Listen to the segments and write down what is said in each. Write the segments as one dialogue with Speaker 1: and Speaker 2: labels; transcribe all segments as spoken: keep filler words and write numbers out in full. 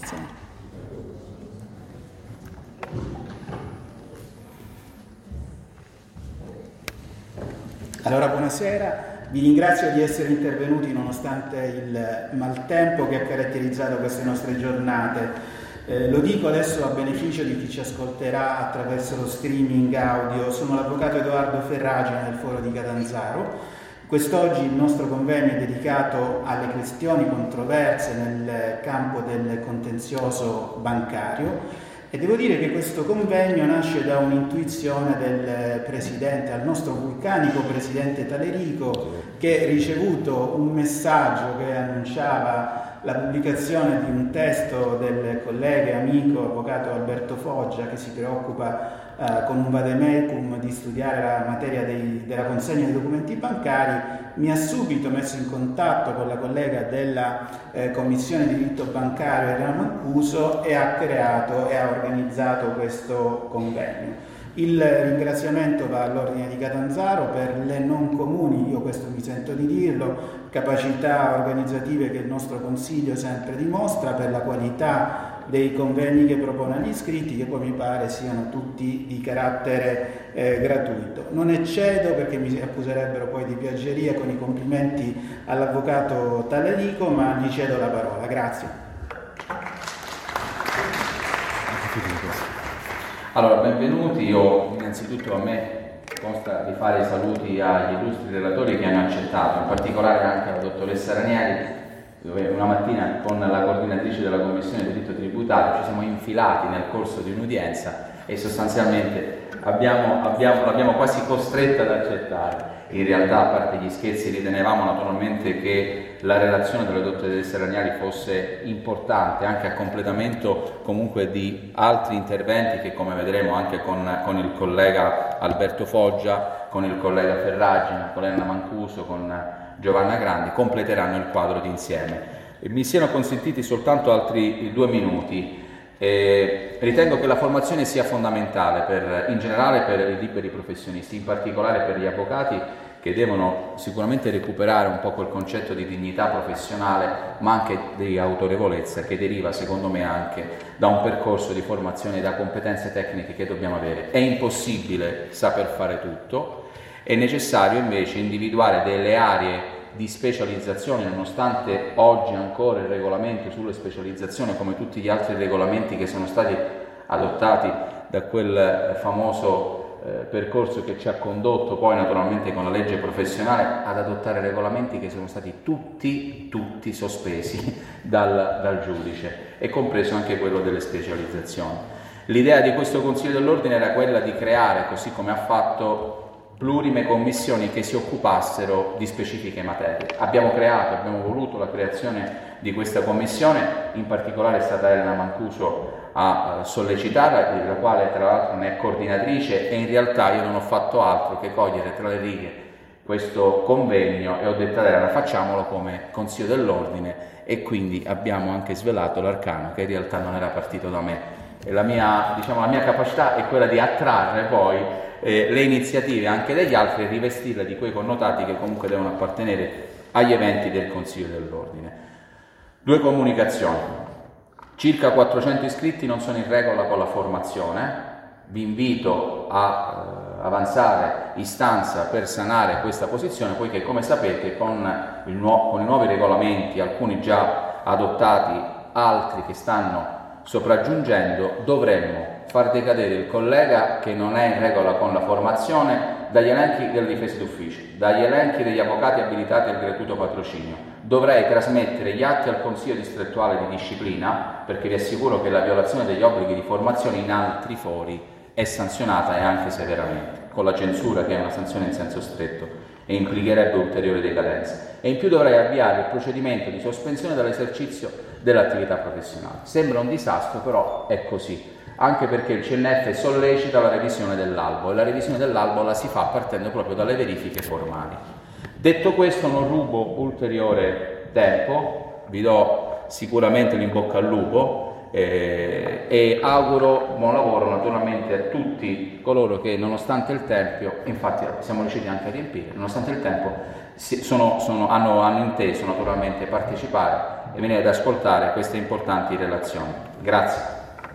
Speaker 1: Grazie. Allora, buonasera. Vi ringrazio di essere intervenuti nonostante il maltempo che ha caratterizzato queste nostre giornate. Eh, lo dico adesso a beneficio di chi ci ascolterà attraverso lo streaming audio. Sono l'avvocato Edoardo Ferragina del Foro di Catanzaro. Quest'oggi il nostro convegno è dedicato alle questioni controverse nel campo del contenzioso bancario. E devo dire che questo convegno nasce da un'intuizione del presidente, al nostro vulcanico presidente Talerico, che ricevuto un messaggio che annunciava la pubblicazione di un testo del collega e amico avvocato Alberto Foggia, che si preoccupa eh, con un vademecum di studiare la materia dei, della consegna dei documenti bancari, mi ha subito messo in contatto con la collega della eh, Commissione di diritto bancario Elena Mancuso e ha creato e ha organizzato questo convegno. Il ringraziamento va all'Ordine di Catanzaro per le non comuni, io questo mi sento di dirlo, capacità organizzative che il nostro Consiglio sempre dimostra, per la qualità dei convegni che propone agli iscritti, che poi mi pare siano tutti di carattere eh, gratuito. Non eccedo perché mi accuserebbero poi di piaggeria con i complimenti all'avvocato Talerico, ma gli cedo la parola. Grazie.
Speaker 2: Allora, benvenuti. Io innanzitutto a me consta di fare i saluti agli illustri relatori che hanno accettato, in particolare anche alla dottoressa Ranieri, dove una mattina con la coordinatrice della Commissione di diritto tributario ci siamo infilati nel corso di un'udienza e sostanzialmente abbiamo, abbiamo, l'abbiamo quasi costretta ad accettare. In realtà, a parte gli scherzi, ritenevamo naturalmente che la relazione della dottoressa Ranieri fosse importante anche a completamento comunque di altri interventi che, come vedremo anche con, con il collega Alberto Foggia, con il collega Ferragina, con Elena Mancuso, con Giovanna Grandi, completeranno il quadro d'insieme. E mi siano consentiti soltanto altri due minuti. Eh, ritengo che la formazione sia fondamentale per, in generale per i liberi professionisti, in particolare per gli avvocati, che devono sicuramente recuperare un po' quel concetto di dignità professionale, ma anche di autorevolezza, che deriva secondo me anche da un percorso di formazione e da competenze tecniche che dobbiamo avere. È impossibile saper fare tutto, è necessario invece individuare delle aree di specializzazione, nonostante oggi ancora il regolamento sulle specializzazioni, come tutti gli altri regolamenti che sono stati adottati da quel famoso eh, percorso che ci ha condotto poi naturalmente con la legge professionale ad adottare regolamenti che sono stati tutti, tutti sospesi dal, dal giudice, e compreso anche quello delle specializzazioni. L'idea di questo Consiglio dell'Ordine era quella di creare, così come ha fatto, plurime commissioni che si occupassero di specifiche materie. Abbiamo creato, abbiamo voluto la creazione di questa commissione, in particolare è stata Elena Mancuso a sollecitarla, la quale tra l'altro ne è coordinatrice, e in realtà io non ho fatto altro che cogliere tra le righe questo convegno e ho detto a Elena, facciamolo come Consiglio dell'Ordine, e quindi abbiamo anche svelato l'arcano che in realtà non era partito da me. E la mia, diciamo, la mia capacità è quella di attrarre poi Eh, le iniziative anche degli altri e rivestirle di quei connotati che comunque devono appartenere agli eventi del Consiglio dell'Ordine. Due comunicazioni. Circa quattrocento iscritti non sono in regola con la formazione. Vi invito a eh, avanzare istanza per sanare questa posizione, poiché, come sapete, con, il nu- con i nuovi regolamenti, alcuni già adottati, altri che stanno sopraggiungendo, dovremmo far decadere il collega che non è in regola con la formazione dagli elenchi delle difese d'ufficio, dagli elenchi degli avvocati abilitati al gratuito patrocinio. Dovrei trasmettere gli atti al Consiglio distrettuale di disciplina, perché vi assicuro che la violazione degli obblighi di formazione in altri fori è sanzionata, e anche severamente, con la censura, che è una sanzione in senso stretto e implicherebbe ulteriori decadenze. E in più dovrei avviare il procedimento di sospensione dall'esercizio dell'attività professionale. Sembra un disastro, però è così, anche perché il C N F sollecita la revisione dell'albo, e la revisione dell'albo la si fa partendo proprio dalle verifiche formali. Detto questo, non rubo ulteriore tempo, vi do sicuramente l'in bocca al lupo eh, e auguro buon lavoro naturalmente a tutti coloro che, nonostante il tempo, infatti siamo riusciti anche a riempire, nonostante il tempo sono, sono, hanno, hanno inteso naturalmente partecipare e venire ad ascoltare queste importanti relazioni. Grazie.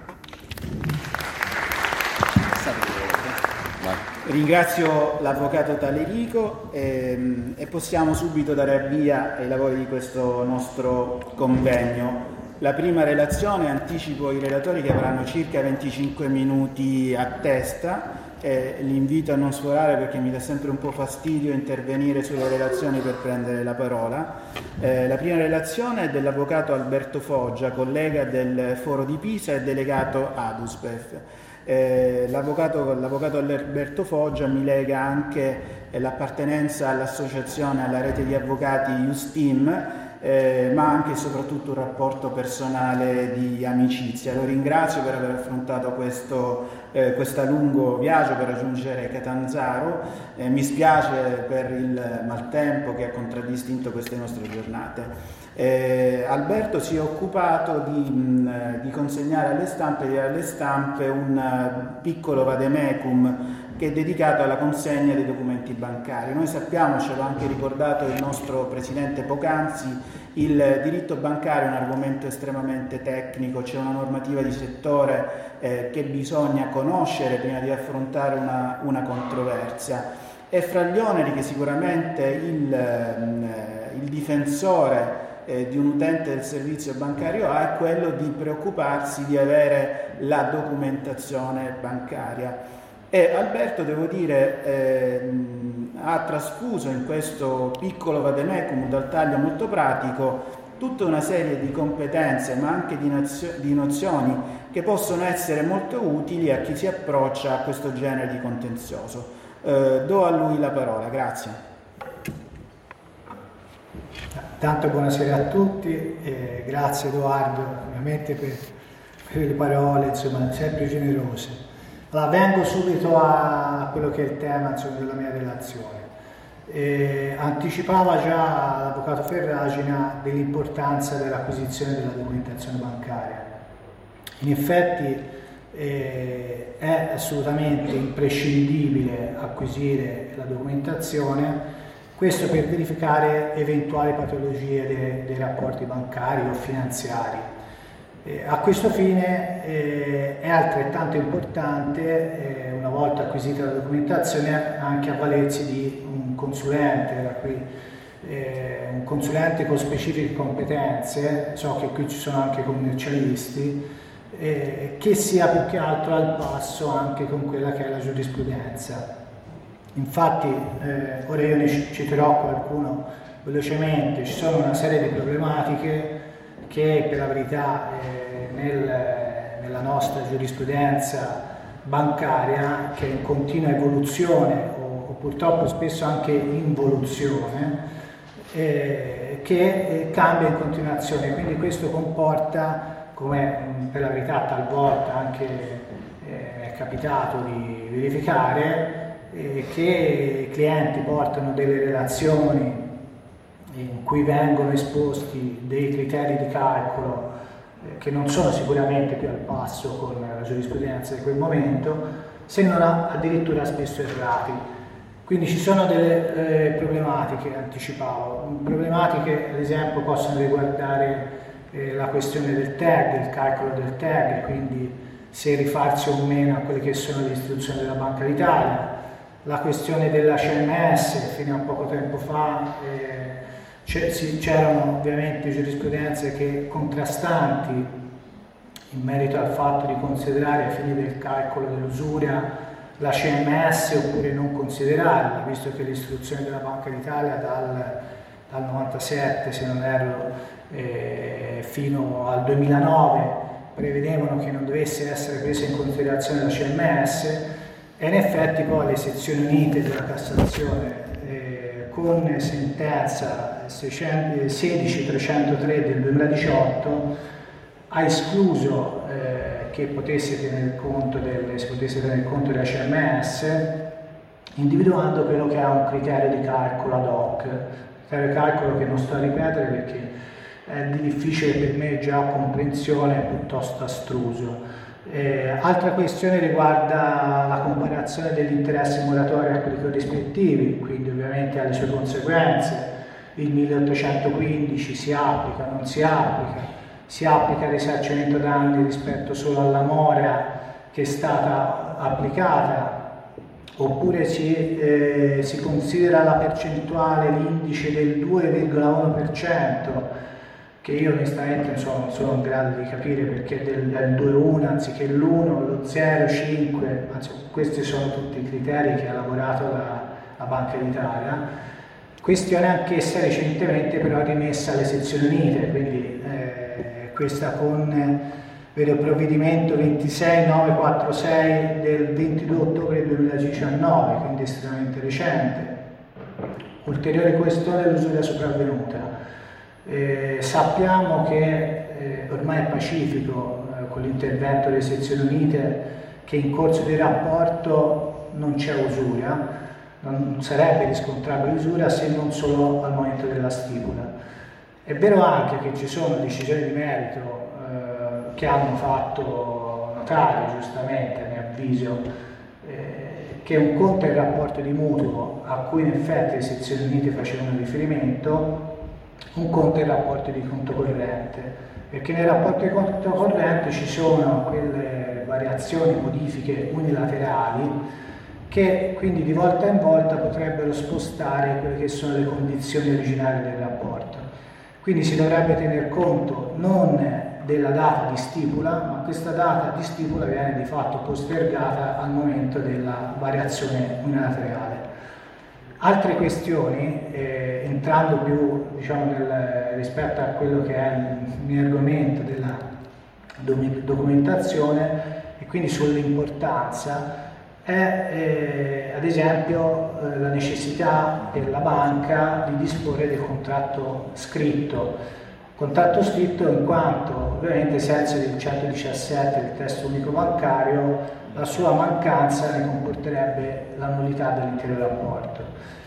Speaker 1: Ringrazio l'Avvocato Talerico ehm, e possiamo subito dare avvio ai lavori di questo nostro convegno. La prima relazione, anticipo i relatori che avranno circa venticinque minuti a testa, e li invito a non sforare perché mi dà sempre un po' fastidio intervenire sulle relazioni per prendere la parola. Eh, la prima relazione è dell'Avvocato Alberto Foggia, collega del Foro di Pisa e delegato ADUSBEF. Eh, l'avvocato, l'avvocato Alberto Foggia mi lega anche eh, l'appartenenza all'associazione, alla rete di avvocati Justim, eh, ma anche e soprattutto un rapporto personale di amicizia. Lo ringrazio per aver affrontato questo eh, questo lungo viaggio per raggiungere Catanzaro. Eh, mi spiace per il maltempo che ha contraddistinto queste nostre giornate. Eh, Alberto si è occupato di, mh, di consegnare alle stampe, di alle stampe un uh, piccolo vademecum che è dedicato alla consegna dei documenti bancari. Noi sappiamo, ce l'ha anche ricordato il nostro Presidente poc'anzi, il diritto bancario è un argomento estremamente tecnico, c'è una normativa di settore eh, che bisogna conoscere prima di affrontare una, una controversia. E fra gli oneri che sicuramente il, mh, il difensore Eh, di un utente del servizio bancario ha è quello di preoccuparsi di avere la documentazione bancaria. E Alberto, devo dire, eh, ha trasfuso in questo piccolo vademecum dal taglio molto pratico tutta una serie di competenze ma anche di, nozio- di nozioni che possono essere molto utili a chi si approccia a questo genere di contenzioso. Eh, do a lui la parola, grazie.
Speaker 3: Tanto buonasera a tutti, eh, grazie Edoardo ovviamente per, per le parole, insomma, sempre generose. Allora, vengo subito a quello che è il tema, insomma, della mia relazione. Eh, anticipava già l'avvocato Ferragina dell'importanza dell'acquisizione della documentazione bancaria. In effetti eh, è assolutamente imprescindibile acquisire la documentazione. Questo per verificare eventuali patologie dei, dei rapporti bancari o finanziari. Eh, a questo fine eh, è altrettanto importante, eh, una volta acquisita la documentazione, anche avvalersi di un consulente, da qui, eh, un consulente con specifiche competenze, so che qui ci sono anche commercialisti, eh, che sia più che altro al passo anche con quella che è la giurisprudenza. Infatti, eh, ora io ne citerò qualcuno velocemente. Ci sono una serie di problematiche che per la verità eh, nel, nella nostra giurisprudenza bancaria, che è in continua evoluzione o, o purtroppo spesso anche involuzione, eh, che eh, cambia in continuazione, quindi questo comporta, come mh, per la verità talvolta anche eh, è capitato di verificare, che i clienti portano delle relazioni in cui vengono esposti dei criteri di calcolo che non sono sicuramente più al passo con la giurisprudenza di quel momento, se non addirittura spesso errati. Quindi ci sono delle eh, problematiche, anticipavo, problematiche ad esempio possono riguardare eh, la questione del tag, il calcolo del tag, quindi se rifarsi o meno a quelle che sono le istruzioni della Banca d'Italia. La questione della C M S, fino a poco tempo fa eh, c'erano ovviamente giurisprudenze che contrastanti in merito al fatto di considerare ai fini del calcolo dell'usuria la C M S oppure non considerarla, visto che le istruzioni della Banca d'Italia dal, dal novantasette, se non erro, eh, fino al duemilanove prevedevano che non dovesse essere presa in considerazione la C M S. E in effetti poi le sezioni unite della Cassazione eh, con sentenza sedici trecentotre del duemiladiciotto ha escluso eh, che potesse tener conto del, si potesse tener conto della C M S, individuando quello che è un criterio di calcolo ad hoc, criterio di calcolo che non sto a ripetere perché è di difficile per me già comprensione, piuttosto astruso. Eh, altra questione riguarda la comparazione degli interessi moratori a quelli corrispettivi, quindi ovviamente ovviamente ha le sue conseguenze. Il milleottocentoquindici si applica, non si applica, si applica il risarcimento danni rispetto solo alla mora che è stata applicata, oppure si, eh, si considera la percentuale, l'indice del due virgola uno per cento, che io onestamente non sono, sono in grado di capire perché del, del due virgola uno anziché l'uno, lo zero virgola cinque, anzi, questi sono tutti i criteri che ha lavorato la, la Banca d'Italia. Questione anch'essa recentemente però rimessa alle sezioni unite, quindi eh, questa con eh, il provvedimento ventisei novecentoquarantasei del ventidue ottobre duemiladiciannove, quindi estremamente recente. Ulteriore questione, l'usura sopravvenuta. Eh, sappiamo che eh, ormai è pacifico eh, con l'intervento delle sezioni unite che in corso di rapporto non c'è usura, non sarebbe riscontrabile usura se non solo al momento della stipula. È vero anche che ci sono decisioni di merito eh, che hanno fatto notare, giustamente a mio avviso, eh, che un conto è il rapporto di mutuo a cui in effetti le sezioni unite facevano riferimento, un conto è il rapporto di conto corrente, perché nel rapporto di conto corrente ci sono quelle variazioni, modifiche unilaterali che quindi di volta in volta potrebbero spostare quelle che sono le condizioni originali del rapporto. Quindi si dovrebbe tener conto non della data di stipula, ma questa data di stipula viene di fatto postergata al momento della variazione unilaterale. Altre questioni, eh, entrando più diciamo, nel, rispetto a quello che è il mio argomento della documentazione e quindi sull'importanza, è eh, ad esempio eh, la necessità per la banca di disporre del contratto scritto. Contratto scritto in quanto ovviamente ai sensi del centodiciassette del testo unico bancario la sua mancanza ne comporterebbe la nullità dell'intero rapporto.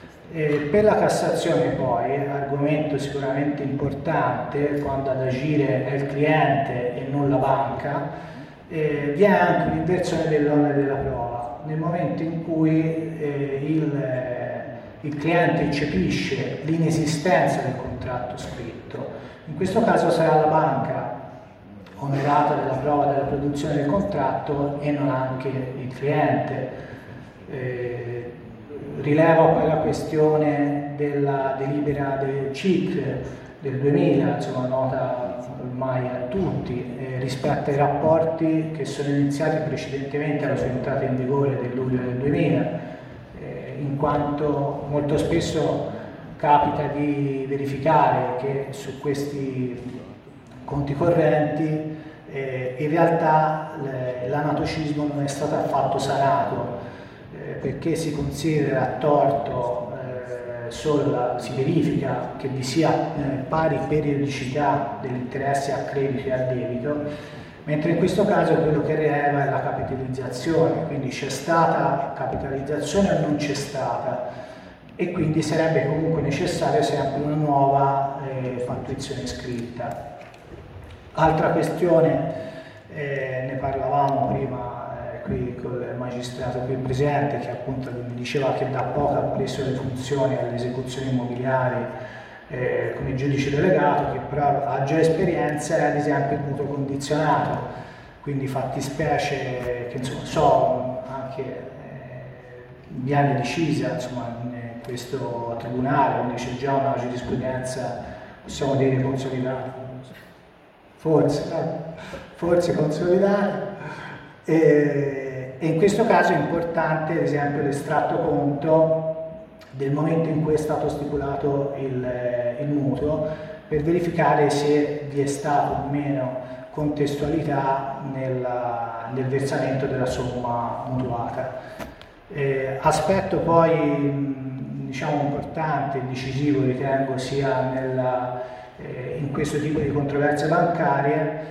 Speaker 3: E per la Cassazione poi, argomento sicuramente importante quando ad agire è il cliente e non la banca, eh, vi è anche un'inversione dell'onere della prova. Nel momento in cui eh, il, eh, il cliente eccepisce l'inesistenza del contratto scritto, in questo caso sarà la banca onerata della prova della produzione del contratto e non anche il cliente. Eh, rilevo poi la questione della delibera del C I C del duemila, insomma nota ormai a tutti, eh, rispetto ai rapporti che sono iniziati precedentemente alla sua entrata in vigore del luglio del duemila, eh, in quanto molto spesso capita di verificare che su questi conti correnti eh, in realtà l'anatocismo non è stato affatto sanato, eh, perché si considera a torto Solo, si verifica che vi sia eh, pari periodicità degli interessi a credito e a debito, mentre in questo caso quello che rileva è la capitalizzazione, quindi c'è stata capitalizzazione o non c'è stata, e quindi sarebbe comunque necessaria sempre una nuova eh, fattuizione scritta. Altra questione, eh, ne parlavamo prima qui con il magistrato qui presente, che appunto mi diceva che da poco ha preso le funzioni alle esecuzioni immobiliari eh, come giudice delegato, che però ha già esperienza, ad esempio il mutuo condizionato, quindi fattispecie che insomma so anche eh, viene decisa insomma in questo tribunale, quindi c'è già una giurisprudenza, possiamo dire consolidata, forse, eh, forse consolidata. E in questo caso è importante ad esempio l'estratto conto del momento in cui è stato stipulato il, il mutuo, per verificare se vi è stata o meno contestualità nella, nel versamento della somma mutuata. Eh, aspetto poi diciamo importante e decisivo ritengo sia nella, eh, in questo tipo di controversie bancarie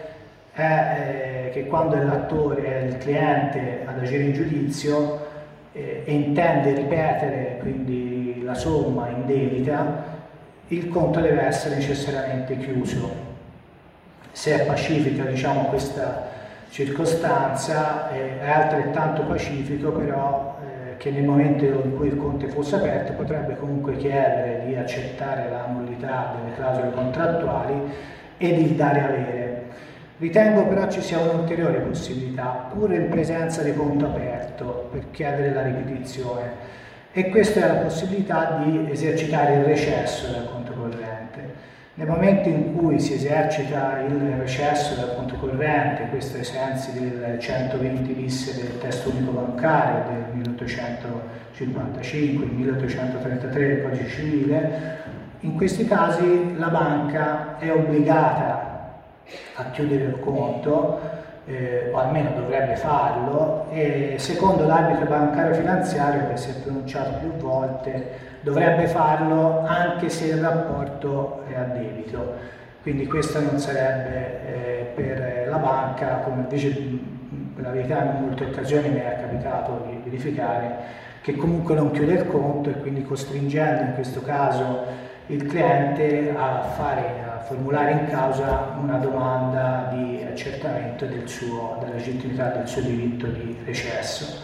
Speaker 3: è eh, che quando è l'attore, è il cliente ad agire in giudizio eh, e intende ripetere quindi la somma in debita, il conto deve essere necessariamente chiuso. Se è pacifica diciamo questa circostanza, eh, è altrettanto pacifico però eh, che nel momento in cui il conto fosse aperto potrebbe comunque chiedere di accettare la nullità delle clausole contrattuali e di dare avere. Ritengo però ci sia un'ulteriore possibilità, pure in presenza di conto aperto, per chiedere la ripetizione, e questa è la possibilità di esercitare il recesso dal conto corrente. Nel momento in cui si esercita il recesso dal conto corrente, questo ai sensi del centoventi bis del testo unico bancario del milleottocentocinquantacinque, il milleottocentotrentatré del codice civile, in questi casi la banca è obbligata a chiudere il conto, eh, o almeno dovrebbe farlo, e secondo l'arbitro bancario finanziario, che si è pronunciato più volte, dovrebbe farlo anche se il rapporto è a debito. Quindi questo non sarebbe eh, per la banca, come invece per la verità in molte occasioni mi è capitato di verificare, che comunque non chiude il conto, e quindi costringendo in questo caso il cliente a, fare, a formulare in causa una domanda di accertamento del suo, della legittimità del suo diritto di recesso.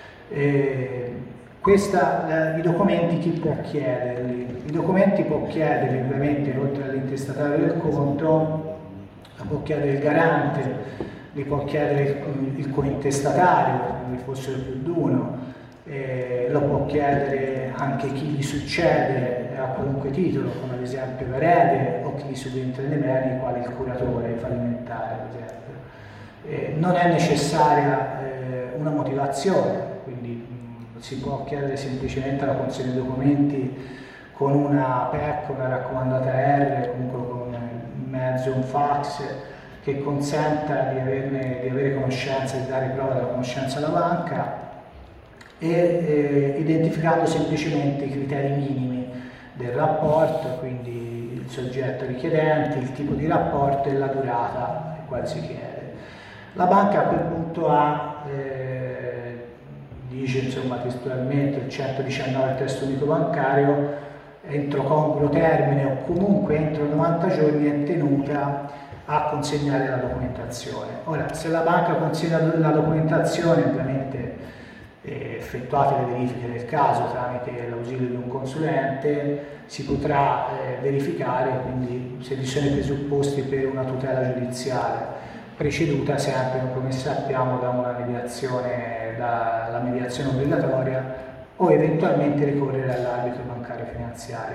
Speaker 3: E questa, I documenti chi può chiederli? I documenti può chiederli ovviamente, oltre all'intestatario del conto, può chiedere il garante, li può chiedere il, il cointestatario, se ne fossero più di uno, eh, lo può chiedere anche chi gli succede a qualunque titolo, come ad esempio l'erede o chi gli subentra nei beni, quale il curatore fallimentare, ad esempio. Eh, non è necessaria eh, una motivazione, quindi mh, si può chiedere semplicemente la consegna dei documenti con una P E C, una raccomandata R, comunque con un mezzo, un fax, che consenta di, averne, di avere conoscenza, di dare prova della conoscenza alla banca, e eh, identificando semplicemente i criteri minimi del rapporto, quindi il soggetto richiedente, il tipo di rapporto e la durata al quale si chiede. La banca a quel punto ha, eh, dice insomma testualmente il centodiciannove del testo unico bancario, entro congruo termine o comunque entro novanta giorni è tenuta a consegnare la documentazione. Ora, se la banca consegna la documentazione, ovviamente eh, effettuate le verifiche del caso tramite l'ausilio di un consulente, si potrà eh, verificare quindi se vi sono i presupposti per una tutela giudiziale, preceduta sempre, come sappiamo, da una mediazione, dalla mediazione obbligatoria, o eventualmente ricorrere all'arbitro bancario finanziario.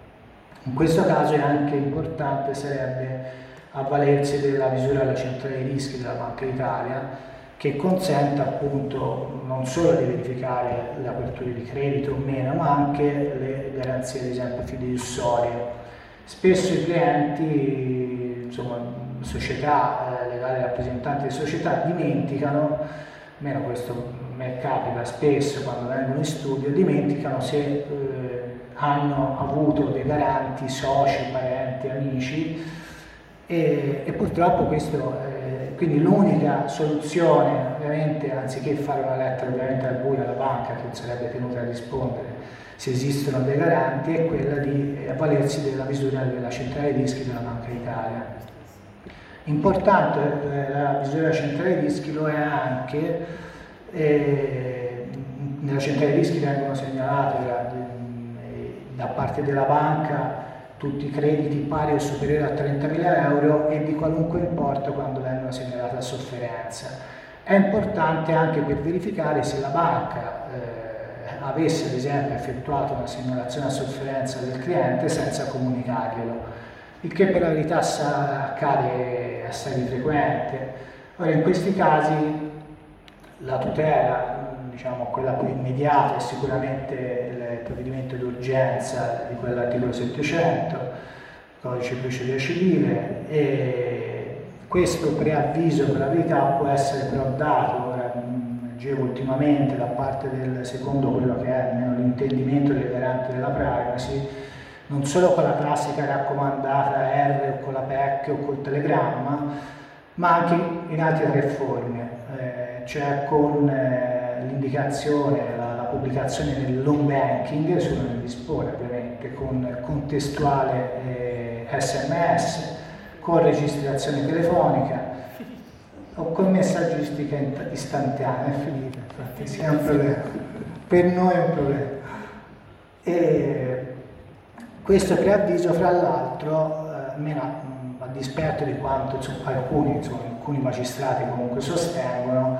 Speaker 3: In questo caso è anche importante, sarebbe avvalersi della misura della centrale dei rischi della Banca d'Italia, che consente appunto non solo di verificare le aperture di credito o meno, ma anche le garanzie, ad esempio, fideiussorie. Spesso i clienti, insomma, società, eh, legali rappresentanti di società, dimenticano, almeno questo a me capita spesso quando vengono in studio, dimenticano se eh, hanno avuto dei garanti, soci, parenti, amici, e, e purtroppo questo, eh, quindi l'unica soluzione, ovviamente, anziché fare una lettera ovviamente al buio alla banca, che non sarebbe tenuta a rispondere se esistono dei garanti, è quella di avvalersi della misura della centrale dei rischi della Banca d'Italia. Importante, eh, la misura della centrale dei rischi lo è anche, eh, nella centrale dei rischi vengono segnalate da, da parte della banca tutti i crediti pari o superiori a trentamila euro e di qualunque importo quando vengono segnalate a sofferenza. È importante anche per verificare se la banca eh, avesse ad esempio effettuato una segnalazione a sofferenza del cliente senza comunicarglielo, il che per la verità accade assai di frequente. Ora, in questi casi la tutela, diciamo quella più immediata, è sicuramente il provvedimento d'urgenza di quell'articolo settecento, codice di procedura civile, e questo preavviso per la verità può essere però dato, ora leggevo ultimamente da parte del, secondo quello che è almeno l'intendimento del garante della privacy, non solo con la classica raccomandata R o con la P E C o col telegramma, ma anche in altre tre forme, eh, cioè con eh, l'indicazione, la, la pubblicazione nell'home banking, se uno ne dispone ovviamente, con contestuale eh, S M S, con registrazione telefonica o con messaggistica istantanea. È finita, infatti, sempre per noi è un problema. E questo preavviso, fra l'altro, eh, almeno a dispetto di quanto insomma, alcuni, insomma, alcuni magistrati comunque sostengono,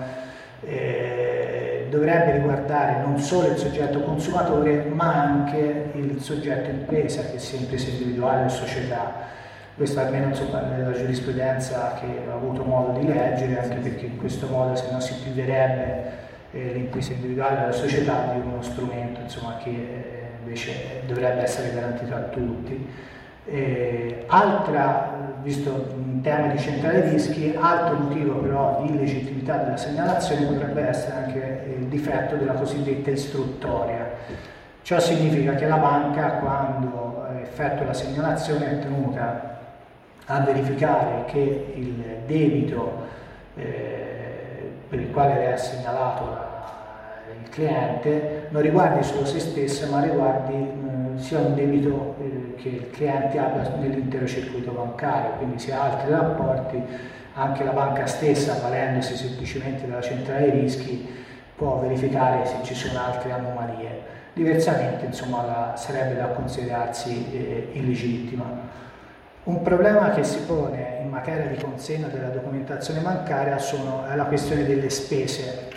Speaker 3: eh, dovrebbe riguardare non solo il soggetto consumatore ma anche il soggetto impresa, che sia impresa individuale o società. Questo almeno insomma, nella giurisprudenza che ho avuto modo di leggere, anche perché in questo modo se no si priverebbe eh, l'impresa individuale della società di uno strumento insomma, che eh, invece dovrebbe essere garantito a tutti. Eh, altra, visto in tema di centrale rischi, altro motivo però di illegittimità della segnalazione potrebbe essere anche il difetto della cosiddetta istruttoria. Ciò significa che la banca, quando effettua la segnalazione, è tenuta a verificare che il debito eh, per il quale è segnalato la, il cliente non riguardi solo se stesso, ma riguardi eh, sia un debito eh, che il cliente abbia nell'intero circuito bancario, quindi sia altri rapporti. Anche la banca stessa, avvalendosi semplicemente della centrale rischi, può verificare se ci sono altre anomalie. Diversamente, insomma, la, sarebbe da considerarsi eh, illegittima. Un problema che si pone in materia di consegna della documentazione bancaria sono, è la questione delle spese.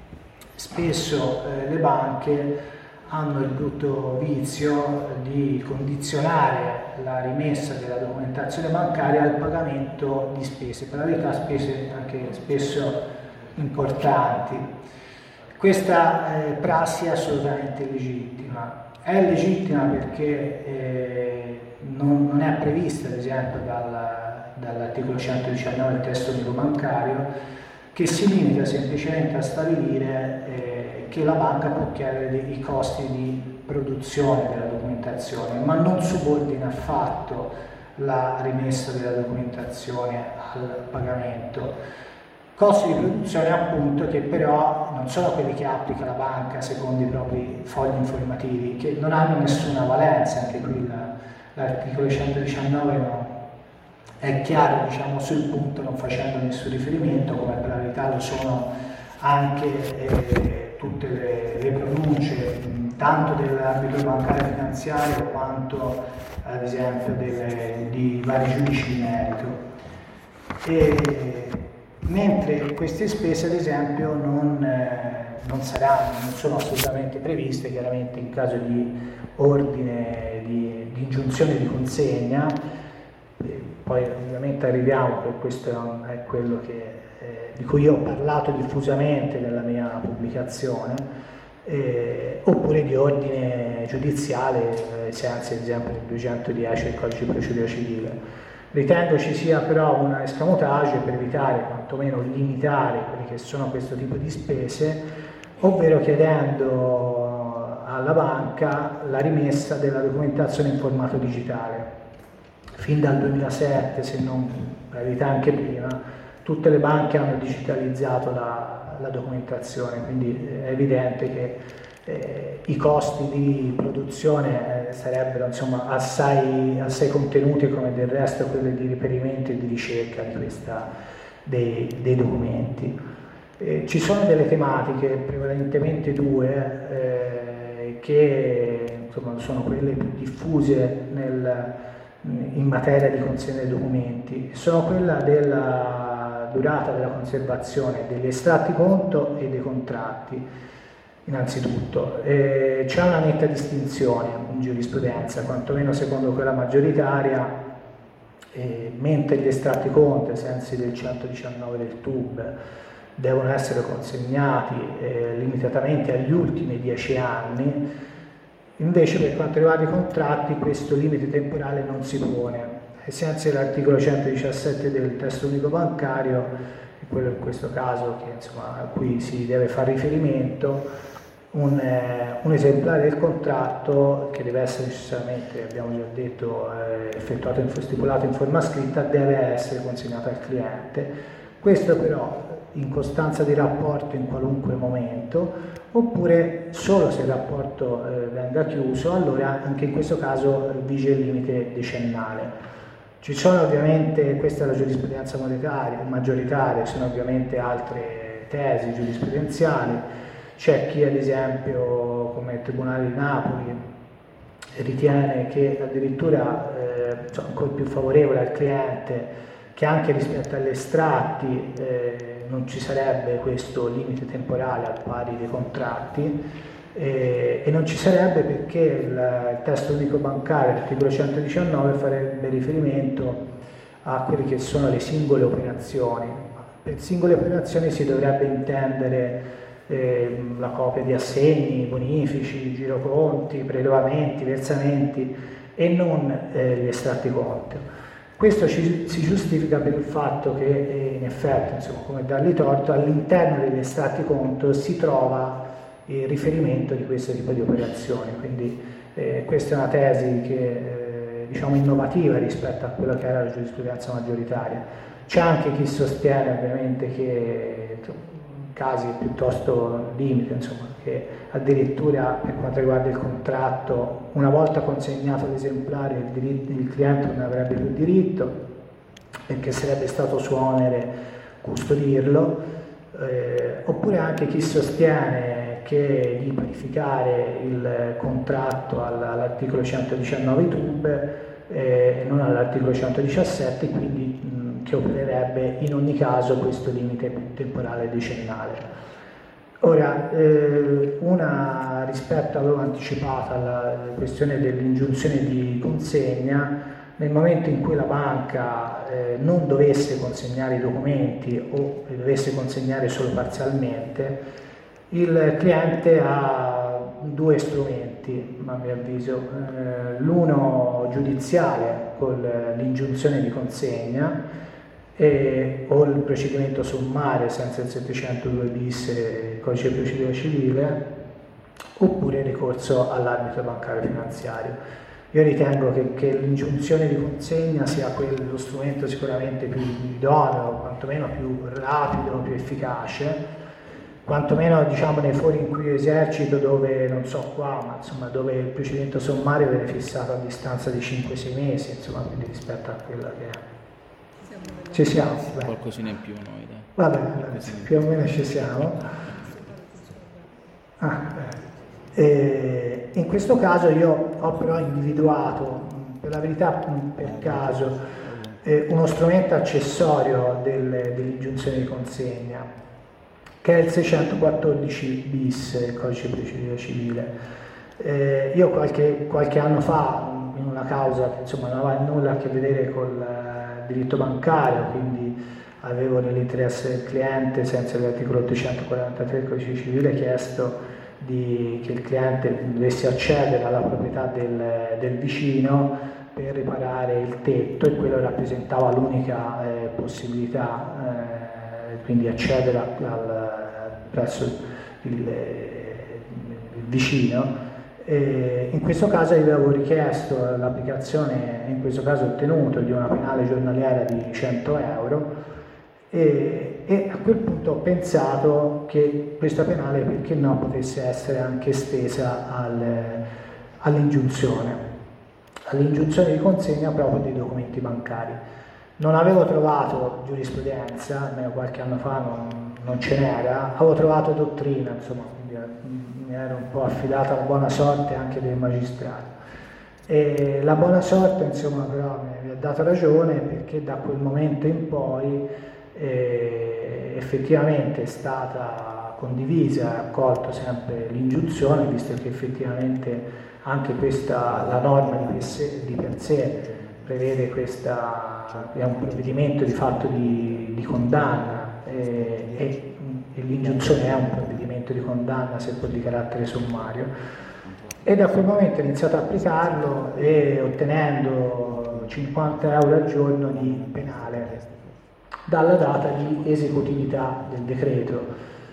Speaker 3: Spesso eh, le banche hanno il brutto vizio di condizionare la rimessa della documentazione bancaria al pagamento di spese, per la verità spese anche spesso importanti. Questa eh, prassi è assolutamente legittima. È legittima perché eh, non, non è prevista, ad esempio, dal, dall'articolo centodiciannove del testo unico bancario, che si limita semplicemente a stabilire eh, che la banca può chiedere dei, i costi di produzione della documentazione, ma non subordina affatto la rimessa della documentazione al pagamento. Costi di produzione appunto che però non sono quelli che applica la banca secondo i propri fogli informativi, che non hanno nessuna valenza. Anche qui la, l'articolo centodiciannove no, è chiaro, diciamo, sul punto, non facendo nessun riferimento, come per la verità lo sono anche eh, tutte le, le pronunce mh, tanto dell'arbitro bancario finanziario quanto ad esempio delle, di vari giudici di merito. E, mentre queste spese, ad esempio, non, eh, non saranno, non sono assolutamente previste, chiaramente in caso di ordine di, di ingiunzione di consegna. Eh, poi ovviamente arriviamo, per questo è quello che, eh, di cui io ho parlato diffusamente nella mia pubblicazione, eh, oppure di ordine giudiziale, eh, senza ad esempio il duecentodieci del codice di procedura civile. Ritengo ci sia però un escamotage per evitare, quantomeno limitare quelli che sono questo tipo di spese, ovvero chiedendo alla banca la rimessa della documentazione in formato digitale. Fin dal duemilasette, se non in realtà anche prima, tutte le banche hanno digitalizzato la, la documentazione, quindi è evidente che Eh, i costi di produzione eh, sarebbero insomma assai, assai contenuti, come del resto quelli di riperimento e di ricerca di questa, dei, dei documenti. Eh, ci sono delle tematiche, prevalentemente due, eh, che insomma, sono quelle più diffuse nel, in materia di consegna dei documenti. Sono quella della durata della conservazione degli estratti conto e dei contratti. Innanzitutto, eh, c'è una netta distinzione in giurisprudenza, quantomeno secondo quella maggioritaria, eh, mentre gli estratti conto, ai sensi del centodiciannove del T U B, devono essere consegnati eh, limitatamente agli ultimi dieci anni, invece per quanto riguarda i contratti questo limite temporale non si pone. Ai sensi dell'articolo centodiciassette del testo unico bancario, quello in questo caso che, insomma, a cui si deve fare riferimento, un, eh, un esemplare del contratto, che deve essere necessariamente, abbiamo già detto, eh, effettuato in, stipulato in forma scritta, deve essere consegnato al cliente. Questo però in costanza di rapporto in qualunque momento, oppure solo se il rapporto eh, venga chiuso, allora anche in questo caso eh, vige il limite decennale. Ci sono ovviamente, questa è la giurisprudenza maggioritaria, ci sono ovviamente altre tesi giurisprudenziali. C'è chi ad esempio, come il Tribunale di Napoli, ritiene che addirittura eh, insomma, ancora più favorevole al cliente, che anche rispetto agli estratti eh, non ci sarebbe questo limite temporale al pari dei contratti, eh, e non ci sarebbe perché il, il testo unico bancario, l'articolo centodiciannove, farebbe riferimento a quelle che sono le singole operazioni. Per singole operazioni si dovrebbe intendere eh, la copia di assegni, bonifici, giroconti, prelevamenti, versamenti e non eh, gli estratti conto. Questo ci, si giustifica per il fatto che eh, in effetti, insomma, come dargli torto, all'interno degli estratti conto si trova il riferimento di questo tipo di operazioni, quindi eh, questa è una tesi che eh, diciamo innovativa rispetto a quello che era la giurisprudenza maggioritaria. C'è anche chi sostiene ovviamente che in casi piuttosto limite, insomma, che addirittura per quanto riguarda il contratto, una volta consegnato l'esemplare il, diritto, il cliente non avrebbe più diritto perché sarebbe stato suo onere custodirlo, eh, oppure anche chi sostiene che di parificare il contratto all'articolo centodiciannove T U B eh, e non all'articolo centodiciassette, quindi mh, che opererebbe in ogni caso questo limite temporale decennale. Ora, eh, una rispetto, avevo anticipato alla questione dell'ingiunzione di consegna, nel momento in cui la banca eh, non dovesse consegnare i documenti o li dovesse consegnare solo parzialmente, il cliente ha due strumenti, a mio avviso, eh, l'uno giudiziale con l'ingiunzione di consegna e, o il procedimento sommario senza il settecentodue bis del codice di procedura civile, oppure il ricorso all'arbitro bancario finanziario. Io ritengo che, che l'ingiunzione di consegna sia quello strumento sicuramente più idoneo, quantomeno più rapido, più efficace, quantomeno diciamo nei fori in cui io esercito, dove non so qua, ma insomma dove il procedimento sommario viene fissato a distanza di cinque sei mesi, insomma, quindi rispetto a quella che è. Ci siamo? Beh.
Speaker 2: Qualcosina in più noi, dai.
Speaker 3: Vabbè, più o meno ci siamo. Ah, e in questo caso io ho però individuato, per la verità per caso, eh, uno strumento accessorio del, dell'ingiunzione di consegna, che è il seicentoquattordici bis, il codice di procedura civile. Eh, io qualche, qualche anno fa, in una causa che insomma non aveva nulla a che vedere col diritto bancario, quindi avevo nell'interesse del cliente, senza l'articolo ottocentoquarantatré del codice civile, chiesto di, che il cliente dovesse accedere alla proprietà del, del vicino per riparare il tetto, e quello rappresentava l'unica eh, possibilità, eh, quindi accedere al, presso il, il, il vicino. E in questo caso io avevo richiesto l'applicazione, in questo caso ottenuto, di una penale giornaliera di cento euro, e, e a quel punto ho pensato che questa penale, perché no, potesse essere anche estesa al, all'ingiunzione, all'ingiunzione di consegna proprio dei documenti bancari. Non avevo trovato giurisprudenza, almeno qualche anno fa non, non ce n'era, avevo trovato dottrina, insomma, quindi mi ero un po' affidato alla buona sorte anche dei magistrati. E la buona sorte, insomma, però mi ha dato ragione, perché da quel momento in poi eh, effettivamente è stata condivisa e accolta sempre l'ingiunzione, visto che effettivamente anche questa, la norma di per sé, di per sé prevede questa, è un provvedimento di fatto di, di condanna, e, e, e l'ingiunzione è un provvedimento di condanna, seppur di carattere sommario, e da quel momento ho iniziato a applicarlo, e ottenendo cinquanta euro al giorno di penale dalla data di esecutività del decreto.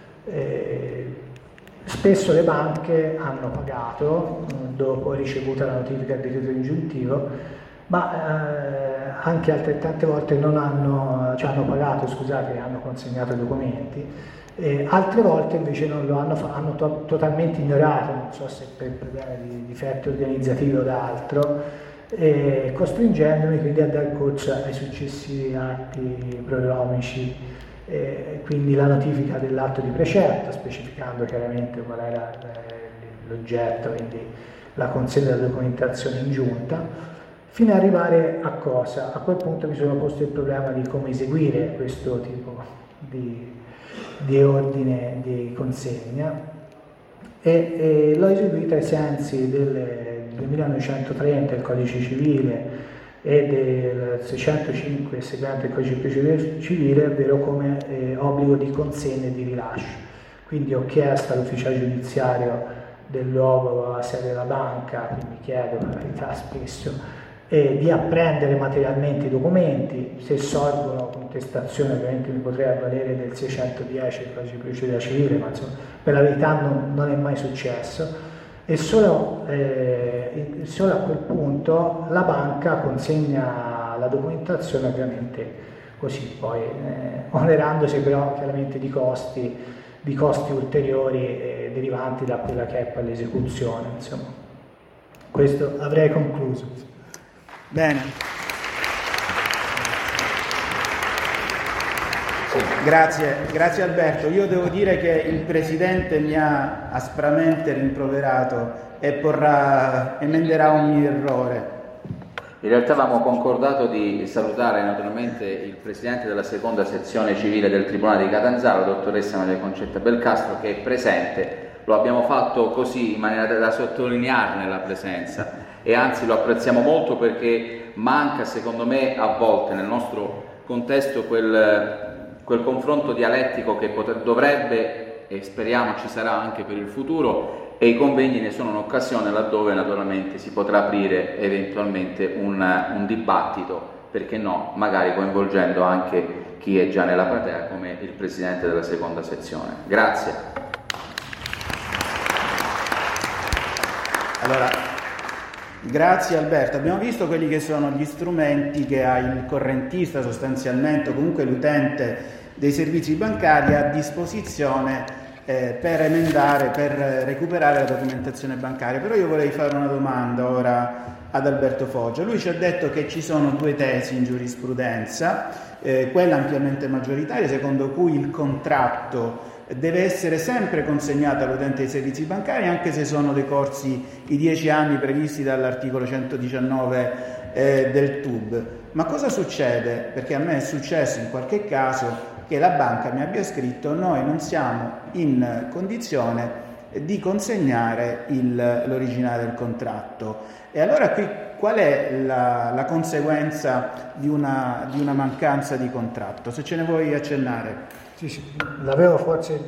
Speaker 3: Eh, spesso le banche hanno pagato dopo ricevuta la notifica del decreto ingiuntivo, ma eh, anche altrettante volte non hanno, cioè hanno pagato, scusate, hanno consegnato i documenti, e altre volte invece non lo hanno, hanno to- totalmente ignorato, non so se per problemi di difetti organizzativi o d'altro, eh, costringendomi quindi a dar corso ai successivi atti prodromici eh, quindi la notifica dell'atto di precetto, specificando chiaramente qual era eh, l'oggetto, quindi la consegna della documentazione in giunta, fino ad arrivare a cosa? A quel punto mi sono posto il problema di come eseguire questo tipo di, di ordine di consegna e, e l'ho eseguita ai sensi del, del millenovecentotrenta del Codice Civile e del seicentocinque e seguente del Codice Civile, ovvero come eh, obbligo di consegna e di rilascio. Quindi ho chiesto all'ufficiale giudiziario del luogo, la sede della banca, quindi chiedo per la verità spesso, eh, di apprendere materialmente i documenti. Se sorgono contestazioni ovviamente mi potrei avvalere del seicentodieci del Codice di Procedura Civile, ma insomma, per la verità non, non è mai successo. E solo, eh, solo a quel punto la banca consegna la documentazione, ovviamente così poi eh, onerandosi però chiaramente di costi, di costi ulteriori eh, derivanti da quella che è poi l'esecuzione. Insomma, questo avrei concluso.
Speaker 1: Bene. Grazie, grazie Alberto. Io devo dire che il Presidente mi ha aspramente rimproverato e porrà, emenderà un mio errore.
Speaker 2: In realtà avevamo concordato di salutare naturalmente il Presidente della seconda sezione civile del Tribunale di Catanzaro, la dottoressa Maria Concetta Belcastro, che è presente. Lo abbiamo fatto così in maniera da sottolinearne la presenza e anzi lo apprezziamo molto perché manca secondo me a volte nel nostro contesto quel... quel confronto dialettico che poter, dovrebbe e speriamo ci sarà anche per il futuro, e i convegni ne sono un'occasione laddove naturalmente si potrà aprire eventualmente un, un dibattito, perché no, magari coinvolgendo anche chi è già nella platea come il Presidente della seconda sezione. Grazie.
Speaker 1: Allora, grazie Alberto. Abbiamo visto quelli che sono gli strumenti che ha il correntista sostanzialmente, o comunque l'utente dei servizi bancari a disposizione eh, per emendare, per recuperare la documentazione bancaria. Però io vorrei fare una domanda ora ad Alberto Foggia. Lui ci ha detto che ci sono due tesi in giurisprudenza, eh, quella ampiamente maggioritaria secondo cui il contratto deve essere sempre consegnato all'utente dei servizi bancari anche se sono decorsi i dieci anni previsti dall'articolo centodiciannove eh, del T U B. Ma cosa succede? Perché a me è successo in qualche caso che la banca mi abbia scritto: noi non siamo in condizione di consegnare il, l'originale del contratto. E allora qui qual è la, la conseguenza di una, di una mancanza di contratto? Se ce ne vuoi accennare.
Speaker 3: Sì, sì, l'avevo forse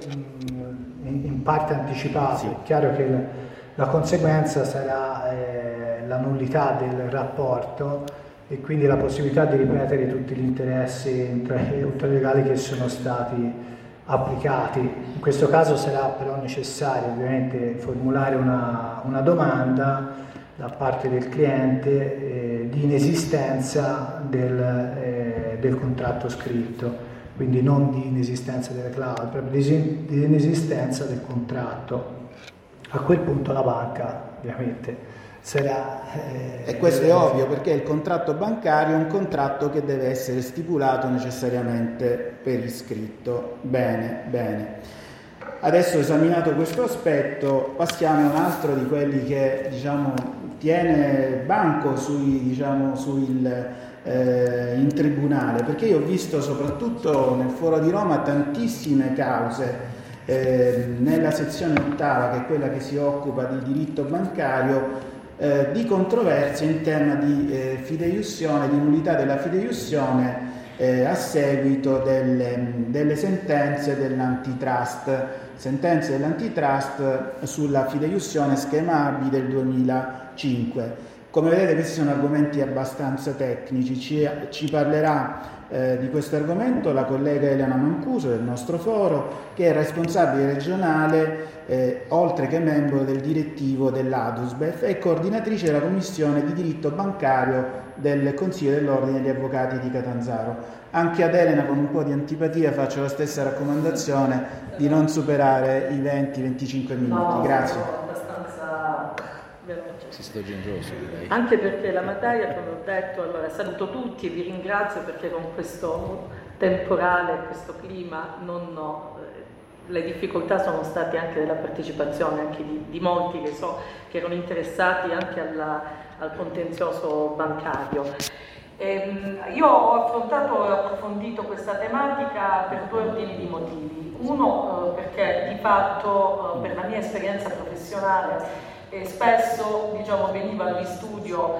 Speaker 3: in, in parte anticipato. Sì. È chiaro che la, la conseguenza sarà eh, la nullità del rapporto e quindi la possibilità di ripetere tutti gli interessi ultralegali che sono stati applicati. In questo caso sarà però necessario ovviamente formulare una, una domanda da parte del cliente eh, di inesistenza del, eh, del contratto scritto, quindi non di inesistenza delle clausole, proprio di, di inesistenza del contratto. A quel punto la banca ovviamente sarà...
Speaker 1: Eh, e questo è ovvio, perché il contratto bancario è un contratto che deve essere stipulato necessariamente per iscritto. Bene, bene. Adesso esaminato questo aspetto, passiamo a un altro di quelli che, diciamo, tiene banco sui, diciamo, sul, eh, in tribunale, perché io ho visto soprattutto nel Foro di Roma tantissime cause eh, nella sezione ottava, che è quella che si occupa di diritto bancario, eh, di controversie in tema di eh, fideiussione, di nullità della fideiussione eh, a seguito delle, delle sentenze dell'antitrust, sentenze dell'antitrust sulla fideiussione schema A B del duemilacinque. Come vedete questi sono argomenti abbastanza tecnici, ci, ci parlerà eh, di questo argomento la collega Elena Mancuso del nostro foro, che è responsabile regionale, eh, oltre che membro del direttivo dell'Adusbef e coordinatrice della Commissione di diritto bancario del Consiglio dell'Ordine degli Avvocati di Catanzaro. Anche ad Elena, con un po' di antipatia, faccio la stessa raccomandazione di non superare i venti venticinque minuti.
Speaker 4: No,
Speaker 1: Grazie.
Speaker 4: no, abbastanza veloce.
Speaker 2: Sei stato generoso, direi.
Speaker 4: Anche perché la materia, come ho detto, allora saluto tutti e vi ringrazio perché con questo temporale, questo clima, non ho, le difficoltà sono state anche della partecipazione anche di, di molti che, so, che erano interessati anche alla, al contenzioso bancario. Ehm, io ho affrontato e approfondito questa tematica per due ordini di motivi. Uno eh, perché di fatto eh, per la mia esperienza professionale e spesso diciamo, venivano in studio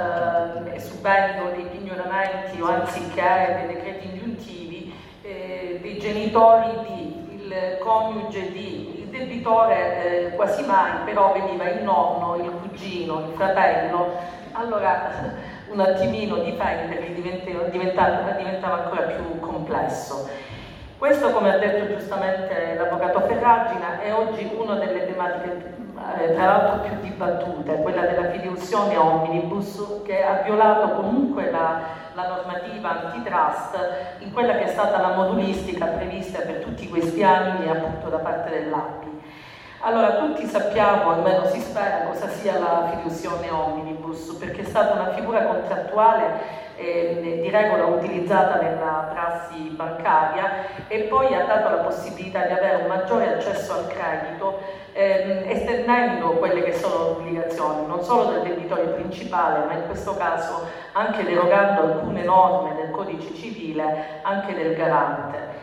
Speaker 4: eh, subendo dei pignoramenti o anziché dei decreti ingiuntivi eh, dei genitori di, il coniuge di, il debitore eh, quasi mai, però veniva il nonno, il cugino, il fratello, allora un attimino difenderli diventava, diventava ancora più complesso. Questo, come ha detto giustamente l'avvocato Ferragina, è oggi una delle tematiche eh, tra l'altro più dibattute, quella della fiduzione omnibus, che ha violato comunque la, la normativa antitrust in quella che è stata la modulistica prevista per tutti questi anni appunto da parte dell'A P I. Allora, tutti sappiamo, almeno si spera, cosa sia la fiduzione omnibus, perché è stata una figura contrattuale eh, di regola utilizzata nella prassi bancaria e poi ha dato la possibilità di avere un maggiore accesso al credito, ehm, estendendo quelle che sono le obbligazioni, non solo del debitore principale, ma in questo caso anche derogando alcune norme del codice civile, anche del garante.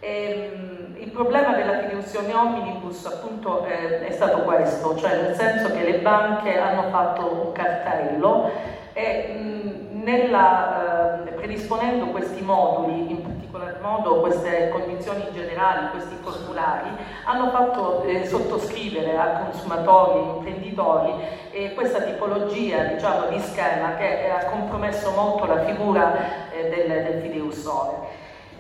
Speaker 4: E, il problema della fiduzione omnibus appunto eh, è stato questo, cioè nel senso che le banche hanno fatto un cartello e mh, nella, eh, predisponendo questi moduli, in particolar modo queste condizioni generali, questi formulari, hanno fatto eh, sottoscrivere a consumatori e imprenditori eh, questa tipologia diciamo, di schema che ha compromesso molto la figura eh, del, del fideiussore.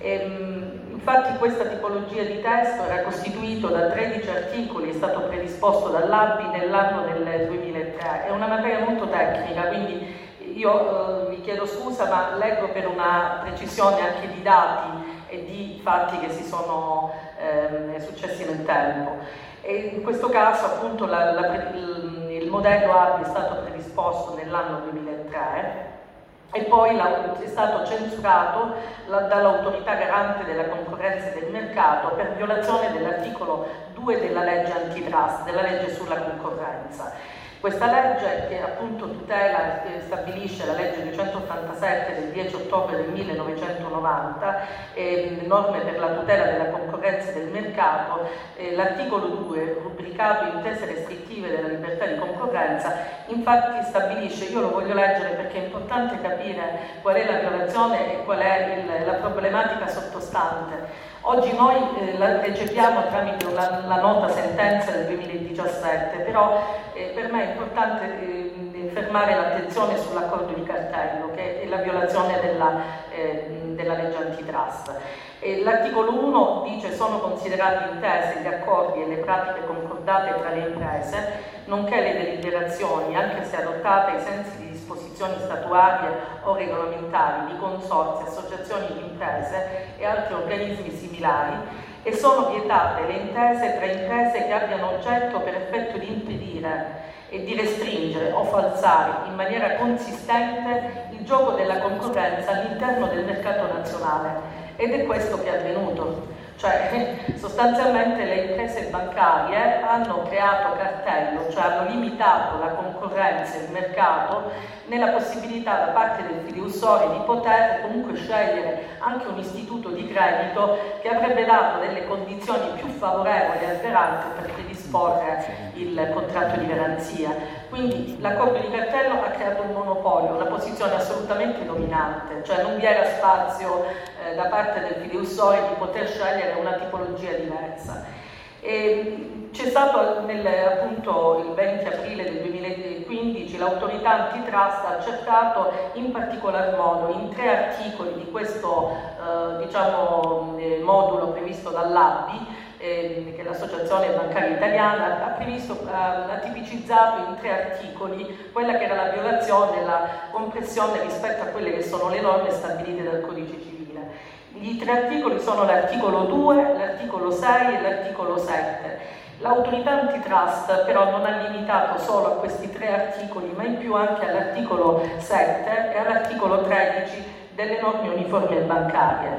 Speaker 4: Ehm, infatti questa tipologia di testo era costituito da tredici articoli, è stato predisposto dall'A B I nell'anno del duemilatré, è una materia molto tecnica, quindi io eh, vi chiedo scusa ma leggo per una precisione anche di dati e di fatti che si sono eh, successi nel tempo. E in questo caso appunto la, la, il, il modello A B I è stato predisposto nell'anno duemilatré e poi è stato censurato dall'autorità garante della concorrenza e del mercato per violazione dell'articolo due della legge antitrust, della legge sulla concorrenza. Questa legge, che appunto tutela e stabilisce la legge duecentottantasette del dieci ottobre del millenovecentonovanta, eh, norme per la tutela della concorrenza e del mercato, eh, l'articolo due, rubricato intese restrittive della libertà di concorrenza, infatti stabilisce, io lo voglio leggere perché è importante capire qual è la violazione e qual è il, la problematica sottostante. Oggi noi eh, la recepiamo tramite una, la nota sentenza del duemiladiciassette, però eh, per me è importante eh, fermare l'attenzione sull'accordo di cartello, che è la violazione della, eh, della legge antitrust. L'articolo uno dice sono considerati intese gli accordi e le pratiche concordate tra le imprese, nonché le deliberazioni, anche se adottate ai sensi di disposizioni statuarie o regolamentari di consorzi, associazioni di imprese e altri organismi similari, e sono vietate le intese tra imprese che abbiano oggetto per effetto di impedire e di restringere o falsare in maniera consistente il gioco della concorrenza all'interno del mercato nazionale. Ed è questo che è avvenuto, cioè sostanzialmente le imprese bancarie hanno creato cartello, cioè hanno limitato la concorrenza e il mercato nella possibilità da parte del fideiussore di poter comunque scegliere anche un istituto di credito che avrebbe dato delle condizioni più favorevoli al garante per predisporre il contratto di garanzia. Quindi l'accordo di cartello ha creato un monopolio, una posizione assolutamente dominante, cioè non vi era spazio eh, da parte del fideiussore di poter scegliere una tipologia diversa. E c'è stato nel, appunto il venti aprile del duemilaquindici l'autorità antitrust ha accertato in particolar modo in tre articoli di questo eh, diciamo, eh, modulo previsto dall'A B I, eh, che è l'Associazione Bancaria Italiana, ha, previsto, eh, ha tipicizzato in tre articoli quella che era la violazione, la compressione rispetto a quelle che sono le norme stabilite dal Codice Civile. I tre articoli sono l'articolo due, l'articolo sei e l'articolo sette. L'autorità antitrust però non ha limitato solo a questi tre articoli, ma in più anche all'articolo sette e all'articolo tredici delle norme uniformi e bancarie.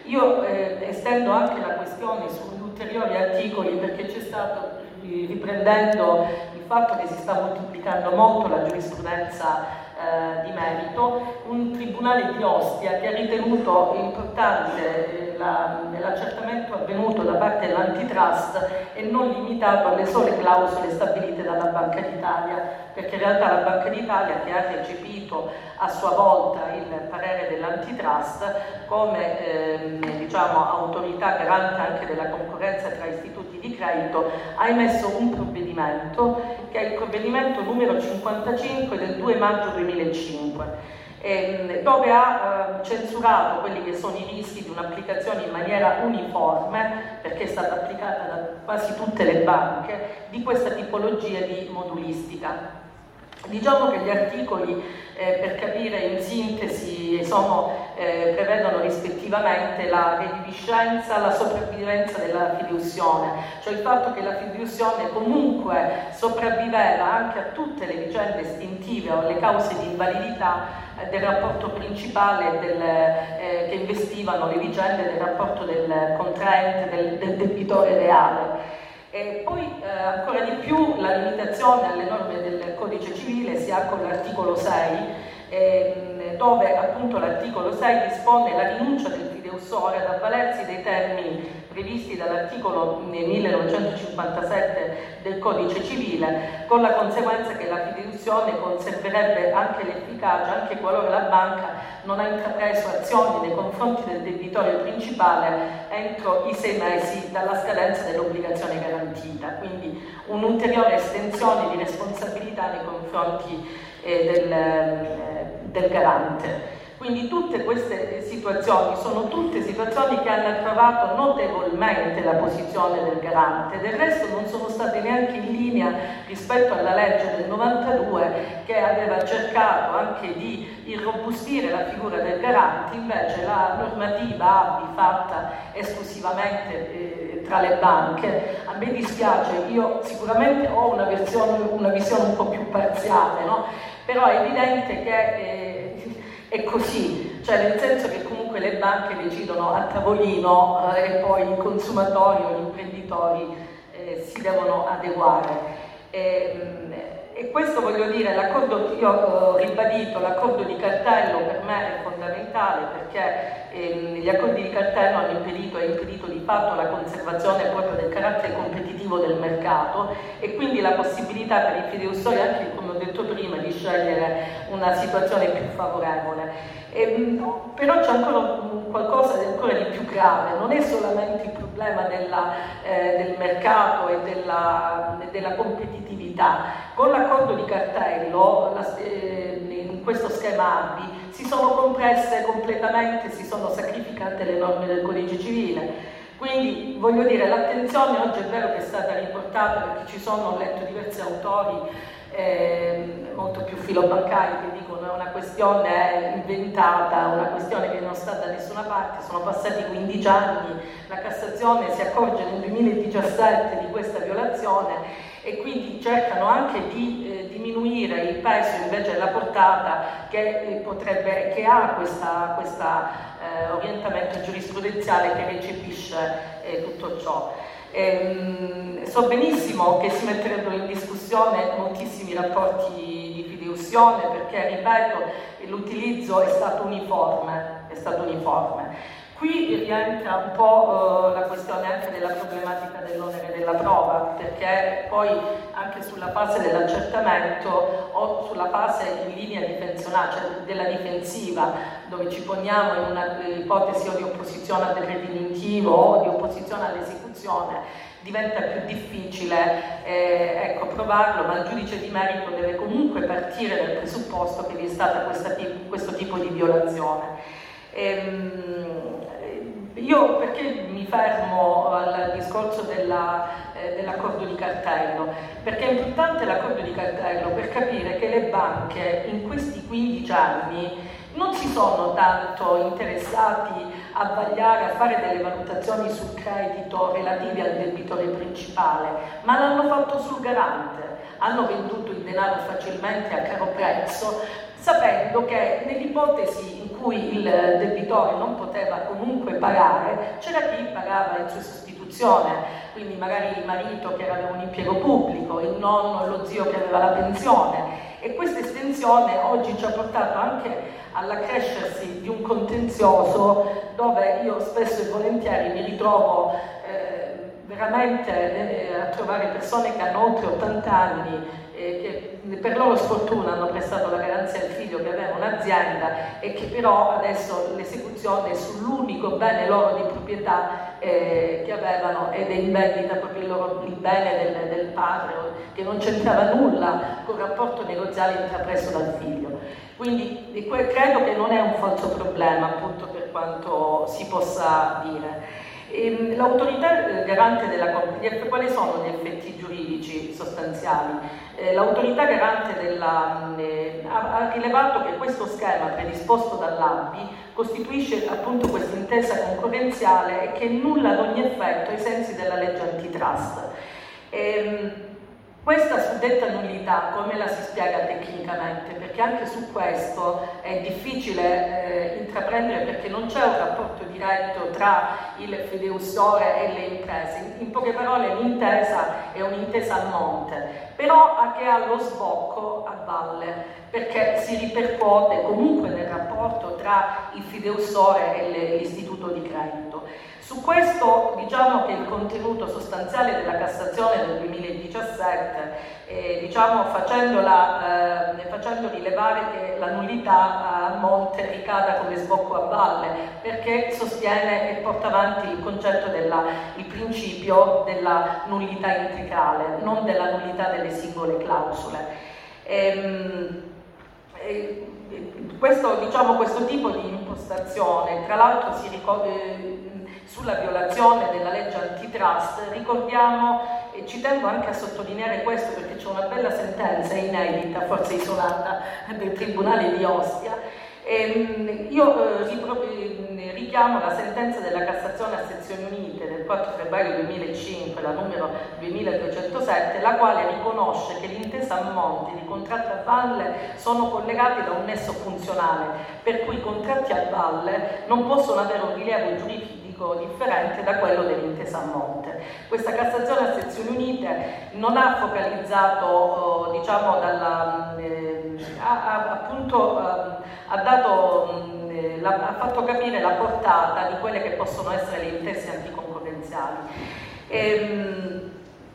Speaker 4: Io eh, estendo anche la questione sugli ulteriori articoli, perché c'è stato, riprendendo il fatto che si sta moltiplicando molto la giurisprudenza eh, di merito, un tribunale di Ostia che ha ritenuto importante eh, la, l'accertamento avvenuto da parte dell'antitrust e non limitato alle sole clausole stabilite dalla Banca d'Italia, perché in realtà la Banca d'Italia, che ha recepito a sua volta il parere dell'antitrust come ehm, diciamo, autorità garante anche della concorrenza tra istituti di credito, ha emesso un provvedimento che è il provvedimento numero cinquantacinque del due maggio duemilacinque, ehm, dove ha eh, censurato quelli che sono i rischi di un'applicazione in maniera uniforme, perché è stata applicata da quasi tutte le banche, di questa tipologia di modulistica. Diciamo che gli articoli, eh, per capire in sintesi, sono, eh, prevedono rispettivamente la rediviscenza, la sopravvivenza della fiduzione, cioè il fatto che la fiduzione comunque sopravviveva anche a tutte le vicende estintive o alle cause di invalidità eh, del rapporto principale del, eh, che investivano le vicende del rapporto del contraente, del, del debitore reale. E poi eh, ancora di più la limitazione alle norme del codice civile si ha con l'articolo sei, eh, dove appunto l'articolo sei dispone la rinuncia del fideusore ad avvalersi dei termini previsti dall'articolo millenovecentocinquantasette del codice civile, con la conseguenza che la fiduzione conserverebbe anche l'efficacia anche qualora la banca non ha intrapreso azioni nei confronti del debitore principale entro i sei mesi dalla scadenza dell'obbligazione garantita, quindi un'ulteriore estensione di responsabilità nei confronti eh, del, eh, del garante. Quindi tutte queste situazioni sono tutte situazioni che hanno aggravato notevolmente la posizione del garante, del resto non sono state neanche in linea rispetto alla legge del novantadue che aveva cercato anche di irrobustire la figura del garante, invece la normativa A B I fatta esclusivamente eh, tra le banche, a me dispiace, io sicuramente ho una, versione, una visione un po' più parziale, no? Però è evidente che eh, è così, cioè nel senso che comunque le banche decidono a tavolino eh, e poi i consumatori o gli imprenditori eh, si devono adeguare. E, e questo voglio dire, l'accordo, io ho ribadito, l'accordo di cartello per me è fondamentale perché ehm, gli accordi di cartello hanno impedito, e impedito di fatto la conservazione proprio del carattere competitivo del mercato e quindi la possibilità per i fideustori, anche come ho detto prima, di scegliere una situazione più favorevole. E, però c'è ancora qualcosa di ancora di più grave, non è solamente il problema della, eh, del mercato e della, della competitività. Con l'accordo di cartello, la, eh, in questo schema A B I, si sono compresse completamente, si sono sacrificate le norme del codice civile. Quindi voglio dire, l'attenzione oggi è vero che è stata riportata perché ci sono, ho letto diversi autori eh, molto più filobancari che dicono è una questione inventata, una questione che non sta da nessuna parte, sono passati quindici anni, la Cassazione si accorge nel duemiladiciassette di questa violazione e quindi cercano anche di eh, diminuire il peso invece della portata che eh, potrebbe, che ha questa, questa eh, orientamento giurisprudenziale che recepisce eh, tutto ciò. Ehm, so benissimo che si metterebbero in discussione moltissimi rapporti di fideiussione perché, ripeto, l'utilizzo è stato uniforme, è stato uniforme. Qui rientra un po' eh, la questione anche della problematica dell'onere della prova, perché poi anche sulla fase dell'accertamento o sulla fase in linea difensionale, cioè della difensiva, dove ci poniamo in una ipotesi o di opposizione al decreto ingiuntivo o di opposizione all'esecuzione, diventa più difficile eh, ecco, provarlo, ma il giudice di merito deve comunque partire dal presupposto che vi è stata questa, questo tipo di violazione. Ehm, io perché mi fermo al discorso della, eh, dell'accordo di cartello? Perché è importante l'accordo di cartello per capire che le banche in questi quindici anni non si sono tanto interessati a vagliare, a fare delle valutazioni sul credito relative al debitore principale, ma l'hanno fatto sul garante, hanno venduto il denaro facilmente a caro prezzo, sapendo che nell'ipotesi in cui cui il debitore non poteva comunque pagare, c'era chi pagava in sua sostituzione, quindi magari il marito che aveva un impiego pubblico, il nonno e lo zio che aveva la pensione, e questa estensione oggi ci ha portato anche all'accrescersi di un contenzioso dove io spesso e volentieri mi ritrovo eh, veramente eh, a trovare persone che hanno oltre ottanta anni eh, che per loro sfortuna hanno prestato la garanzia al figlio che aveva un'azienda e che però adesso l'esecuzione sull'unico bene loro di proprietà eh, che avevano ed è in vendita proprio il, loro, il bene del, del padre, che non c'entrava nulla con il rapporto negoziale intrapreso dal figlio. Quindi credo che non è un falso problema, appunto, per quanto si possa dire. L'autorità garante della compagnia, quali sono gli effetti giuridici sostanziali? Eh, l'autorità garante della, eh, ha, ha rilevato che questo schema predisposto dall'A B I costituisce appunto questa intesa concorrenziale e che nulla ad ogni effetto ai sensi della legge antitrust. Ehm, Questa suddetta nullità, come la si spiega tecnicamente? Perché anche su questo è difficile eh, intraprendere, perché non c'è un rapporto diretto tra il fideiussore e le imprese. In poche parole l'intesa è un'intesa a monte, però che ha lo sbocco a valle, perché si ripercuote comunque nel rapporto tra il fideiussore e l'istituto di credito. Su questo diciamo che il contenuto sostanziale della Cassazione del duemiladiciassette, eh, diciamo facendola, eh, facendo rilevare che la nullità a monte ricada come sbocco a valle, perché sostiene e porta avanti il concetto del principio della nullità integrale, non della nullità delle singole clausole. Ehm, eh, questo, diciamo, questo tipo di impostazione, tra l'altro si ricorda sulla violazione della legge antitrust, ricordiamo, e ci tengo anche a sottolineare questo perché c'è una bella sentenza inedita, forse isolata, del Tribunale di Ostia. E io eh, richiamo la sentenza della Cassazione a Sezioni Unite del quattro febbraio duemilacinque, la numero duemiladuecentosette, la quale riconosce che l'intesa a monte e i contratti a valle sono collegati da un nesso funzionale, per cui i contratti a valle non possono avere un rilievo giuridico differente da quello dell'intesa a monte. Questa Cassazione a Sezioni Unite non ha focalizzato, eh, diciamo, dalla, eh, ha, ha, appunto, eh, ha, dato, eh, la, ha fatto capire la portata di quelle che possono essere le intese anticoncorrenziali. Ehm,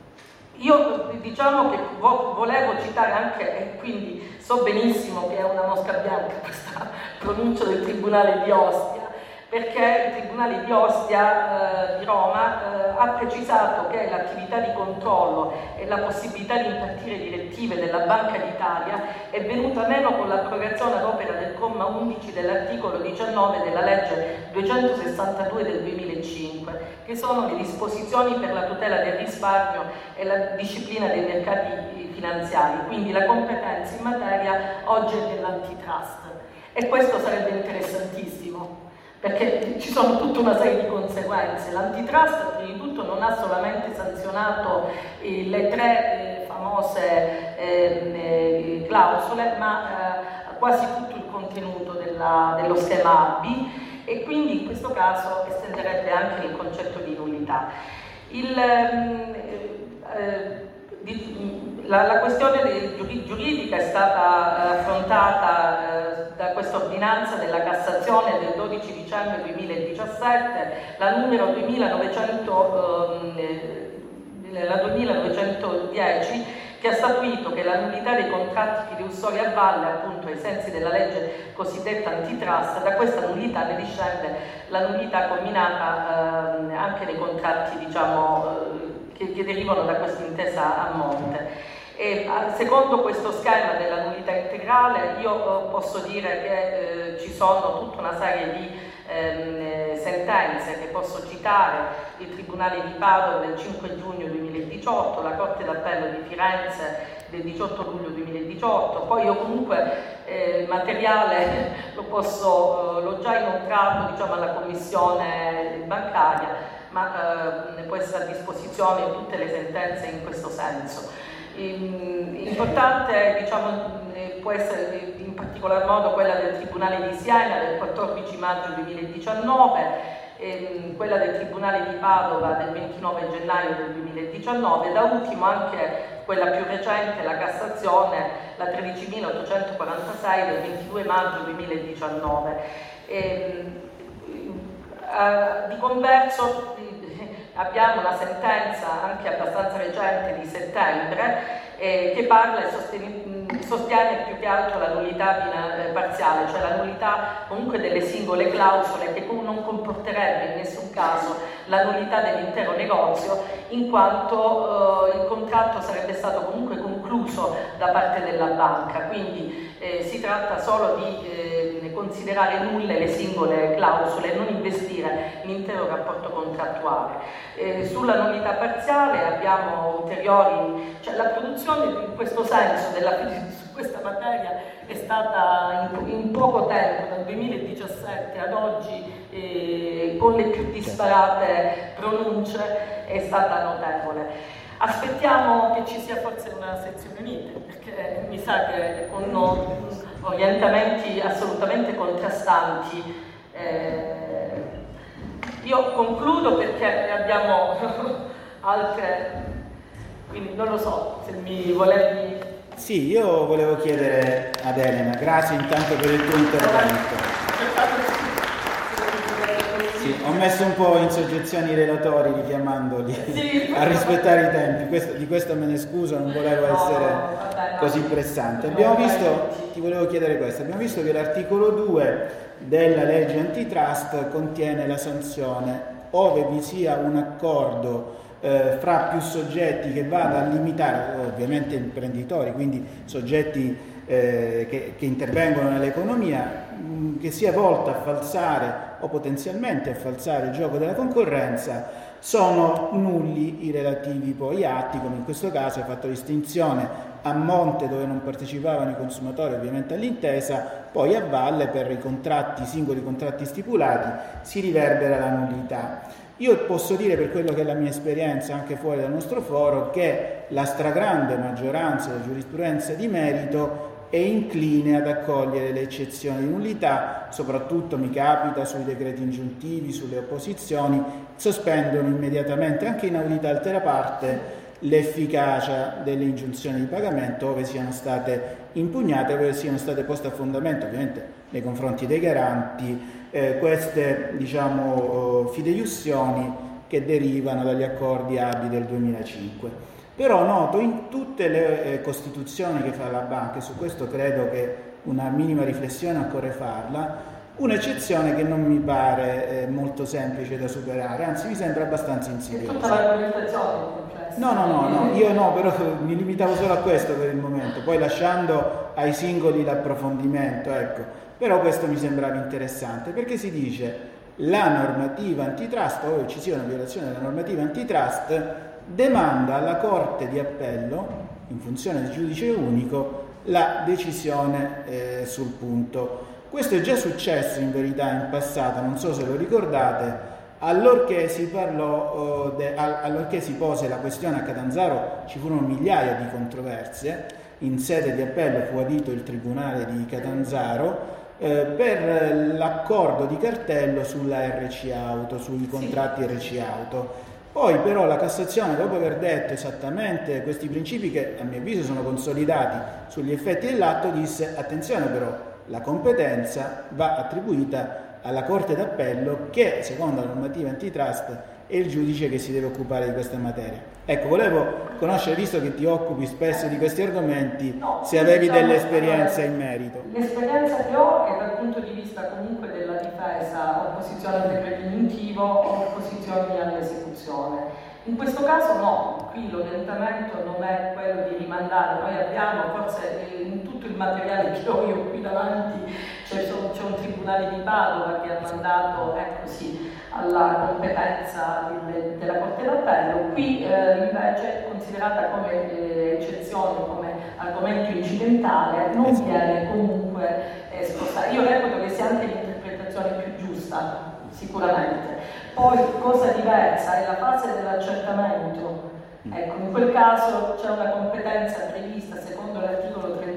Speaker 4: Io diciamo che vo volevo citare anche, e quindi so benissimo che è una mosca bianca questa pronuncia del Tribunale di Ostia, perché il Tribunale di Ostia eh, di Roma eh, ha precisato che l'attività di controllo e la possibilità di impartire direttive della Banca d'Italia è venuta meno con l'abrogazione ad opera del comma undici dell'articolo diciannove della legge duecentosessantadue del duemilacinque, che sono le disposizioni per la tutela del risparmio e la disciplina dei mercati finanziari, quindi la competenza in materia oggi è dell'antitrust. E questo sarebbe interessantissimo, perché ci sono tutta una serie di conseguenze. L'antitrust prima di tutto non ha solamente sanzionato eh, le tre eh, famose eh, eh, clausole, ma eh, quasi tutto il contenuto della, dello schema A B I, e quindi in questo caso estenderebbe anche il concetto di nullità. Il, eh, di, la, la questione giuridica è stata affrontata eh, da questa ordinanza della Cassazione del dodici dicembre duemiladiciassette, la numero duemilanovecento, eh, la duemilanovecentodieci, che ha statuito che la nullità dei contratti fideiussori a valle, appunto ai sensi della legge cosiddetta antitrust, da questa nullità ne discende la nullità combinata eh, anche nei contratti, diciamo, eh, che, che derivano da questa intesa a monte. E secondo questo schema della nullità integrale io eh, posso dire che eh, ci sono tutta una serie di ehm, sentenze che posso citare: il Tribunale di Padova del cinque giugno duemiladiciotto, la Corte d'Appello di Firenze del diciotto luglio duemiladiciotto. Poi io comunque eh, il materiale lo posso, eh, l'ho già inoltrato, diciamo, alla Commissione bancaria, ma eh, può essere a disposizione tutte le sentenze in questo senso. Importante, diciamo, può essere in particolar modo quella del Tribunale di Siena del quattordici maggio duemiladiciannove, ehm, quella del Tribunale di Padova del ventinove gennaio del duemiladiciannove, e da ultimo anche quella più recente, la Cassazione, la tredicimilaottocentoquarantasei del ventidue maggio duemiladiciannove. Ehm, eh, di converso abbiamo una sentenza anche abbastanza recente di settembre eh, che parla e sostiene, sostiene più che altro la nullità parziale, cioè la nullità comunque delle singole clausole, che non comporterebbe in nessun caso la nullità dell'intero negozio, in quanto eh, il contratto sarebbe stato comunque concluso da parte della banca, quindi eh, si tratta solo di eh, considerare nulle le singole clausole e non investire l'intero rapporto contrattuale. Eh, sulla nullità parziale abbiamo ulteriori, cioè la produzione in questo senso della, su questa materia è stata in, in poco tempo, dal duemiladiciassette ad oggi, eh, con le più disparate pronunce, è stata notevole. Aspettiamo che ci sia forse una sezione unite, perché mi sa che con orientamenti assolutamente contrastanti. Eh, io concludo perché abbiamo altre, quindi non lo so se mi volevi.
Speaker 1: Sì, io volevo chiedere ad Elena, grazie intanto per il tuo intervento. Sì, ho messo un po' in soggezione i relatori richiamandoli sì. a rispettare i tempi, questo, di questo me ne scuso, non volevo essere no, vabbè, no. così pressante. Abbiamo visto, ti volevo chiedere questo, abbiamo visto che l'articolo due della legge antitrust contiene la sanzione ove vi sia un accordo eh, fra più soggetti che vada a limitare, ovviamente imprenditori, quindi soggetti eh, che, che intervengono nell'economia, mh, che sia volta a falsare o potenzialmente a falsare il gioco della concorrenza, sono nulli i relativi poi atti, come in questo caso hai fatto distinzione a monte dove non partecipavano i consumatori ovviamente all'intesa, poi a valle per i contratti, i singoli contratti stipulati si riverbera la nullità. Io posso dire, per quello che è la mia esperienza anche fuori dal nostro foro, che la stragrande maggioranza della giurisprudenza di merito è incline ad accogliere le eccezioni di nullità, soprattutto mi capita sui decreti ingiuntivi, sulle opposizioni, sospendono immediatamente, anche in audita altera parte, l'efficacia delle ingiunzioni di pagamento ove siano state impugnate, ove siano state poste a fondamento, ovviamente nei confronti dei garanti, eh, queste diciamo fideiussioni che derivano dagli accordi A B I del duemilacinque. Però noto in tutte le eh, costituzioni che fa la banca, e su questo credo che una minima riflessione occorre farla, un'eccezione che non mi pare eh, molto semplice da superare, anzi mi sembra abbastanza insidiosa.
Speaker 4: Tutta l'argomentazione.
Speaker 1: No, no, no, no, io no, però mi limitavo solo a questo per il momento, poi lasciando ai singoli l'approfondimento, ecco. Però questo mi sembrava interessante, perché si dice la normativa antitrust, ove ci sia una violazione della normativa antitrust, demanda alla Corte di Appello, in funzione del giudice unico, la decisione eh, sul punto. Questo è già successo in verità in passato, non so se lo ricordate, allorché si parlò, uh, de, allorché si pose la questione a Catanzaro, ci furono migliaia di controversie, in sede di appello fu adito il Tribunale di Catanzaro eh, per l'accordo di cartello sulla R C Auto, sui contratti R C Auto. Poi però la Cassazione, dopo aver detto esattamente questi principi che a mio avviso sono consolidati sugli effetti dell'atto, disse attenzione però, la competenza va attribuita alla Corte d'Appello che, secondo la normativa antitrust, è il giudice che si deve occupare di questa materia. Ecco, volevo conoscere, visto che ti occupi spesso di questi argomenti, no, se avevi diciamo, delle esperienze in merito.
Speaker 4: L'esperienza che ho è dal punto di vista comunque della difesa, opposizione al decreto ingiuntivo o opposizioni all'esecuzione. In questo caso no, qui l'orientamento non è quello di rimandare, noi abbiamo forse in tutto il materiale che ho io qui davanti, c'è, c'è un tribunale di Padova che ha mandato ecco sì, alla competenza delle, della Corte d'Appello, qui eh, invece considerata come eh, eccezione, come argomento incidentale, non viene comunque eh, spostata. Io reputo che sia anche l'interpretazione più giusta, sicuramente. Poi cosa diversa è la fase dell'accertamento. Ecco, in quel caso c'è una competenza prevista secondo l'articolo trenta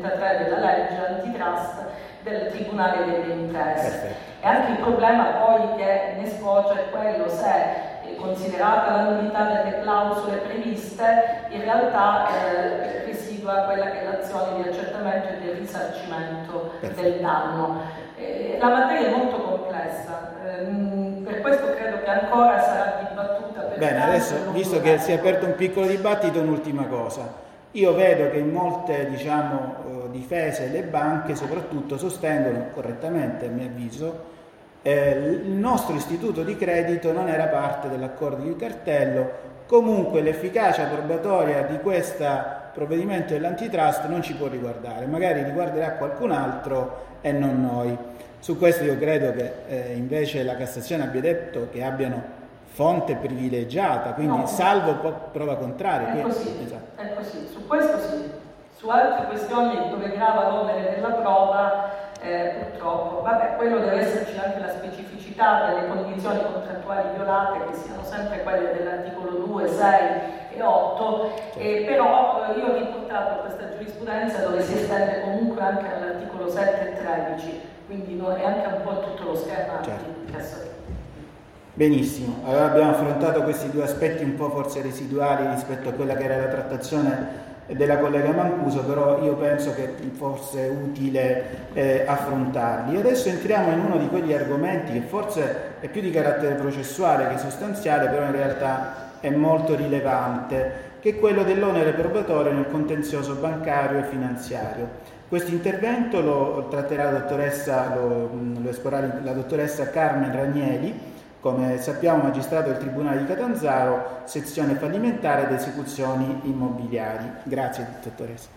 Speaker 4: trentatré della legge antitrust del Tribunale delle Imprese. E anche il problema poi che ne sfocia è quello se, considerata la nullità delle clausole previste, in realtà eh, residua quella che è l'azione di accertamento e del risarcimento del danno. Eh, la materia è molto complessa, eh, per questo credo che ancora sarà dibattuta. Per
Speaker 1: Bene, adesso, visto che si è aperto un piccolo dibattito, un'ultima cosa. Io vedo che in molte, diciamo, difese le banche soprattutto sostengono, correttamente a mio avviso, eh, il nostro istituto di credito non era parte dell'accordo di cartello, comunque l'efficacia probatoria di questo provvedimento dell'antitrust non ci può riguardare, magari riguarderà qualcun altro e non noi. Su questo io credo che eh, invece la Cassazione abbia detto che abbiano fonte privilegiata, quindi no, salvo prova contraria.
Speaker 4: È così, esatto. È così, su questo sì. Su altre questioni dove grava l'onere della prova, eh, purtroppo, vabbè, quello deve esserci anche la specificità delle condizioni contrattuali violate, che siano sempre quelle dell'articolo due, sei e otto, certo. eh, però eh, io ho riportato questa giurisprudenza dove si estende comunque anche all'articolo sette e tredici, quindi no, è anche un po' tutto lo schema certo. di Cassazione.
Speaker 1: Benissimo, allora abbiamo affrontato questi due aspetti un po' forse residuali rispetto a quella che era la trattazione della collega Mancuso, però io penso che forse è utile eh, affrontarli. Adesso entriamo in uno di quegli argomenti che forse è più di carattere processuale che sostanziale, però in realtà è molto rilevante, che è quello dell'onere probatorio nel contenzioso bancario e finanziario. Questo intervento lo tratterà la dottoressa, lo, lo esporrà la dottoressa Carmen Ranieri, come sappiamo magistrato del Tribunale di Catanzaro, sezione fallimentare ed esecuzioni immobiliari. Grazie, dottoressa.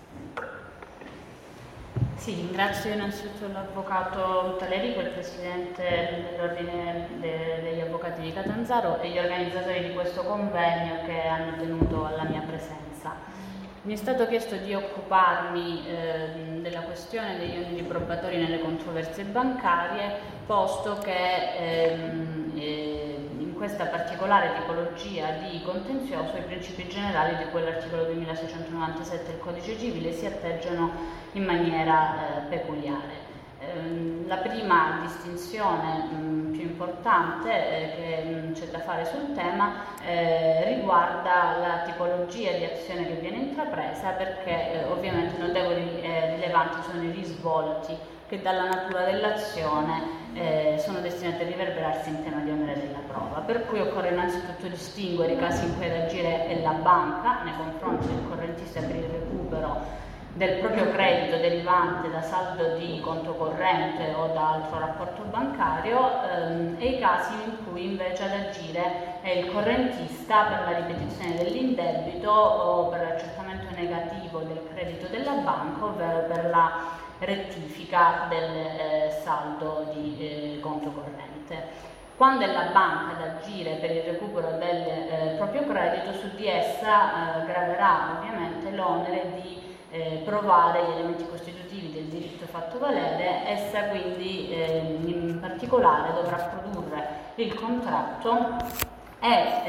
Speaker 5: Sì, ringrazio innanzitutto l'avvocato Talerico, il presidente dell'Ordine de- degli Avvocati di Catanzaro e gli organizzatori di questo convegno che hanno tenuto alla mia presenza. Mi è stato chiesto di occuparmi eh, della questione degli oneri probatori nelle controversie bancarie, posto che ehm, eh, in questa particolare tipologia di contenzioso i principi generali di quell'articolo duemilaseicentonovantasette del Codice Civile si atteggiano in maniera eh, peculiare. La prima distinzione mh, più importante eh, che mh, c'è da fare sul tema eh, riguarda la tipologia di azione che viene intrapresa, perché eh, ovviamente notevoli e rilevanti sono i risvolti che dalla natura dell'azione eh, sono destinati a riverberarsi in tema di onere della prova, per cui occorre innanzitutto distinguere i casi in cui ad agire è la banca nei confronti del correntista per il recupero del proprio credito derivante da saldo di conto corrente o da altro rapporto bancario ehm, e i casi in cui invece ad agire è il correntista per la ripetizione dell'indebito o per l'accertamento negativo del credito della banca, ovvero per la rettifica del eh, saldo di eh, conto corrente. Quando è la banca ad agire per il recupero del eh, proprio credito, su di essa eh, graverà ovviamente l'onere di Eh, provare gli elementi costitutivi del diritto fatto valere. Essa quindi eh, in particolare dovrà produrre il contratto e eh,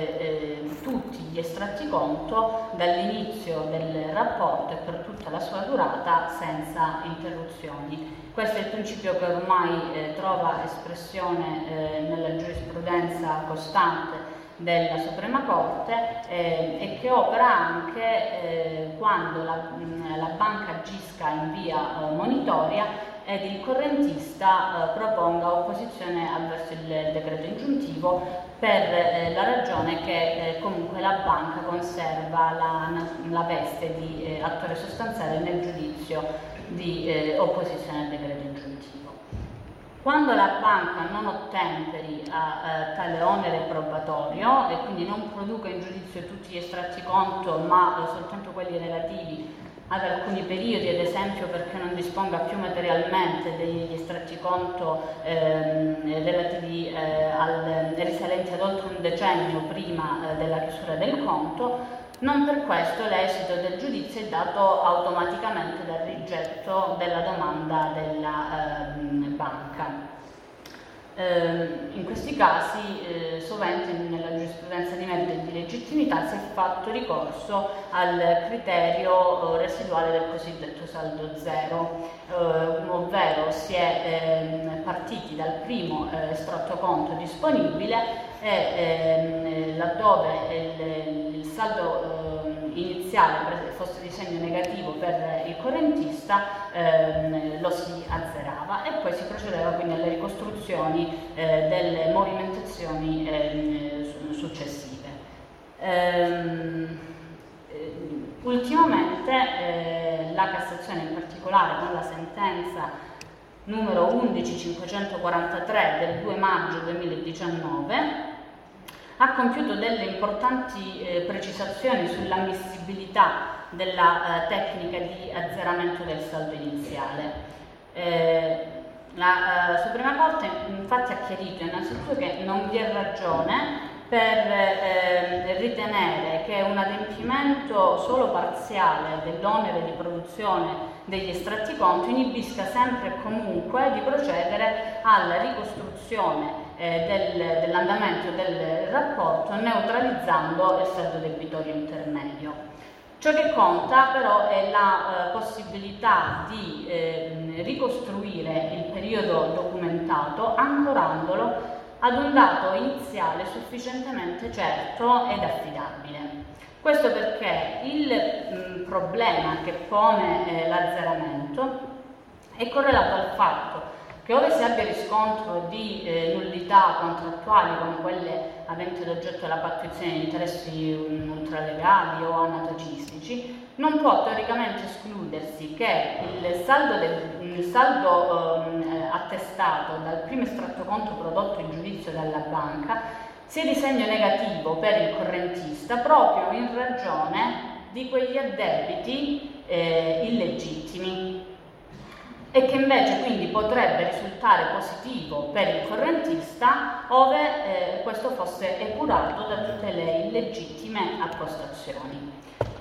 Speaker 5: eh, tutti gli estratti conto dall'inizio del rapporto e per tutta la sua durata senza interruzioni. Questo è il principio che ormai eh, trova espressione eh, nella giurisprudenza costante della Suprema Corte eh, e che opera anche eh, quando la, la banca agisca in via eh, monitoria ed il correntista eh, proponga opposizione avverso il decreto ingiuntivo per eh, la ragione che eh, comunque la banca conserva la, la veste di eh, attore sostanziale nel giudizio di eh, opposizione al decreto ingiuntivo. Quando la banca non ottemperi a, a tale onere probatorio e quindi non produca in giudizio tutti gli estratti conto ma soltanto quelli relativi ad alcuni periodi, ad esempio perché non disponga più materialmente degli estratti conto ehm, relativi eh, al, risalenti ad oltre un decennio prima eh, della chiusura del conto, non per questo l'esito del giudizio è dato automaticamente dal rigetto della domanda della ehm, banca. Eh, in questi casi eh, sovente nella giurisprudenza di merito e di legittimità si è fatto ricorso al criterio eh, residuale del cosiddetto saldo zero, eh, ovvero si è eh, partiti dal primo eh, estratto conto disponibile e eh, laddove il, il saldo eh, iniziale fosse di segno negativo per il correntista eh, lo si azzerava e poi si procedeva quindi alle ricostruzioni eh, delle movimentazioni eh, successive. Ehm, ultimamente eh, la Cassazione, in particolare con la sentenza numero undici cinquecentoquarantatré del due maggio duemiladiciannove, ha compiuto delle importanti eh, precisazioni sull'ammissibilità della eh, tecnica di azzeramento del saldo iniziale. Eh, la eh, Suprema Corte infatti ha chiarito innanzitutto che non vi è ragione per eh, ritenere che un adempimento solo parziale dell'onere di produzione degli estratti conto inibisca sempre e comunque di procedere alla ricostruzione eh, del, dell'andamento del rapporto neutralizzando il saldo debitorio intermedio. Ciò che conta però è la eh, possibilità di eh, ricostruire il periodo documentato ancorandolo ad un dato iniziale sufficientemente certo ed affidabile. Questo perché il mh, problema che pone eh, l'azzeramento è correlato al fatto che ove si abbia riscontro di eh, nullità contrattuali come quelle aventi ad oggetto la pattuizione di interessi ultralegali o anatocistici, non può teoricamente escludersi che il saldo, del, il saldo eh, attestato dal primo estratto conto prodotto in giudizio dalla banca sia di segno negativo per il correntista proprio in ragione di quegli addebiti eh, illegittimi e che invece quindi potrebbe risultare positivo per il correntista ove eh, questo fosse epurato da tutte le illegittime appostazioni.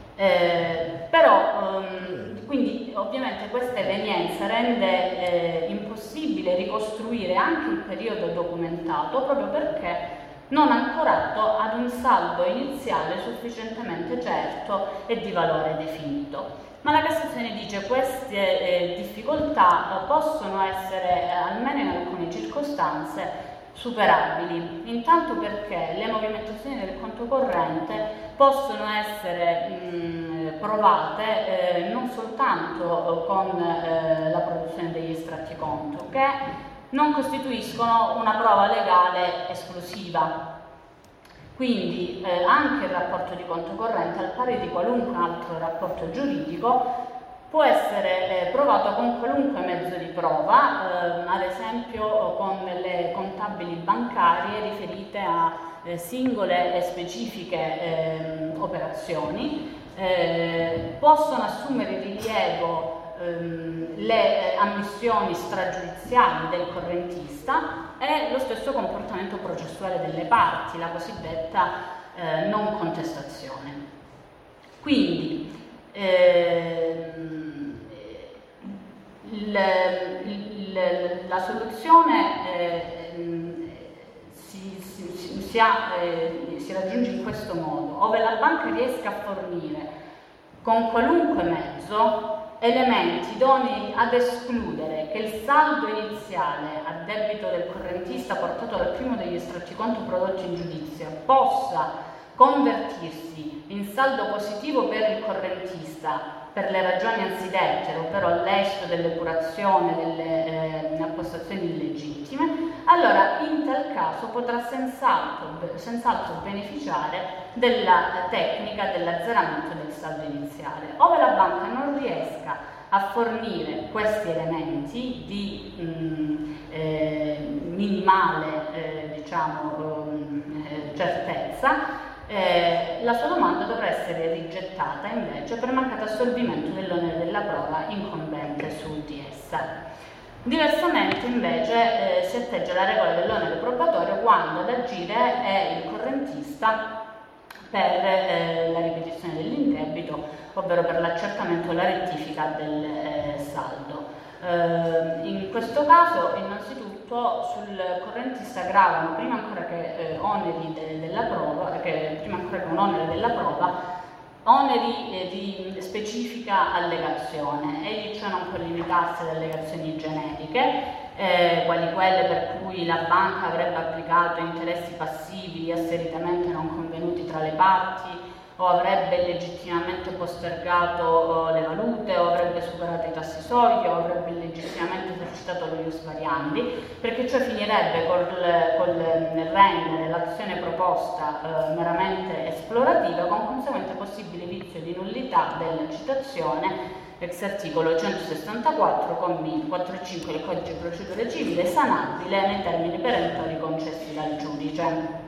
Speaker 5: Eh, però ehm, quindi ovviamente questa evenienza rende eh, impossibile ricostruire anche il periodo documentato proprio perché non ancorato ad un saldo iniziale sufficientemente certo e di valore definito. Ma la Cassazione dice che queste eh, difficoltà eh, possono essere, eh, almeno in alcune circostanze, superabili, intanto perché le movimentazioni del conto corrente possono essere mh, provate eh, non soltanto con eh, la produzione degli estratti conto, che non costituiscono una prova legale esclusiva. Quindi eh, anche il rapporto di conto corrente, al pari di qualunque altro rapporto giuridico, può essere eh, provato con qualunque mezzo di prova, eh, ad esempio con le contabili bancarie riferite a eh, singole e specifiche eh, operazioni, eh, possono assumere rilievo ehm, le eh, ammissioni stragiudiziali del correntista e lo stesso comportamento processuale delle parti, la cosiddetta eh, non contestazione. Quindi ehm, il, il, la soluzione eh, si, si, si, ha, eh, si raggiunge in questo modo, ove la banca riesca a fornire con qualunque mezzo elementi idonei ad escludere che il saldo iniziale a debito del correntista portato dal primo degli estratti conto prodotti in giudizio possa convertirsi in saldo positivo per il correntista per le ragioni anzidette, ovvero all'esito dell'epurazione delle eh, appostazioni illegittime, allora in tal caso potrà senz'altro, senz'altro beneficiare della tecnica dell'azzeramento del saldo iniziale. Ove la banca non riesca a fornire questi elementi di mh, eh, minimale eh, diciamo, eh, certezza, Eh, la sua domanda dovrà essere rigettata invece per mancato assolvimento dell'onere della prova incombente su di essa. Diversamente invece eh, si atteggia la regola dell'onere probatorio quando ad agire è il correntista per eh, la ripetizione dell'indebito, ovvero per l'accertamento o la rettifica del eh, saldo. Eh, in questo caso innanzitutto innanzitutto sul correntista gravano, prima ancora che eh, oneri de della prova, che prima ancora che un onere della prova, oneri eh, di specifica allegazione. Egli cioè non può limitarsi ad allegazioni generiche, eh, quali quelle per cui la banca avrebbe applicato interessi passivi asseritamente non convenuti tra le parti, o avrebbe legittimamente postergato uh, le valute, o avrebbe superato i tassi soglia, o avrebbe legittimamente esercitato lo ius variandi, perché ciò finirebbe col, col rendere l'azione proposta uh, meramente esplorativa, con conseguente possibile vizio di nullità della citazione ex articolo centosessantaquattro, commi quattro e cinque del Codice di Procedura Civile, sanabile nei termini perentori concessi dal giudice.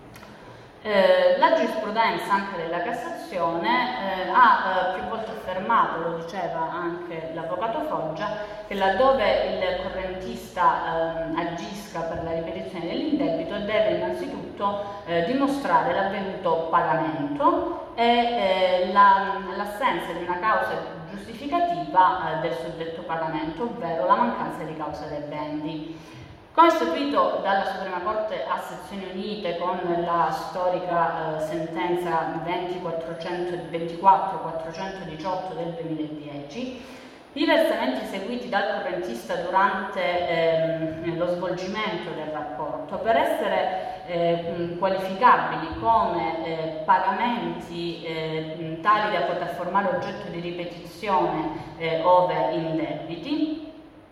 Speaker 5: Eh, la giurisprudenza anche della Cassazione eh, ha eh, più volte affermato, lo diceva anche l'avvocato Foggia, che laddove il correntista eh, agisca per la ripetizione dell'indebito deve innanzitutto eh, dimostrare l'avvenuto pagamento e eh, l'assenza la, di una causa giustificativa eh, del suddetto pagamento, ovvero la mancanza di causa dei bendi. Come statuito dalla Suprema Corte a sezioni unite con la storica eh, sentenza ventiquattro quattrocentodiciotto del duemiladieci, i versamenti eseguiti dal correntista durante ehm, lo svolgimento del rapporto, per essere eh, qualificabili come eh, pagamenti eh, tali da poter formare oggetto di ripetizione eh, ove indebiti,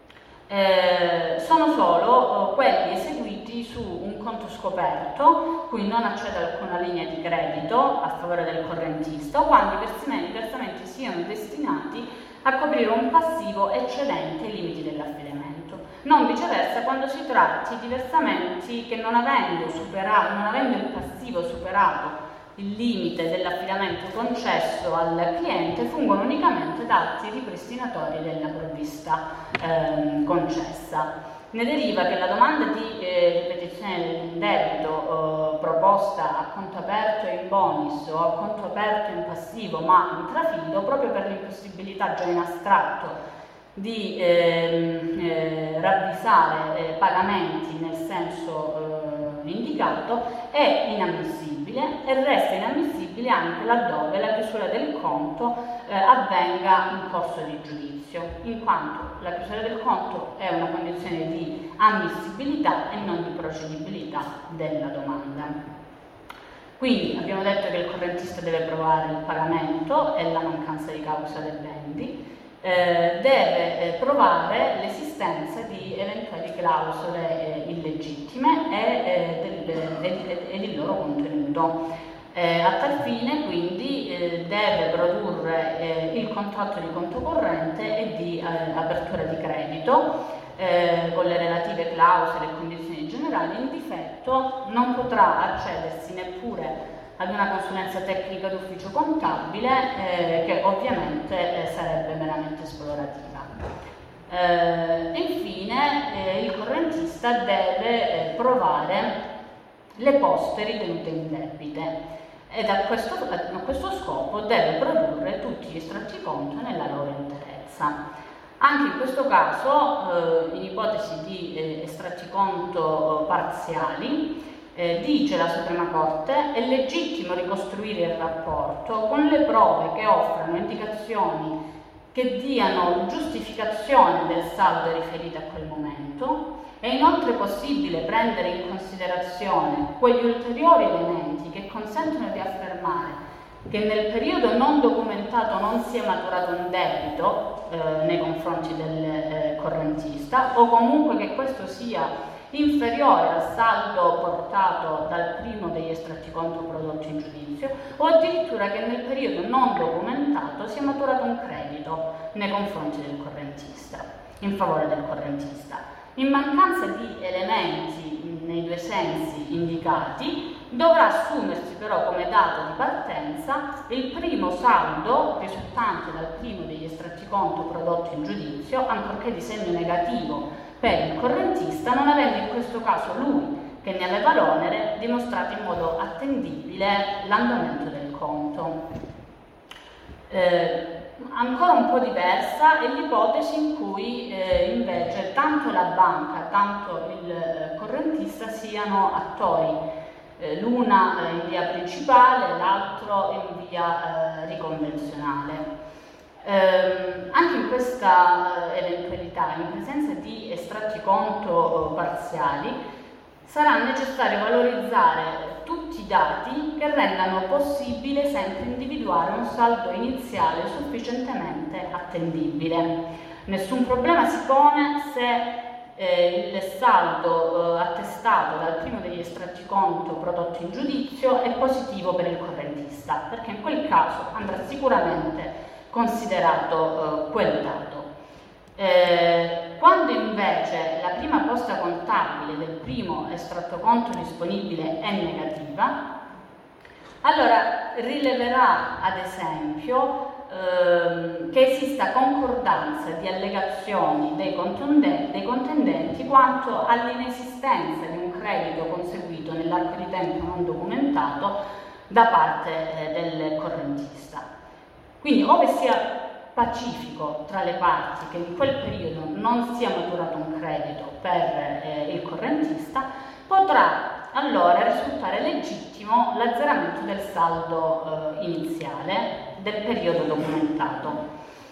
Speaker 5: Eh, sono solo eh, quelli eseguiti su un conto scoperto cui non accede alcuna linea di credito a favore del correntista, o quando i versamenti, i versamenti siano destinati a coprire un passivo eccedente i limiti dell'affidamento, non viceversa quando si tratti di versamenti che non avendo, superato, non avendo il passivo superato il limite dell'affidamento concesso al cliente, fungono unicamente da atti ripristinatori della provvista eh, concessa. Ne deriva che la domanda di eh, ripetizione dell'indebito eh, proposta a conto aperto in bonis o a conto aperto in passivo ma in trafido, proprio per l'impossibilità già in astratto di eh, eh, ravvisare eh, pagamenti nel senso eh, indicato, è inammissibile, e resta inammissibile anche laddove la chiusura del conto eh, avvenga in corso di giudizio, in quanto la chiusura del conto è una condizione di ammissibilità e non di procedibilità della domanda. Quindi abbiamo detto che il correntista deve provare il pagamento e la mancanza di causa dei bendi, eh, deve eh, provare l'esistenza di eventuali clausole eh, illegittime e, eh, del, e, e il loro contenuto. Eh, a tal fine quindi eh, deve produrre eh, il contratto di conto corrente e di eh, apertura di credito eh, con le relative clausole e condizioni generali. In difetto non potrà accedersi neppure ad una consulenza tecnica d'ufficio contabile eh, che ovviamente eh, sarebbe meramente esplorativa. Eh, infine eh, il correntista deve eh, provare le poste ritenute indebite ed a questo, a questo scopo deve produrre tutti gli estratti conto nella loro interezza. Anche in questo caso, eh, in ipotesi di eh, estratti conto parziali, Eh, dice la Suprema Corte, è legittimo ricostruire il rapporto con le prove che offrano indicazioni che diano giustificazione del saldo riferito a quel momento. È inoltre possibile prendere in considerazione quegli ulteriori elementi che consentono di affermare che nel periodo non documentato non sia maturato un debito eh, nei confronti del eh, correntista, o comunque che questo sia inferiore al saldo portato dal primo degli estratti conto prodotti in giudizio, o addirittura che nel periodo non documentato sia maturato un credito nei confronti del correntista, in favore del correntista. In mancanza di elementi nei due sensi indicati, dovrà assumersi però come dato di partenza il primo saldo risultante dal primo degli estratti conto prodotti in giudizio, ancorché di segno negativo per il correntista, non avendo in questo caso lui, che ne aveva l'onere, dimostrato in modo attendibile l'andamento del conto. Eh, ancora un po' diversa è l'ipotesi in cui eh, invece tanto la banca, tanto il eh, correntista siano attori, eh, l'una eh, in via principale, l'altro in via eh, riconvenzionale. Eh, anche in questa eh, eventualità, in presenza di estratti conto eh, parziali, sarà necessario valorizzare tutti i dati che rendano possibile sempre individuare un saldo iniziale sufficientemente attendibile. Nessun problema si pone se eh, il saldo eh, attestato dal primo degli estratti conto prodotto in giudizio è positivo per il correntista, perché in quel caso andrà sicuramente considerato eh, quel dato. Eh, quando invece la prima posta contabile del primo estratto conto disponibile è negativa, allora rileverà ad esempio ehm, che esista concordanza di allegazioni dei, dei contendenti quanto all'inesistenza di un credito conseguito nell'arco di tempo non documentato da parte eh, del correntista. Quindi ove sia pacifico tra le parti che in quel periodo non sia maturato un credito per eh, il correntista, potrà allora risultare legittimo l'azzeramento del saldo eh, iniziale del periodo documentato.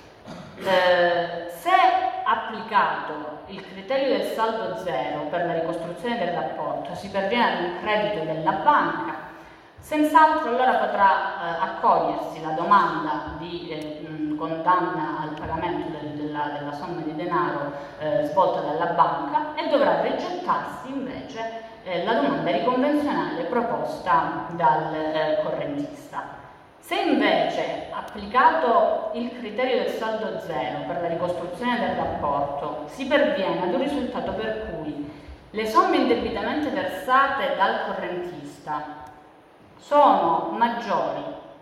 Speaker 5: Eh, se applicato il criterio del saldo zero per la ricostruzione del rapporto si perviene ad un credito della banca, senz'altro allora potrà eh, accogliersi la domanda di eh, mh, condanna al pagamento del, della, della somma di denaro eh, svolta dalla banca e dovrà rigettarsi invece eh, la domanda riconvenzionale proposta dal eh, correntista. Se invece applicato il criterio del saldo zero per la ricostruzione del rapporto si perviene ad un risultato per cui le somme indebitamente versate dal correntista sono maggiori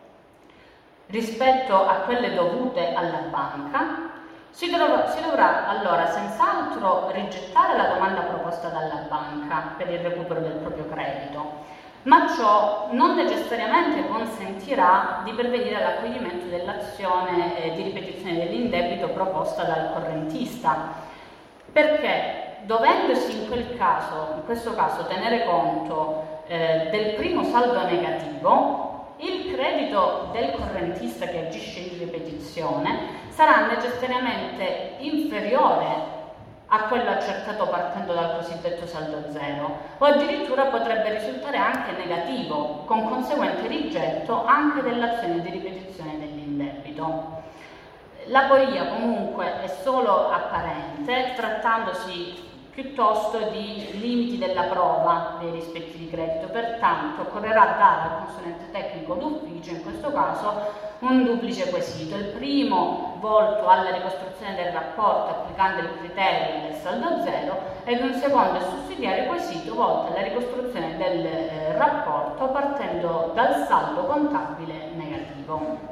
Speaker 5: rispetto a quelle dovute alla banca, si dovrà, si dovrà allora senz'altro rigettare la domanda proposta dalla banca per il recupero del proprio credito, ma ciò non necessariamente consentirà di pervenire all'accoglimento dell'azione eh, di ripetizione dell'indebito proposta dal correntista, perché dovendosi in quel caso, in questo caso tenere conto Eh, del primo saldo negativo, il credito del correntista che agisce in ripetizione sarà necessariamente inferiore a quello accertato partendo dal cosiddetto saldo zero, o addirittura potrebbe risultare anche negativo, con conseguente rigetto anche dell'azione di ripetizione dell'indebito. L'aporia comunque è solo apparente, trattandosi piuttosto di limiti della prova dei rispettivi credito, pertanto occorrerà dare al consulente tecnico d'ufficio in questo caso un duplice quesito, il primo volto alla ricostruzione del rapporto applicando il criterio del saldo zero ed un secondo e sussidiario quesito volto alla ricostruzione del eh, rapporto partendo dal saldo contabile negativo.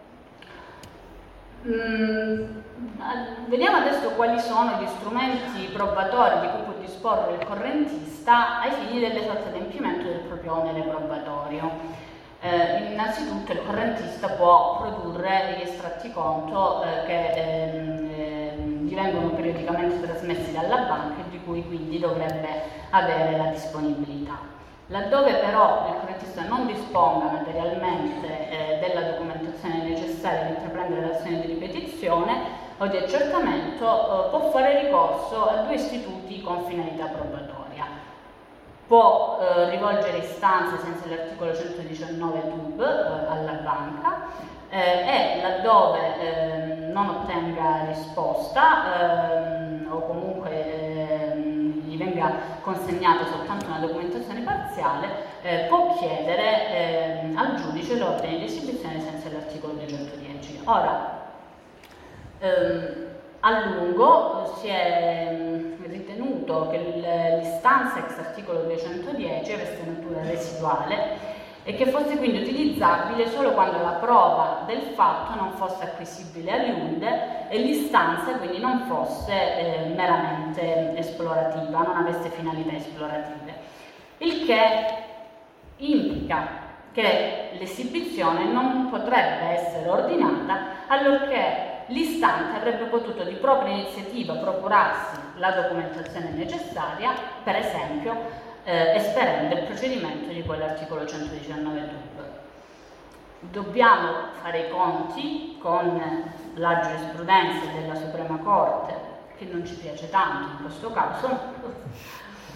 Speaker 5: Mm, vediamo adesso quali sono gli strumenti probatori di cui può disporre il correntista ai fini dell'esatto adempimento del proprio onere probatorio. Eh, innanzitutto il correntista può produrre gli estratti conto eh, che ehm, ehm, gli vengono periodicamente trasmessi dalla banca e di cui quindi dovrebbe avere la disponibilità. Laddove però il correntista non disponga materialmente eh, della documentazione necessaria per intraprendere l'azione di ripetizione o di accertamento, eh, può fare ricorso a due istituti con finalità probatoria. Può eh, rivolgere istanze senza l'articolo centodiciannove T U B eh, alla banca eh, e laddove eh, non ottenga risposta eh, o comunque eh, gli venga consegnata soltanto una documentazione parziale, eh, può chiedere eh, al giudice l'ordine di esibizione senza l'articolo duecentodieci. Ora, ehm, a lungo si è ritenuto che l'istanza ex articolo duecentodieci avesse natura residuale e che fosse quindi utilizzabile solo quando la prova del fatto non fosse acquisibile a Liunde e l'istanza quindi non fosse eh, meramente esplorativa, non avesse finalità esplorative, il che implica che l'esibizione non potrebbe essere ordinata allorché l'istante avrebbe potuto di propria iniziativa procurarsi la documentazione necessaria, per esempio eh, esperendo il procedimento di quell'articolo centodiciannove T U B. Dobbiamo fare i conti con la giurisprudenza della Suprema Corte, che non ci piace tanto in questo caso,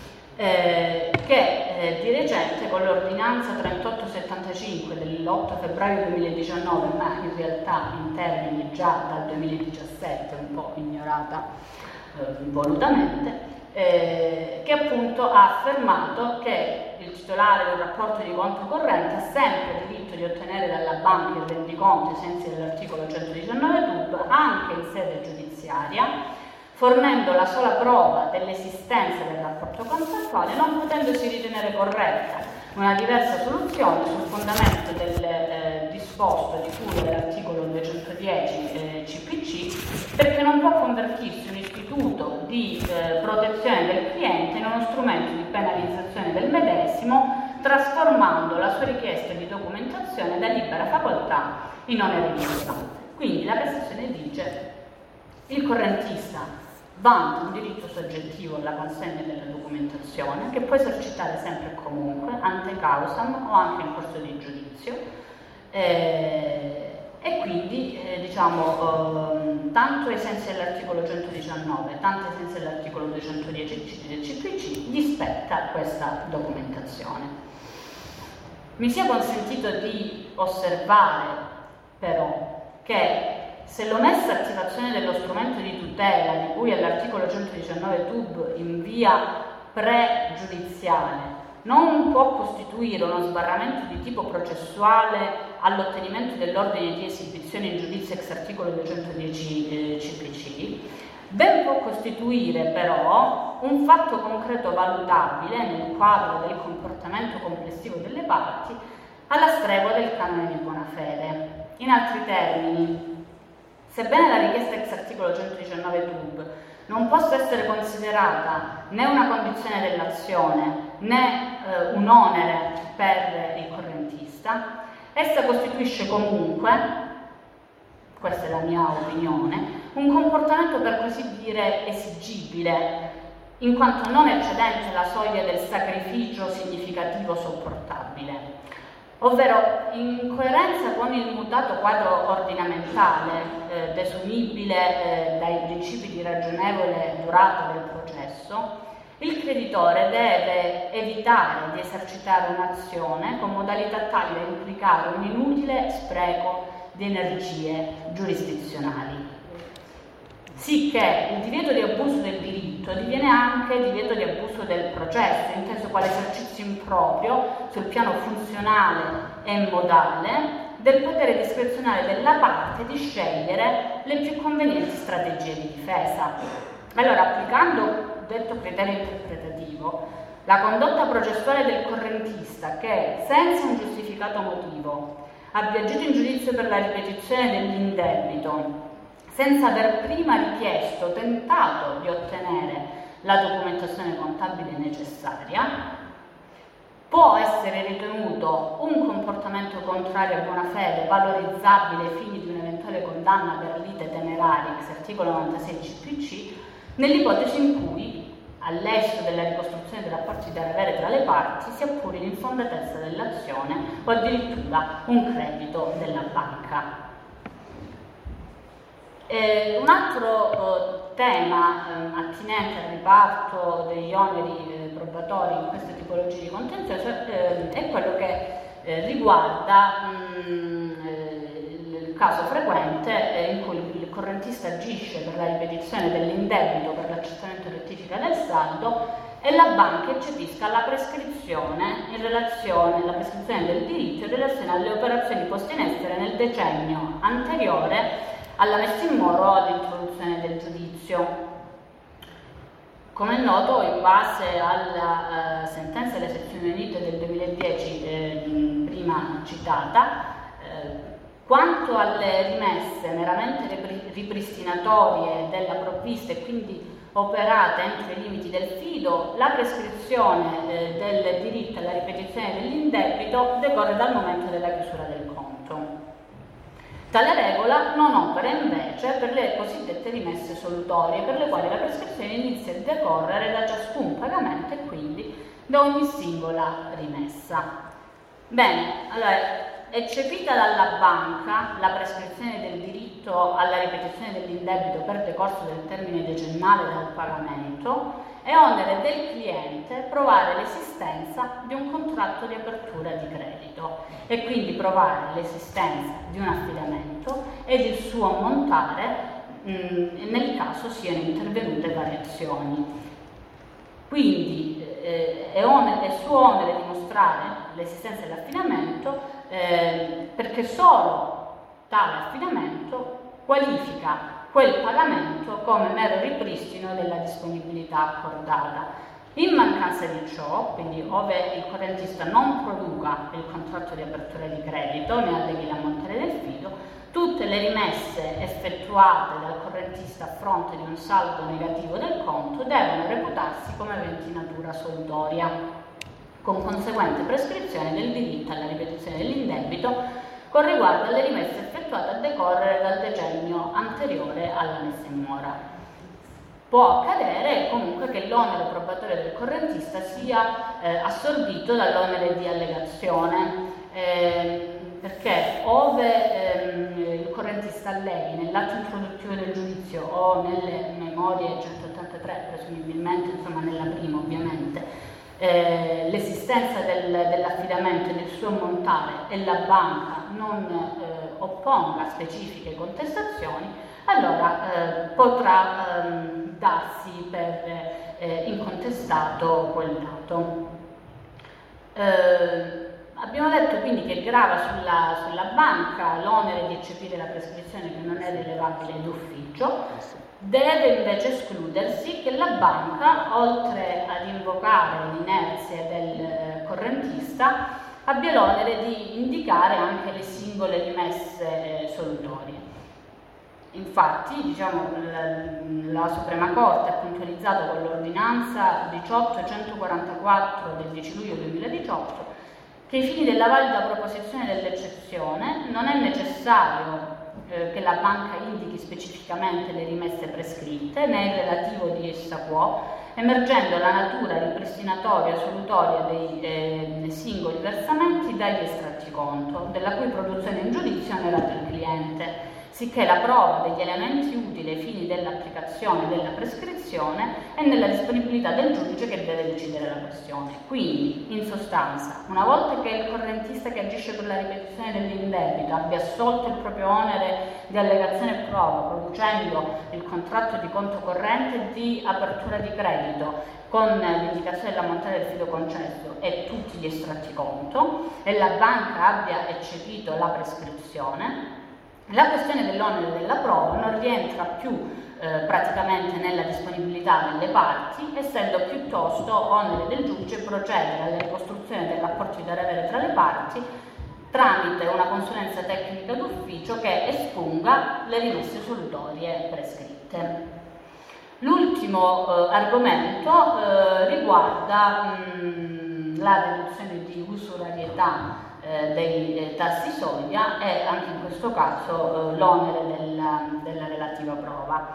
Speaker 5: Eh, che eh, di recente con l'ordinanza trentotto settantacinque dell'otto febbraio duemiladiciannove, ma in realtà in termini già dal duemiladiciassette, un po' ignorata eh, volutamente, eh, che appunto ha affermato che il titolare di un rapporto di conto corrente ha sempre diritto di ottenere dalla banca il rendiconto ai sensi dell'articolo centodiciannove T U B anche in sede giudiziaria, fornendo la sola prova dell'esistenza del rapporto contrattuale, non potendosi ritenere corretta una diversa soluzione sul fondamento del eh, disposto di cui dell'articolo duecentodieci eh, C P C, perché non può convertirsi un istituto di eh, protezione del cliente in uno strumento di penalizzazione del medesimo, trasformando la sua richiesta di documentazione da libera facoltà in onere vincolante. Quindi la Cassazione dice: il correntista vanta un diritto soggettivo alla consegna della documentazione che può esercitare sempre e comunque, ante causam o anche in corso di giudizio, eh, e quindi eh, diciamo eh, tanto ai sensi dell'articolo centodiciannove, tanto ai sensi dell'articolo duecentodieci del C P C gli spetta questa documentazione. Mi sia consentito di osservare però che se l'omessa attivazione dello strumento di tutela di cui all'articolo centodiciannove T U B in via pregiudiziale non può costituire uno sbarramento di tipo processuale all'ottenimento dell'ordine di esibizione in giudizio ex articolo duecentodieci C P C, ben può costituire però un fatto concreto valutabile nel quadro del comportamento complessivo delle parti alla stregua del canone di buona fede. In altri termini, sebbene la richiesta ex articolo centodiciannove T U B non possa essere considerata né una condizione dell'azione né eh, un onere per il correntista, essa costituisce comunque, questa è la mia opinione, un comportamento per così dire esigibile, in quanto non eccedente la soglia del sacrificio significativo sopportabile. Ovvero, in coerenza con il mutato quadro ordinamentale eh, desumibile eh, dai principi di ragionevole durata del processo, il creditore deve evitare di esercitare un'azione con modalità tali da implicare un inutile spreco di energie giurisdizionali. Sicché il divieto di abuso del diritto diviene anche divieto di abuso del processo, inteso quale esercizio improprio sul piano funzionale e modale del potere discrezionale della parte di scegliere le più convenienti strategie di difesa. Allora, applicando detto criterio interpretativo, la condotta processuale del correntista che, senza un giustificato motivo, abbia agito in giudizio per la ripetizione dell'indebito, senza aver prima richiesto o tentato di ottenere la documentazione contabile necessaria, può essere ritenuto un comportamento contrario a buona fede, valorizzabile ai fini di un'eventuale condanna per lite temeraria, ex articolo novantasei C P C, nell'ipotesi in cui, all'esito della ricostruzione dei rapporti da avere tra le parti, si appuri l'infondatezza dell'azione o addirittura un credito della banca. Eh, un altro eh, tema eh, attinente al riparto degli oneri eh, probatori in queste tipologie di contenzioso eh, è quello che eh, riguarda mh, eh, il caso frequente eh, in cui il correntista agisce per la ripetizione dell'indebito per l'accertamento e rettifica del saldo e la banca eccepisca la prescrizione in relazione alla prescrizione del diritto in relazione alle operazioni poste in essere nel decennio anteriore alla messa in mora o all'introduzione del giudizio. Come è noto, in base alla uh, sentenza delle sezioni unite del duemiladieci eh, prima citata, eh, quanto alle rimesse meramente ripristinatorie della provvista e quindi operate entro i limiti del fido, la prescrizione eh, del diritto alla ripetizione dell'indebito decorre dal momento della chiusura del conto. Tale regola non opera invece per le cosiddette rimesse solutorie, per le quali la prescrizione inizia a decorrere da ciascun pagamento e quindi da ogni singola rimessa. Bene, allora, eccepita dalla banca la prescrizione del diritto alla ripetizione dell'indebito per decorso del termine decennale del pagamento, è onere del cliente provare l'esistenza di un contratto di apertura di credito e quindi provare l'esistenza di un affidamento ed il suo ammontare mh, nel caso siano intervenute variazioni. Quindi eh, è, onere, è suo onere dimostrare l'esistenza dell'affidamento eh, perché solo tale affidamento qualifica quel pagamento come mero ripristino della disponibilità accordata. In mancanza di ciò, quindi ove il correntista non produca il contratto di apertura di credito né alleghi l'ammontare del fido, tutte le rimesse effettuate dal correntista a fronte di un saldo negativo del conto devono reputarsi come aventi natura solutoria, con conseguente prescrizione del diritto alla ripetizione dell'indebito con riguardo alle rimesse effettuate a decorrere dal decennio anteriore alla messa in mora. Può accadere comunque che l'onere probatorio del correntista sia eh, assorbito dall'onere di allegazione, eh, perché ove ehm, il correntista alleghi nell'atto introduttivo del giudizio o nelle memorie centottantatré, presumibilmente, insomma nella prima ovviamente, Eh, l'esistenza del, dell'affidamento e del suo ammontare e la banca non eh, opponga specifiche contestazioni, allora eh, potrà ehm, darsi per eh, incontestato quel dato. Eh, abbiamo detto quindi che grava sulla, sulla banca l'onere di eccepire la prescrizione che non è rilevabile d'ufficio. Deve invece escludersi che la banca, oltre ad invocare l'inerzia del eh, correntista, abbia l'onere di indicare anche le singole rimesse eh, solutorie. Infatti, diciamo, la, la Suprema Corte ha puntualizzato con l'ordinanza diciotto centoquarantaquattro del dieci luglio duemiladiciotto che ai fini della valida proposizione dell'eccezione non è necessario eh, che la banca indichi specificamente le rimesse prescritte, né il relativo di essa quo, emergendo la natura ripristinatoria solutoria dei eh, singoli versamenti dagli estratti conto, della cui produzione in giudizio è onerata il cliente, sicché la prova degli elementi utili ai fini dell'applicazione della prescrizione è nella disponibilità del giudice che deve decidere la questione. Quindi, in sostanza, una volta che il correntista che agisce per la ripetizione dell'indebito abbia assolto il proprio onere di allegazione e prova, producendo il contratto di conto corrente di apertura di credito con l'indicazione dell'ammontare del fido concesso e tutti gli estratti conto, e la banca abbia eccepito la prescrizione, la questione dell'onere della prova non rientra più eh, praticamente nella disponibilità delle parti, essendo piuttosto onere del giudice procedere alla ricostruzione del rapporto da avere tra le parti tramite una consulenza tecnica d'ufficio che espunga le rimesse solutorie prescritte. L'ultimo eh, argomento eh, riguarda mh, la deduzione di usurarietà Eh, dei eh, tassi soglia e anche in questo caso eh, l'onere della, della relativa prova.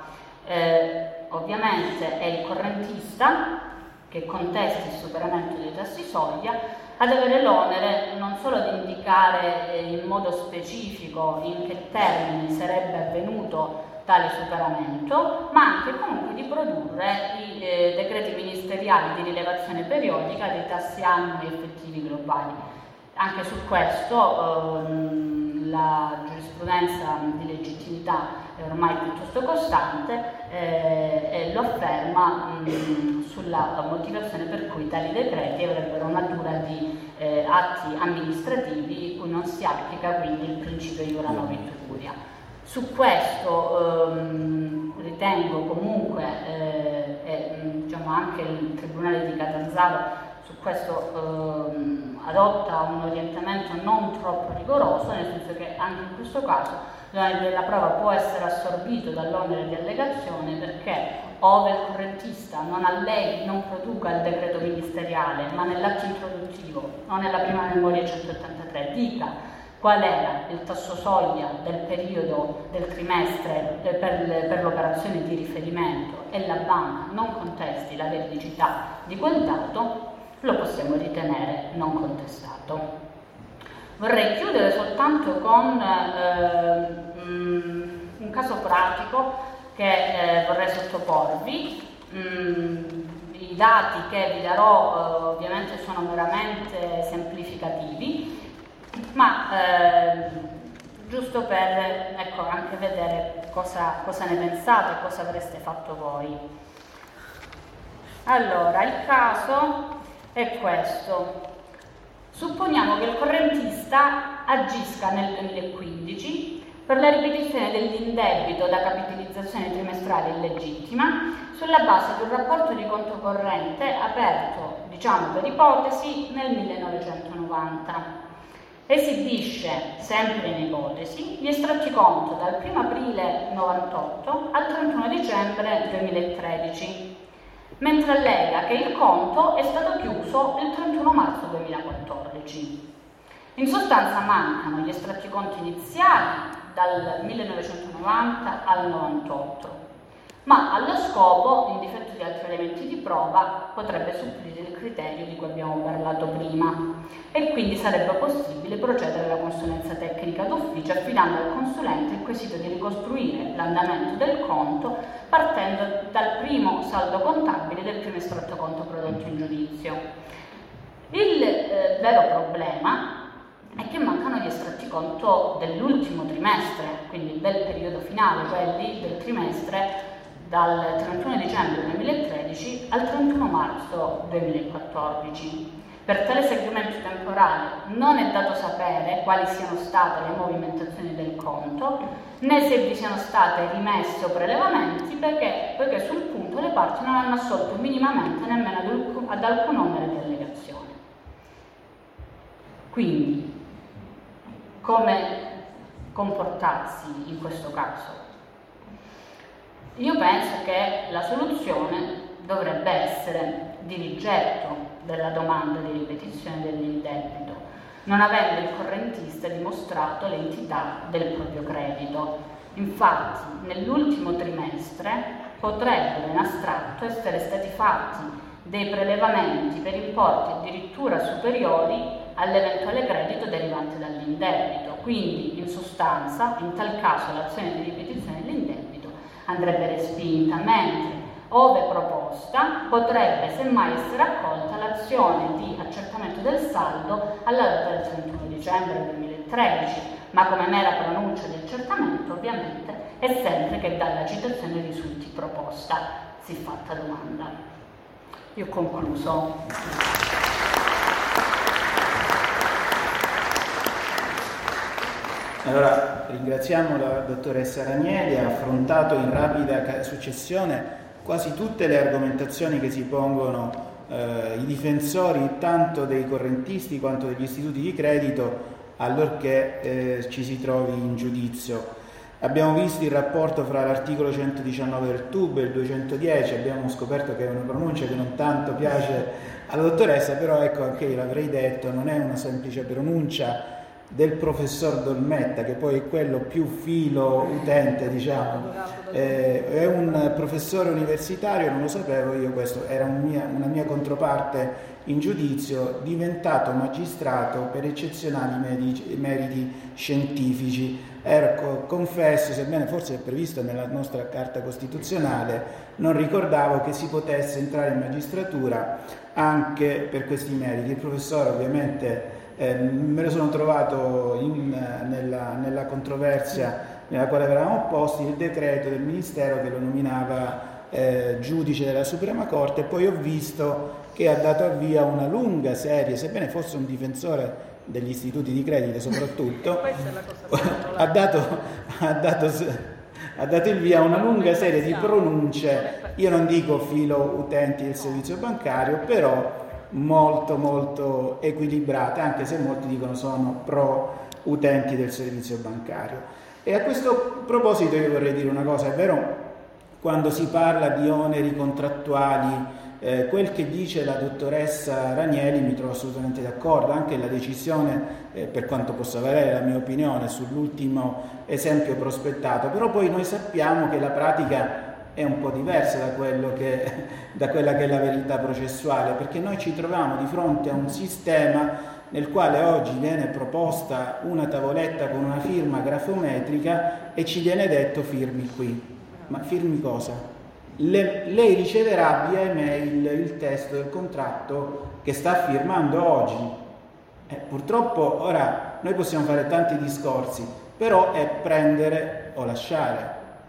Speaker 5: Eh, ovviamente è il correntista che contesti il superamento dei tassi soglia ad avere l'onere non solo di indicare eh, in modo specifico in che termini sarebbe avvenuto tale superamento, ma anche comunque di produrre i eh, decreti ministeriali di rilevazione periodica dei tassi annui effettivi globali. Anche su questo ehm, la giurisprudenza di legittimità è ormai piuttosto costante eh, e lo afferma mh, sulla motivazione per cui tali decreti avrebbero natura di eh, atti amministrativi cui non si applica quindi il principio iura novit curia. Su questo ehm, ritengo comunque eh, e diciamo anche il Tribunale di Catanzaro su questo ehm, adotta un orientamento non troppo rigoroso, nel senso che anche in questo caso l'onere della prova può essere assorbito dall'onere di allegazione perché ove il correntista non alleghi, non produca il decreto ministeriale, ma nell'atto introduttivo o nella prima memoria centottantatré dica qual era il tasso soglia del periodo del trimestre per, per l'operazione di riferimento e la banca non contesti la veridicità di quel dato, lo possiamo ritenere non contestato. Vorrei chiudere soltanto con eh, un caso pratico che eh, vorrei sottoporvi. Mm, I dati che vi darò eh, ovviamente sono meramente semplificativi, ma eh, giusto per ecco, anche vedere cosa, cosa ne pensate, cosa avreste fatto voi. Allora, il caso è questo. Supponiamo che il correntista agisca nel duemilaquindici per la ripetizione dell'indebito da capitalizzazione trimestrale illegittima sulla base di un rapporto di conto corrente aperto, diciamo per ipotesi, nel millenovecentonovanta. Esibisce, sempre in ipotesi, gli estratti conto dal primo aprile novantotto al trentuno dicembre duemilatredici, mentre allega che il conto è stato chiuso il trentuno marzo duemilaquattordici. In sostanza mancano gli estratti conto iniziali dal millenovecentonovanta al novantotto, ma allo scopo, in difetto di altri elementi di prova, potrebbe supplire il criterio di cui abbiamo parlato prima e quindi sarebbe possibile procedere alla consulenza tecnica d'ufficio affidando al consulente il quesito di ricostruire l'andamento del conto partendo dal primo saldo contabile del primo estratto conto prodotto in giudizio. Il eh, vero problema è che mancano gli estratti conto dell'ultimo trimestre, quindi del periodo finale, quelli del trimestre dal trentuno dicembre duemilatredici al trentuno marzo duemilaquattordici. Per tale segmento temporale non è dato sapere quali siano state le movimentazioni del conto, né se vi siano state rimesse o prelevamenti, perché, poiché sul punto le parti non hanno assolto minimamente nemmeno ad alcun, ad alcun onere di allegazione. Quindi, come comportarsi in questo caso? Io penso che la soluzione dovrebbe essere di rigetto della domanda di ripetizione dell'indebito, non avendo il correntista dimostrato l'entità del proprio credito. Infatti, nell'ultimo trimestre potrebbero in astratto essere stati fatti dei prelevamenti per importi addirittura superiori all'eventuale credito derivante dall'indebito. Quindi, in sostanza, in tal caso l'azione di ripetizione dell'indebito andrebbe respinta, mentre, ove proposta, potrebbe semmai essere accolta l'azione di accertamento del saldo alla data del trentuno dicembre duemilatredici, ma come mera pronuncia di accertamento ovviamente è sempre che dalla citazione risulti proposta siffatta domanda. Io ho concluso.
Speaker 1: Allora, ringraziamo la dottoressa Ranieri, ha affrontato in rapida successione quasi tutte le argomentazioni che si pongono eh, i difensori tanto dei correntisti quanto degli istituti di credito allorché eh, ci si trovi in giudizio. Abbiamo visto il rapporto fra l'articolo centodiciannove del T U B e il duecentodieci, abbiamo scoperto che è una pronuncia che non tanto piace alla dottoressa, però ecco, anche io l'avrei detto, non è una semplice pronuncia del professor Dolmetta, che poi è quello più filo utente, diciamo, eh, è un professore universitario, non lo sapevo io, questo era un mia, una mia controparte in giudizio, diventato magistrato per eccezionali meriti, meriti scientifici. Ecco, confesso, sebbene forse è previsto nella nostra Carta Costituzionale, non ricordavo che si potesse entrare in magistratura anche per questi meriti. Il professore ovviamente Eh, me lo sono trovato in, nella, nella controversia nella quale eravamo posti, il decreto del Ministero che lo nominava eh, giudice della Suprema Corte, e poi ho visto che ha dato avvio a una lunga serie, sebbene fosse un difensore degli istituti di credito soprattutto, ha, dato, ha, dato, ha dato il via a una lunga serie di pronunce, io non dico filo utenti del servizio bancario, però molto molto equilibrate, anche se molti dicono sono pro utenti del servizio bancario. E a questo proposito io vorrei dire una cosa: è vero, quando si parla di oneri contrattuali Eh, quel che dice la dottoressa Ranieri mi trovo assolutamente d'accordo, anche la decisione, eh, per quanto possa valere la mia opinione sull'ultimo esempio prospettato, però poi noi sappiamo che la pratica è un po' diversa da, quello che, da quella che è la verità processuale, perché noi ci troviamo di fronte a un sistema nel quale oggi viene proposta una tavoletta con una firma grafometrica e ci viene detto firmi qui. Ma firmi cosa? Le, lei riceverà via email il testo del contratto che sta firmando oggi. Eh, purtroppo ora noi possiamo fare tanti discorsi, però è prendere o lasciare.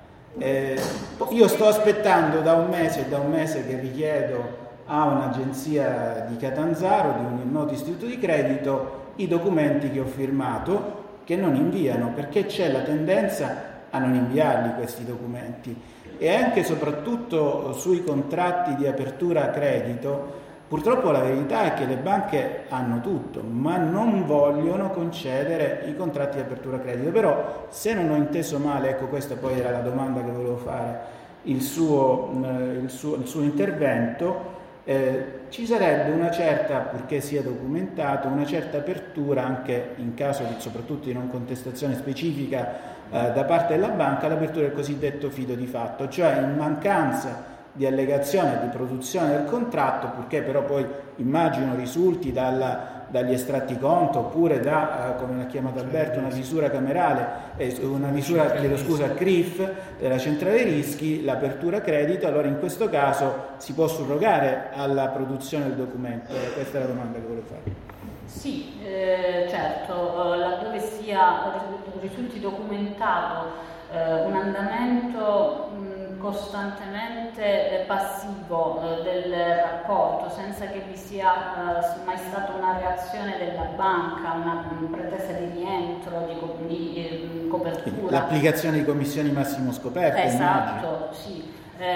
Speaker 1: Eh, io sto aspettando da un mese, da un mese che richiedo a un'agenzia di Catanzaro, di un noto istituto di credito, i documenti che ho firmato, che non inviano, perché c'è la tendenza a non inviarli questi documenti. E anche e soprattutto sui contratti di apertura a credito, purtroppo la verità è che le banche hanno tutto, ma non vogliono concedere i contratti di apertura a credito. Però, se non ho inteso male, ecco, questa poi era la domanda che volevo fare, il suo, il suo, il suo intervento, eh, ci sarebbe una certa, purché sia documentato, una certa apertura anche in caso di, soprattutto di non contestazione specifica eh, da parte della banca, l'apertura del cosiddetto fido di fatto, cioè in mancanza di allegazione e di produzione del contratto, purché però poi immagino risulti dalla, dagli estratti conto oppure da, eh, come l'ha chiamato Alberto, una visura camerale, eh, una visura, chiedo scusa, C R I F della centrale rischi, l'apertura credito, allora in questo caso si può surrogare alla produzione del documento. Questa è la domanda che volevo fare.
Speaker 5: Sì, eh, certo, laddove sia risulti documentato eh, un andamento mh, costantemente passivo eh, del rapporto, senza che vi sia eh, mai stata una reazione della banca, una pretesa di rientro, di, co- di eh, copertura.
Speaker 1: L'applicazione di commissioni massimo scoperte.
Speaker 5: Esatto,
Speaker 1: immagino.
Speaker 5: sì.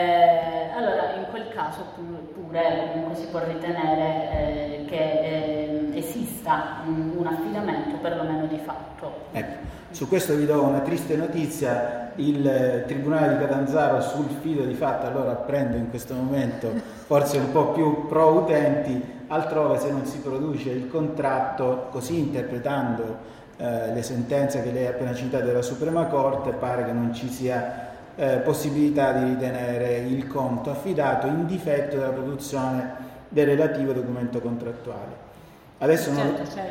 Speaker 5: Eh, allora in quel caso pure comunque si può ritenere eh, che eh, esista un, un affidamento perlomeno di fatto.
Speaker 1: Ecco, su questo vi do una triste notizia: il Tribunale di Catanzaro sul fido di fatto, allora prendo in questo momento forse un po' più pro utenti, altrove se non si produce il contratto, così interpretando eh, le sentenze che lei ha appena citato della Suprema Corte, pare che non ci sia Eh, possibilità di ritenere il conto affidato in difetto della produzione del relativo documento contrattuale. Adesso
Speaker 5: certo,
Speaker 1: non...
Speaker 5: c'è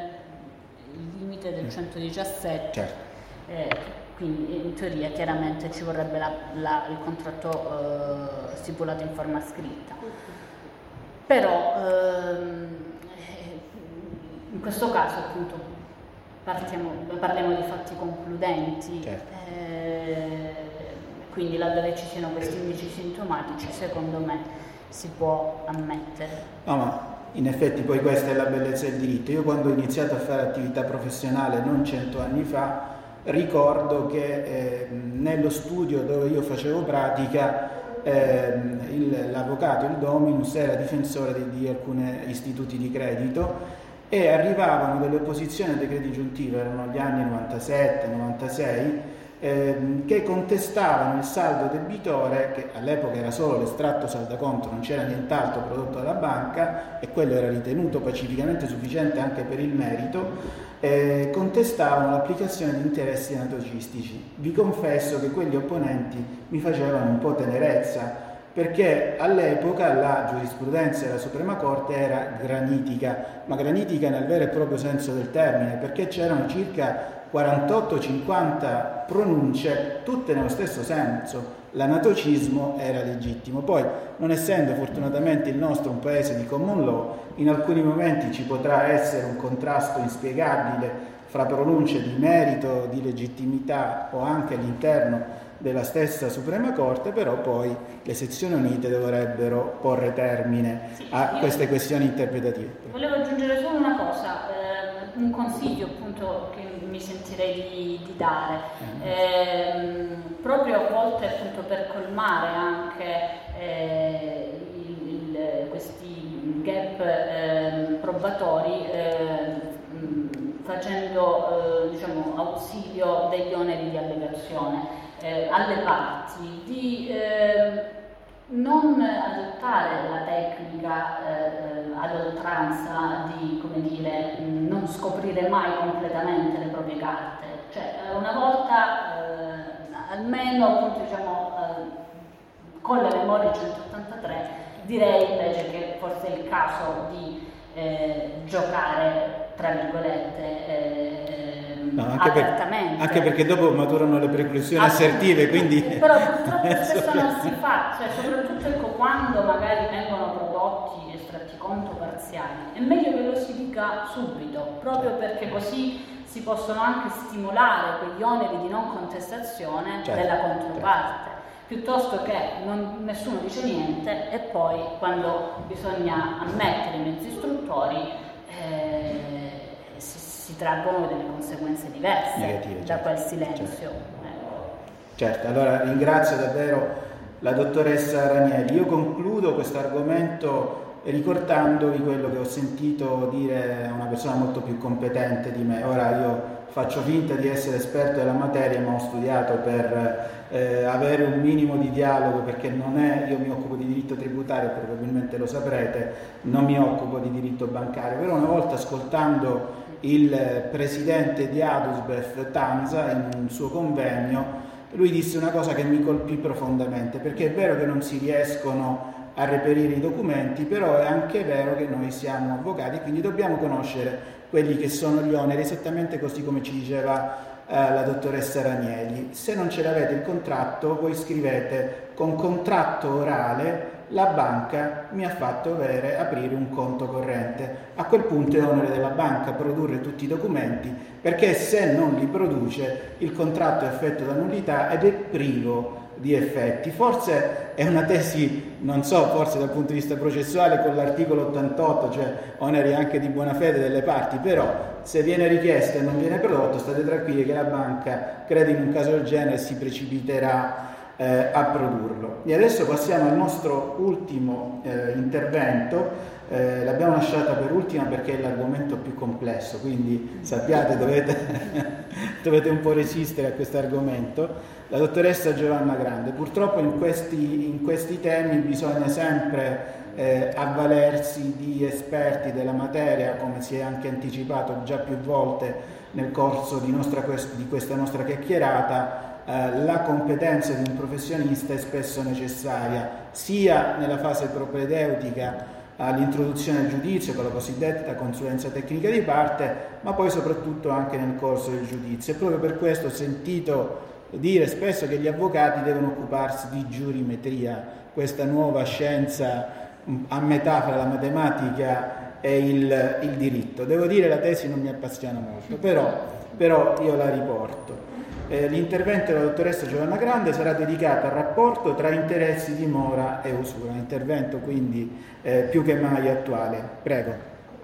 Speaker 5: il, il limite del centodiciassette,
Speaker 1: certo.
Speaker 5: eh, quindi in teoria chiaramente ci vorrebbe la, la, il contratto eh, stipulato in forma scritta. Però ehm, in questo caso appunto partiamo, parliamo di fatti concludenti.
Speaker 1: Certo.
Speaker 5: Eh, Quindi laddove ci siano questi indici sintomatici, secondo me si può ammettere.
Speaker 1: No, ma in effetti poi questa è la bellezza del diritto. Io quando ho iniziato a fare attività professionale, non cento anni fa, ricordo che eh, nello studio dove io facevo pratica, eh, il, l'avvocato, il Dominus, era difensore di, di alcuni istituti di credito e arrivavano delle opposizioni a decreti ingiuntivi, erano gli anni novantasette novantasei, Ehm, che contestavano il saldo debitore, che all'epoca era solo l'estratto saldaconto, non c'era nient'altro prodotto dalla banca e quello era ritenuto pacificamente sufficiente anche per il merito, eh, contestavano l'applicazione di interessi anatocistici. Vi confesso che quegli opponenti mi facevano un po' tenerezza, perché all'epoca la giurisprudenza della Suprema Corte era granitica, ma granitica nel vero e proprio senso del termine, perché c'erano circa quarantotto cinquanta pronunce, tutte nello stesso senso. L'anatocismo era legittimo. Poi, non essendo fortunatamente il nostro un paese di common law, in alcuni momenti ci potrà essere un contrasto inspiegabile fra pronunce di merito, di legittimità o anche all'interno della stessa Suprema Corte, però poi le sezioni unite dovrebbero porre termine
Speaker 5: sì,
Speaker 1: a queste questioni interpretative.
Speaker 5: Volevo aggiungere solo una cosa, eh, un consiglio appunto che mi sentirei di, di dare, eh, proprio a volte appunto per colmare anche eh, il, il, questi gap eh, probatori, eh, facendo eh, diciamo, ausilio degli oneri di allegazione eh, alle parti di eh, non adottare la tecnica eh, ad oltranza di, come dire, non scoprire mai completamente le proprie carte, cioè una volta eh, almeno appunto diciamo eh, con la memoria centottantatré direi invece che forse è il caso di eh, giocare tra virgolette eh,
Speaker 1: no, anche
Speaker 5: apertamente.
Speaker 1: Per, anche perché dopo maturano le preclusioni assertive, quindi...
Speaker 5: Però purtroppo spesso non si fa, cioè soprattutto ecco, quando magari vengono prodotti estratti conto parziali, è meglio che lo si dica subito, proprio perché così si possono anche stimolare quegli oneri di non contestazione certo, della controparte, certo. Piuttosto che non, nessuno dice niente e poi quando bisogna ammettere i mezzi istruttori eh, si, si traggono delle conseguenze diverse negative, da certo, quel silenzio.
Speaker 1: Certo. certo, allora ringrazio davvero la dottoressa Ranieri. Io concludo questo argomento ricordandovi quello che ho sentito dire a una persona molto più competente di me. Ora io faccio finta di essere esperto della materia, ma ho studiato per eh, avere un minimo di dialogo, perché non è, io mi occupo di diritto tributario, probabilmente lo saprete, non mi occupo di diritto bancario, però una volta ascoltando il presidente di Adusbef Tanza in un suo convegno, lui disse una cosa che mi colpì profondamente, perché è vero che non si riescono a reperire i documenti, però è anche vero che noi siamo avvocati e quindi dobbiamo conoscere quelli che sono gli oneri, esattamente così come ci diceva eh, la dottoressa Ranieri. Se non ce l'avete il contratto, voi scrivete: con contratto orale la banca mi ha fatto avere, aprire un conto corrente. A quel punto è onere della banca produrre tutti i documenti, perché se non li produce il contratto è affetto da nullità ed è privo di effetti. Forse è una tesi, non so, forse dal punto di vista processuale con l'articolo ottantotto, cioè oneri anche di buona fede delle parti, però se viene richiesto e non viene prodotto, state tranquilli che la banca, credo in un caso del genere, si precipiterà eh, a produrlo. E adesso passiamo al nostro ultimo eh, intervento. Eh, l'abbiamo lasciata per ultima perché è l'argomento più complesso, quindi sappiate, dovete, dovete un po' resistere a questo argomento. La dottoressa Giovanna Grande. Purtroppo in questi, in questi temi bisogna sempre eh, avvalersi di esperti della materia, come si è anche anticipato già più volte nel corso di, nostra, di questa nostra chiacchierata. Eh, la competenza di un professionista è spesso necessaria, sia nella fase propedeutica all'introduzione al giudizio con la cosiddetta consulenza tecnica di parte, ma poi soprattutto anche nel corso del giudizio. E proprio per questo ho sentito dire spesso che gli avvocati devono occuparsi di giurimetria, questa nuova scienza a metà fra la matematica e il, il diritto. Devo dire la tesi non mi appassiona molto, però, però io la riporto. Eh, l'intervento della dottoressa Giovanna Grande sarà dedicato al rapporto tra interessi di mora e usura, un intervento quindi eh, più che mai attuale. Prego.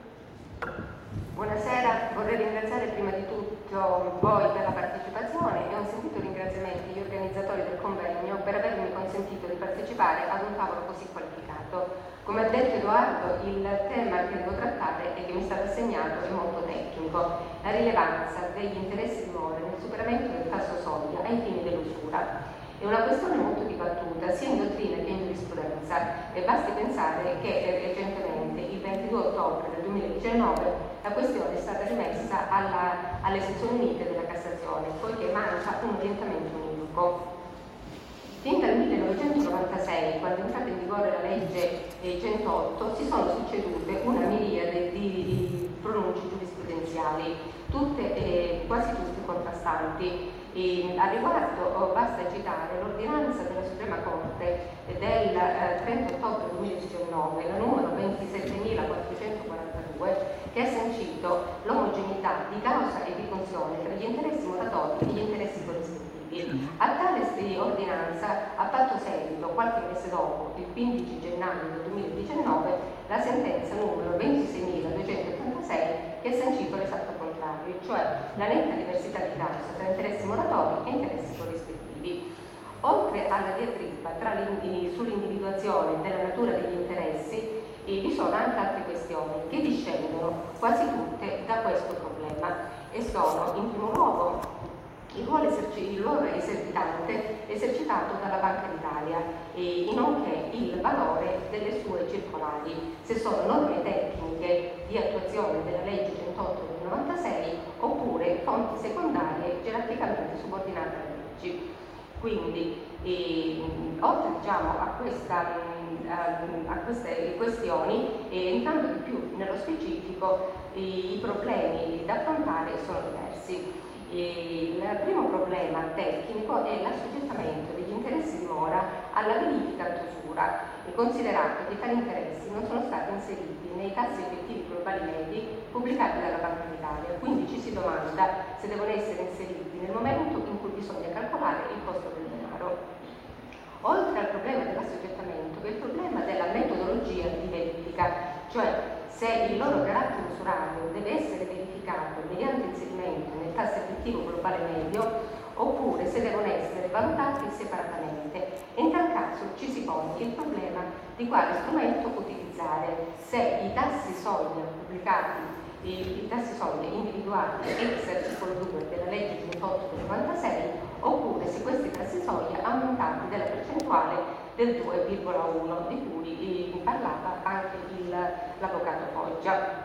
Speaker 6: Buonasera, vorrei ringraziare prima di tutto voi per la partecipazione e un sentito ringraziamento agli organizzatori del convegno per avermi consentito di partecipare ad un tavolo così qualificato. Come ha detto Edoardo, il tema che devo trattare e che mi è stato assegnato è molto tecnico: la rilevanza degli interessi di mora nel superamento del tasso soglia ai fini dell'usura. È una questione molto dibattuta sia in dottrina che in giurisprudenza, e basti pensare che recentemente, il ventidue ottobre del duemiladiciannove, la questione è stata rimessa alla, alle sezioni unite della Cassazione, poiché manca un orientamento univoco. Fin dal millenovecentonovantasei, quando è entrata in vigore la legge centootto, si sono succedute una miriade di, di pronunce giurisprudenziali, tutte, eh, quasi tutte contrastanti. E a riguardo oh, basta citare l'ordinanza della Suprema Corte del eh, trenta ottobre duemiladiciannove, la numero ventisettemilaquattrocentoquarantadue, che ha sancito l'omogeneità di causa e di funzione tra gli interessi moratori e gli interessi corrispettivi. A tale ordinanza ha fatto seguito, qualche mese dopo, il quindici gennaio del duemiladiciannove, la sentenza numero ventiseimiladuecentottantasei, che ha sancito l'esatto contrario, cioè la netta diversità di causa tra interessi moratori e interessi corrispettivi. Oltre alla diatriba sull'individuazione della natura degli interessi, eh, vi sono anche altre questioni che discendono quasi tutte da questo problema, e sono in primo luogo il ruolo controllo eserci- il loro esercitante esercitato dalla Banca d'Italia, e nonché il valore delle sue circolari, se sono norme tecniche di attuazione della legge trentotto del novantasei oppure fonti secondarie gerarchicamente subordinate alle leggi. Quindi, eh, oltre diciamo, a, questa, a, a queste questioni, eh, entrando di più nello specifico, eh, i problemi da affrontare sono diversi. Eh, il primo problema tecnico è l'assoggettamento degli interessi di mora alla verifica d'usura, e considerato che tali interessi non sono stati inseriti nei tassi effettivi globali medi pubblicati dalla Banca d'Italia. Quindi ci si domanda se devono essere inseriti nel momento in cui bisogna calcolare il costo del denaro. Oltre al problema dell'assoggettamento, che è il problema della metodologia di verifica, cioè se il loro carattere usurario deve essere verificato mediante inserimento nel tasso effettivo globale medio oppure se devono essere valutati separatamente. In tal caso ci si pone il problema di quale strumento utilizzare, se i tassi soglia pubblicati, i, i tassi soglia individuati ex articolo due della legge trentotto del novantasei, oppure se questi tassi soglia aumentati della percentuale del due virgola uno di cui eh, parlava anche il, l'avvocato Foggia.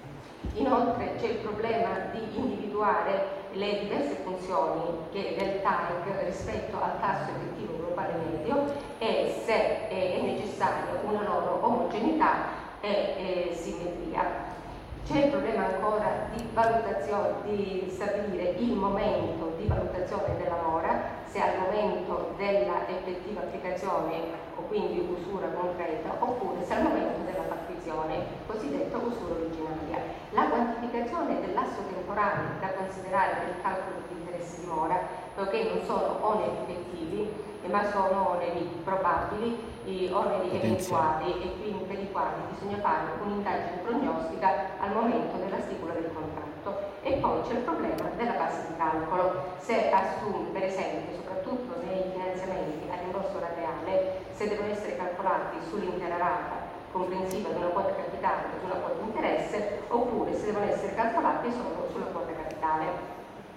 Speaker 6: Inoltre c'è il problema di individuare le diverse funzioni che del T A R G rispetto al tasso effettivo globale medio e se è necessaria una loro omogeneità e, e simmetria. C'è il problema ancora di valutazione, di stabilire il momento di valutazione della mora, se al momento della effettiva applicazione o quindi usura concreta, oppure se al momento della pattuizione, cosiddetta usura originaria. La quantificazione dell'asso temporale da considerare per il calcolo degli interessi di mora, poiché non sono oneri effettivi, ma sono oneri probabili, oneri eventuali, e quindi per i quali bisogna fare un'indagine prognostica al momento della stipula del contratto. E poi c'è il problema della base di calcolo, se assume per esempio, soprattutto nei finanziamenti a rimborso rateale, se devono essere calcolati sull'intera rata comprensiva di una quota capitale o di una quota interesse, oppure se devono essere calcolati solo sulla quota capitale.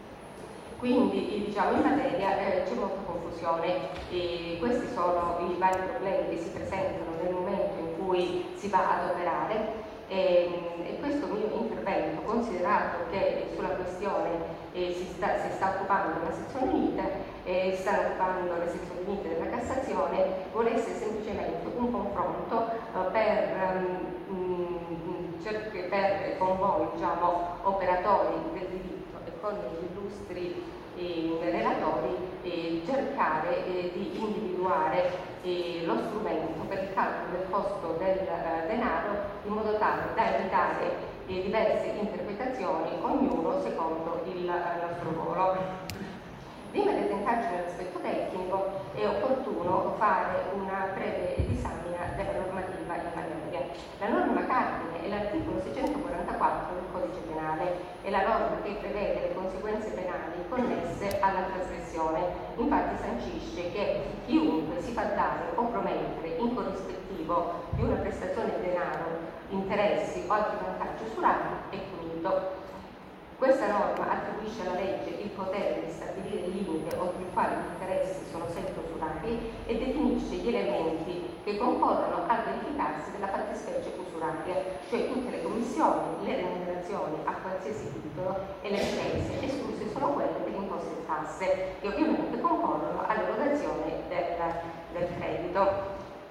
Speaker 6: Quindi diciamo, in materia eh, c'è molta confusione, e questi sono i vari problemi che si presentano nel momento in cui si va ad operare, e, e questo mio intervento, considerato che sulla questione eh, si, sta, si sta occupando la sezione unita e eh, stanno occupando le sezioni unite della Cassazione, vuole essere semplicemente un confronto eh, per, um, per con voi diciamo, operatori del diritto e con gli illustri eh, relatori, eh, cercare eh, di individuare eh, lo strumento per il calcolo del costo del eh, denaro, in modo tale da evitare eh, diverse interpretazioni, ognuno secondo il eh, nostro ruolo. Prima di entrare nell'aspetto tecnico è opportuno fare una breve disamina della normativa in materia. La norma cardine è l'articolo seicentoquarantaquattro del Codice Penale, è la norma che prevede le conseguenze penali connesse alla trasgressione. Infatti sancisce che chiunque si fa dare o promettere in corrispettivo di una prestazione di denaro, interessi o altri vantaggi usurari è punito. Questa norma attribuisce alla legge il potere di stabilire il limite oltre il quale gli interessi sono sempre usurari e definisce gli elementi che concorrono al verificarsi della fattispecie usuraria, cioè tutte le commissioni, le remunerazioni a qualsiasi titolo e le spese, escluse solo quelle per imposte e tasse, che ovviamente concorrono all'erogazione del, del credito.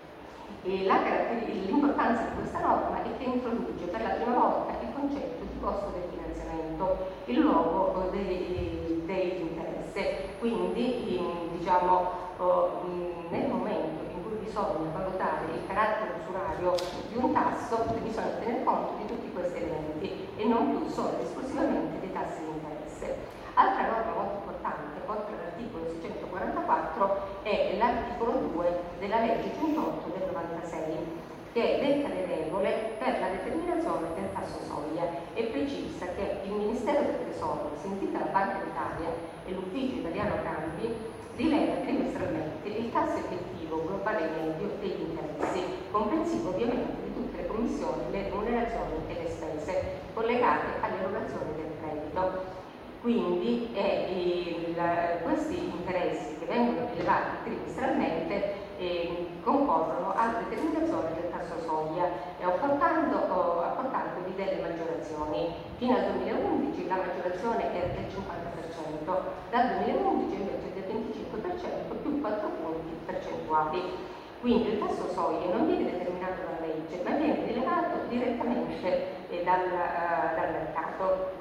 Speaker 6: L'importanza di questa norma è che introduce per la prima volta il concetto di costo del finanziamento, il luogo dei, dell'interesse. Quindi in, diciamo, oh, nel momento in cui bisogna valutare il carattere usurario di un tasso, bisogna tener conto di tutti questi elementi e non più solo ed esclusivamente dei tassi di interesse. Altra norma molto importante, oltre all'articolo seicentoquarantaquattro, è l'articolo due della legge trentotto del novantasei, che detta le regole per la determinazione del tasso soglia e precisa che il Ministero del Tesoro, sentita la Banca d'Italia e l'Ufficio Italiano Cambi, rileva trimestralmente il tasso effettivo globale medio degli interessi, comprensivo ovviamente di tutte le commissioni, le remunerazioni e le spese collegate all'erogazione del credito. Quindi eh, il, questi interessi che vengono rilevati trimestralmente eh, concorrono alla determinazione del tasso soglia, e apportando, oh, apportandovi delle maggiorazioni. Fino al duemilaundici la maggiorazione era del cinquanta per cento, dal duemilaundici invece del venticinque per cento più quattro punti percentuali. Quindi il tasso soglia non viene determinato dalla legge, ma viene rilevato direttamente eh, dal, uh, dal mercato.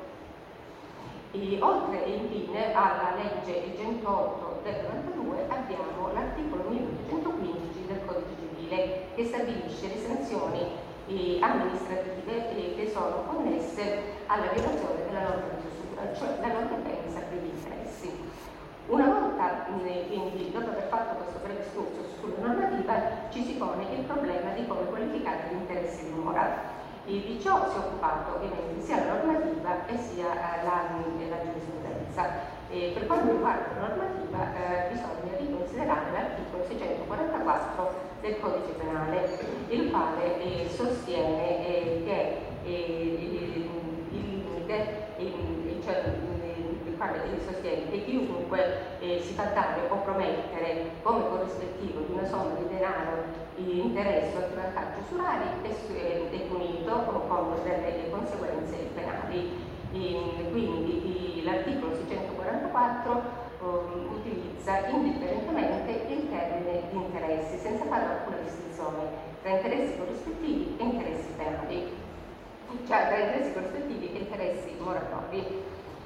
Speaker 6: E oltre e infine alla legge centootto del novantadue abbiamo l'articolo milleottocentoquindici del Codice Civile, che stabilisce le sanzioni eh, amministrative eh, che sono connesse alla violazione della norma di chiusura, cioè la non difesa degli interessi. Una volta, quindi, dopo aver fatto questo breve escursus sulla normativa, ci si pone il problema di come qualificare gli interessi di mora. E di ciò si è occupato ovviamente sia la normativa e sia eh, la, la giurisprudenza. E per quanto riguarda la normativa eh, bisogna riconsiderare l'articolo seicentoquarantaquattro del Codice Penale, il quale eh, sostiene eh, che eh, il, il limite, il, cioè il quale sostiene che chiunque eh, si fa dare o promettere come corrispettivo di una somma di denaro interesse o di vantaggio usurari è, è punito con delle conseguenze penali. E quindi l'articolo seicentoquarantaquattro um, utilizza indifferentemente il termine di interessi, senza fare alcuna distinzione tra interessi corrispettivi e interessi penali, cioè tra interessi corrispettivi e interessi moratori.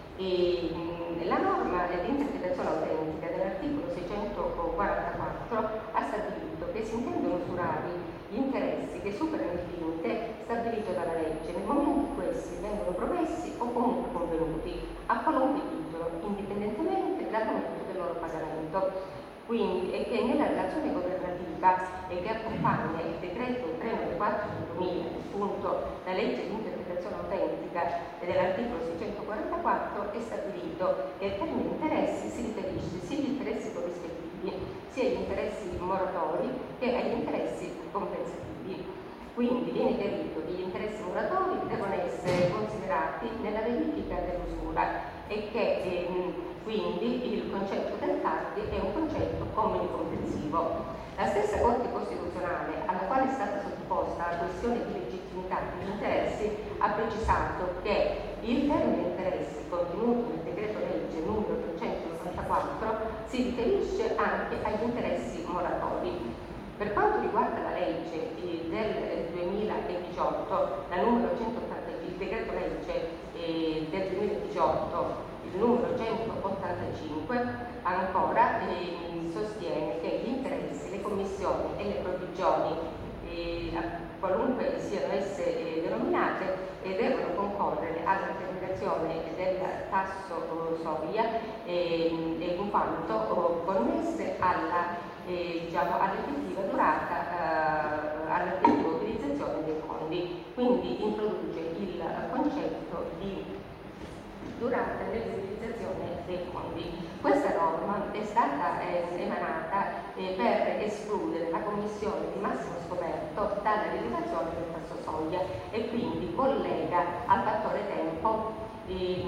Speaker 6: E, mh, la norma di interpretazione autentica dell'articolo seicentoquarantaquattro ha stabilito che si intendono usurari gli interessi che superano il limite stabilito dalla legge nel momento in cui questi vengono promessi o comunque convenuti a qualunque titolo, indipendentemente dal momento del loro pagamento. Quindi, e che nella relazione governativa e che accompagna il decreto trecentonovantaquattro del duemila, appunto la legge di interpretazione autentica dell'articolo seicentoquarantaquattro, è stabilito che il termine interessi si riferisce sia agli interessi corrispettivi sia agli interessi moratori che agli interessi compensativi. Quindi viene chiarito che gli interessi moratori devono essere considerati nella verifica dell'usura e che ehm, quindi il concetto del tardi è un concetto omnicomprensivo. La stessa Corte Costituzionale, alla quale è stata sottoposta la questione di legittimità degli interessi, ha precisato che il termine interessi contenuto nel decreto legge numero trecentonovantaquattro si riferisce anche agli interessi moratori. Per quanto riguarda la legge del duemiladiciotto, la numero centottantacinque, il decreto legge eh, del duemiladiciotto, il numero centottantacinque, ancora eh, sostiene che gli interessi, le commissioni e le provvigioni, eh, qualunque siano esse eh, denominate, eh, devono concorrere alla determinazione del tasso soglia eh, in quanto oh, connesse alla Eh, diciamo, all'effettiva durata, eh, all'effettiva utilizzazione dei fondi. Quindi introduce il concetto di durata nell'utilizzazione dei fondi. Questa norma è stata eh, emanata eh, per escludere la commissione di massimo scoperto dalla rilevazione del tasso soglia e quindi collega al fattore tempo eh,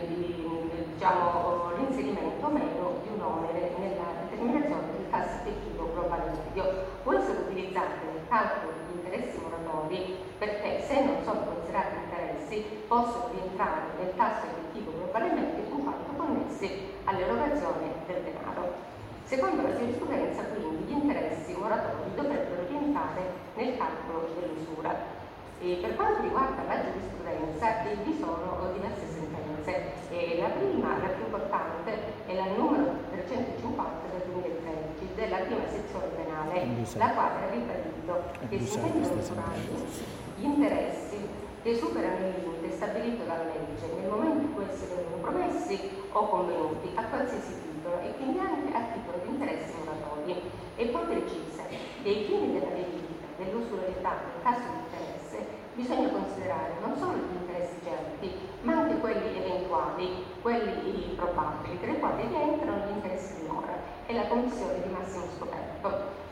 Speaker 6: diciamo, l'inserimento o meno di un onere nella determinazione del tasso effettivo globale medio. Può essere utilizzato nel calcolo degli interessi moratori perché se non sono considerati interessi possono rientrare nel tasso effettivo globale medio in quanto connessi all'erogazione del denaro. Secondo la giurisprudenza, quindi, gli interessi moratori dovrebbero rientrare nel calcolo dell'usura. E per quanto riguarda la giurisprudenza, eh, vi sono diverse sentenze. Eh, la prima, la più importante, è la numero trecentocinquanta del duemilatredici della prima sezione penale, la quale ha ribadito che si intendono usurare gli interessi che superano il limite stabilito dalla legge nel momento in cui essi vengono promessi o convenuti a qualsiasi titolo e quindi anche a titolo di interessi moratori. E poi precisa che ai fini della verifica dell'usurarietà del caso di interesse bisogna considerare non solo gli interessi certi, ma anche quelli eventuali, quelli probabili, tra i quali rientrano gli interessi di mora e la commissione di massimo scoperto.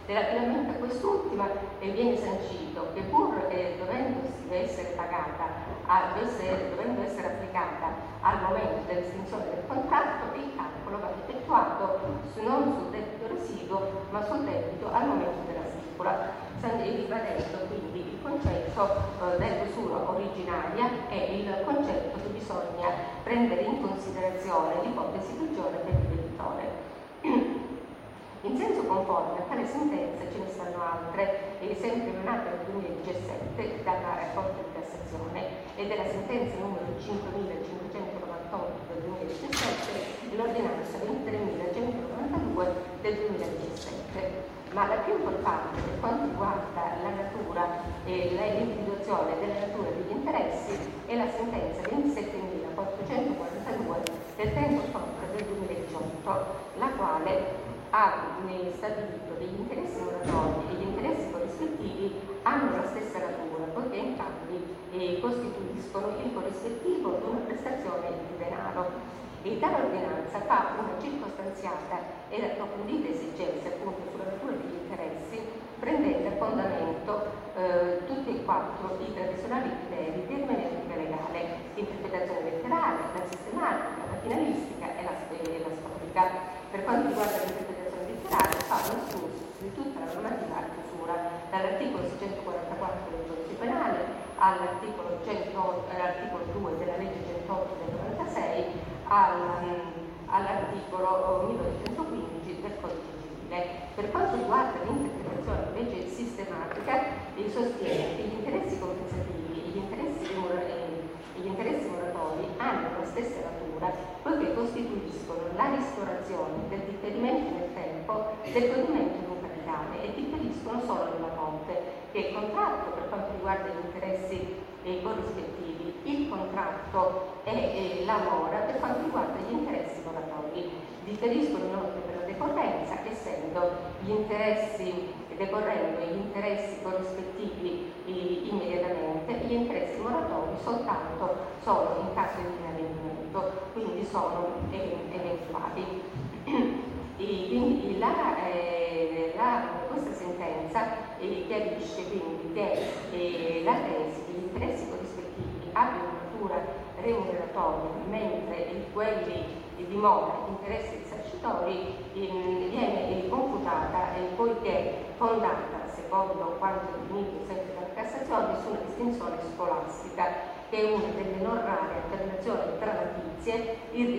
Speaker 6: Relativamente a quest'ultima eh, viene sancito che pur eh, dovendo essere pagata, a, essere, dovendo essere applicata al momento dell'estinzione del contratto, il calcolo va effettuato su, non sul debito residuo ma sul debito al momento della stipula, ribadendo quindi il concetto eh, dell'usura originaria e il concetto che bisogna prendere in considerazione l'ipotesi peggiore per il debitore. In senso conforme a tale sentenza ce ne stanno altre, e sempre emanate nel duemiladiciassette dalla Corte di Cassazione e della sentenza numero cinquemilacinquecentonovantotto del duemiladiciassette e l'ordinanza ventitremilacentonovantadue del duemiladiciassette. Ma la più importante per quanto riguarda la natura e l'individuazione della natura degli interessi è la sentenza ventisettemilaquattrocentoquarantadue del trenta ottobre del duemiladiciotto, la quale ha stabilito che gli interessi moratori e gli interessi corrispettivi hanno la stessa natura, poiché entrambi eh, costituiscono il corrispettivo di una prestazione di denaro. E tale ordinanza fa una circostanziata ed approfondita esigenza appunto sulla natura degli interessi, prendendo a fondamento eh, tutti e quattro i tradizionali criteri di ermeneutica legale, l'interpretazione letterale, la sistematica, la finalistica e la, e la storica. Per quanto riguarda l'interpretazione letterale, fa uno studio di tutta la normativa chiusura, dall'articolo seicentoquarantaquattro del codice penale all'articolo due della legge centootto del novantasei all'articolo millenovecentoquindici del codice civile. Per quanto riguarda l'interpretazione invece sistematica, sostiene che gli interessi compensativi e gli interessi, e gli interessi moratori hanno la stessa natura, poiché costituiscono la ristorazione del differimento nel tempo del godimento di un capitale e differiscono solo nella fonte, che il contratto per quanto riguarda gli interessi eh, corrispettivi, il contratto e eh, la mora per quanto riguarda gli interessi moratori. Differiscono inoltre per la decorrenza, essendo gli interessi decorrendo gli interessi corrispettivi eh, immediatamente, gli interessi moratori soltanto solo in caso di inadempimento, quindi sono eh, eventuali. E quindi la, eh, la, questa sentenza eh, chiarisce quindi che eh, la tesi che gli interessi corrispettivi abbiano natura remuneratoria, mentre quelli di mora, gli interessi risarcitori, eh, viene eh, confutata eh, poiché fondata, secondo quanto definito sempre dalla Cassazione, su una distinzione scolastica, che è una delle non rare alternazioni tra notizie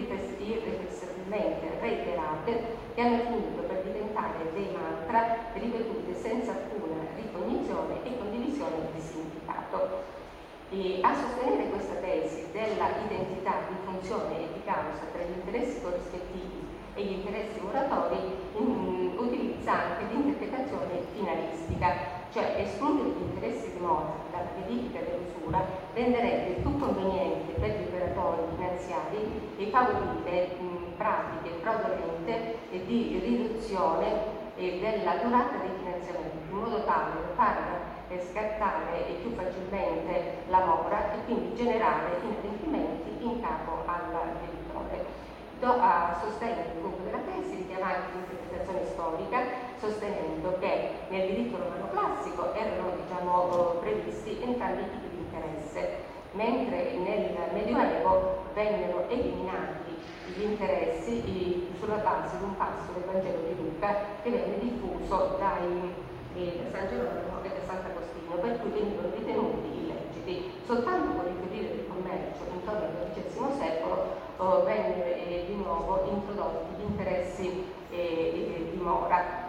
Speaker 6: irriflessibilmente reiterate che hanno finito per diventare dei mantra ripetute senza alcuna ricognizione e condivisione di significato. E a sostenere questa tesi della identità di funzione e di causa tra gli interessi corrispettivi e gli interessi moratori in, utilizza anche l'interpretazione finalistica, cioè escludere gli interessi di mora dalla verifica dell'usura renderebbe più conveniente per gli operatori finanziari e favorire mh, pratiche fraudolente e di riduzione eh, della durata dei finanziamenti, in modo tale da far eh, scattare eh, più facilmente la mora e quindi generare inadempimenti in capo al debitore. Do a sostegno del punto della tesi richiama anche l'interpretazione storica, sostenendo che nel diritto romano classico erano diciamo, previsti entrambi i tipi di interesse, mentre nel Medioevo vennero eliminati gli interessi sulla base di un passo del Vangelo di Luca che venne diffuso dai, eh, da San Geronimo e da Sant'Agostino, per cui venivano ritenuti illeciti. Soltanto con il periodo del commercio, intorno al dodicesimo secolo, oh, vennero eh, di nuovo introdotti gli interessi eh, di mora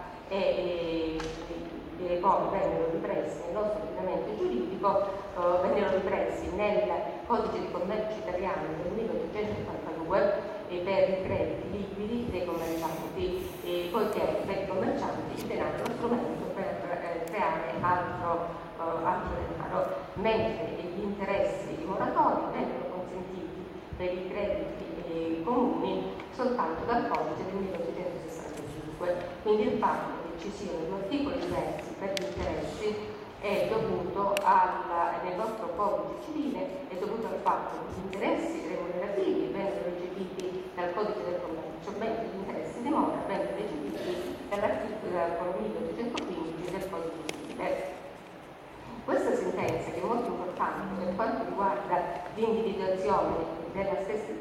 Speaker 6: e, e poi vennero ripressi nel nostro ordinamento giuridico, oh, vennero ripressi nel Codice di Commercio Italiano del milleottocentottantadue e per i crediti liquidi dei commercianti, e poiché per i commercianti il denaro è uno strumento per eh, creare altro, uh, altro denaro, mentre gli interessi moratori vengono consentiti per i crediti eh, comuni soltanto dal codice del milleottocentosessantacinque. Quindi il fatto che ci siano due articoli diversi per gli interessi è dovuto al, nel nostro codice civile è dovuto al fatto che gli interessi remunerativi vengono recepiti dal codice del commercio, mentre gli interessi di mora vengono recepiti dall'articolo milleottocentoquindici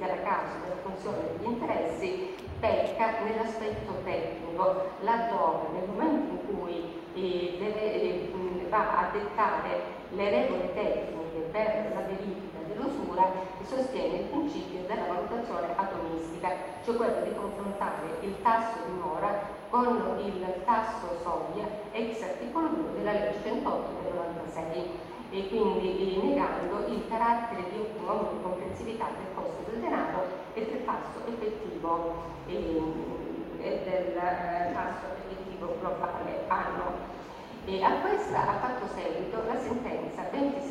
Speaker 6: della causa, della funzione degli interessi, pecca nell'aspetto tecnico, laddove nel momento in cui eh, deve, eh, va a dettare le regole tecniche per la verifica dell'usura, sostiene il principio della valutazione atomistica, cioè quello di confrontare il tasso di mora con il tasso soglia ex articolo due della legge centotto del novantasei, e quindi eh, negando il carattere di ottimum di comprensività del costo del denaro e del tasso effettivo eh, e del eh, tasso effettivo globale anno. E a questa ha fatto seguito la sentenza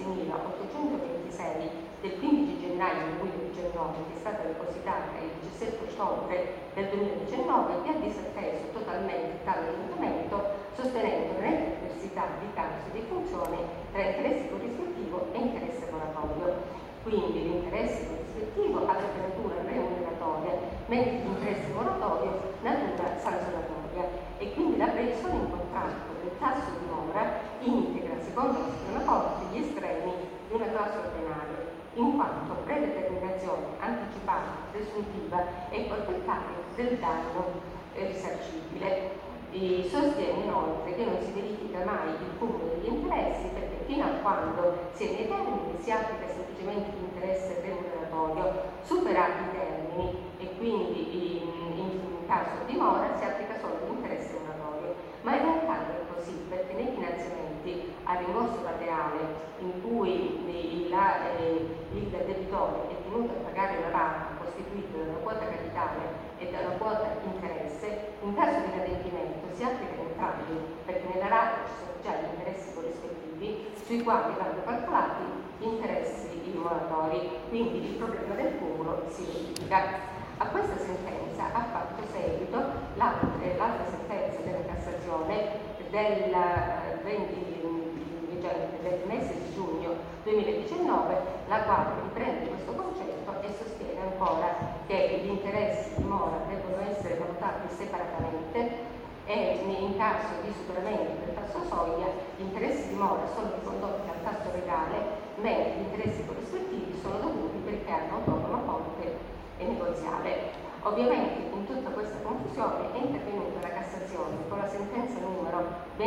Speaker 6: ventiseiemilaottocentoventisei del quindici gennaio duemiladiciannove, che è stata depositata il diciassette ottobre del duemiladiciannove, che ha disatteso totalmente tale orientamento, sostenendo la netta diversità di cause e di funzione tra interesse corrispettivo e interesse moratorio. Quindi l'interesse corrispettivo avrebbe natura remuneratoria, mentre l'interesse moratorio natura sanzionatoria, e quindi la previsione in contratto del tasso di mora integra, secondo la Suprema Corte, gli estremi di una clausola penale, in quanto predeterminazione anticipata, presuntiva e portataria del danno risarcibile. E sostiene inoltre che non si verifica mai il cumulo degli interessi, perché fino a quando si è nei termini si applica semplicemente l'interesse remuneratorio, superati i termini, e quindi in, in caso di mora si applica solo l'interesse remuneratorio. Ma in realtà non è così, perché nei finanziamenti a rimborso laterale, in cui il, la, eh, il debitore è tenuto a pagare una rata costituita da una quota capitale e da una quota interesse, in caso di inadempimento si applicano entrambi, perché nella rata ci sono già gli interessi corrispettivi sui quali vanno calcolati gli interessi moratori, quindi il problema del cumulo si verifica. A questa sentenza ha fatto seguito l'altra, l'altra sentenza della Cassazione del, venti, del mese di giugno duemiladiciannove, la quale riprende questo concetto e sostiene ancora che gli interessi di mora devono essere valutati separatamente, e in caso di superamento del tasso soglia gli interessi di mora sono ricondotti al tasso legale, mentre gli interessi corrispettivi sono dovuti perché hanno autonoma fonte e negoziale. Ovviamente in tutta questa confusione è intervenuta la Cassazione con la sentenza numero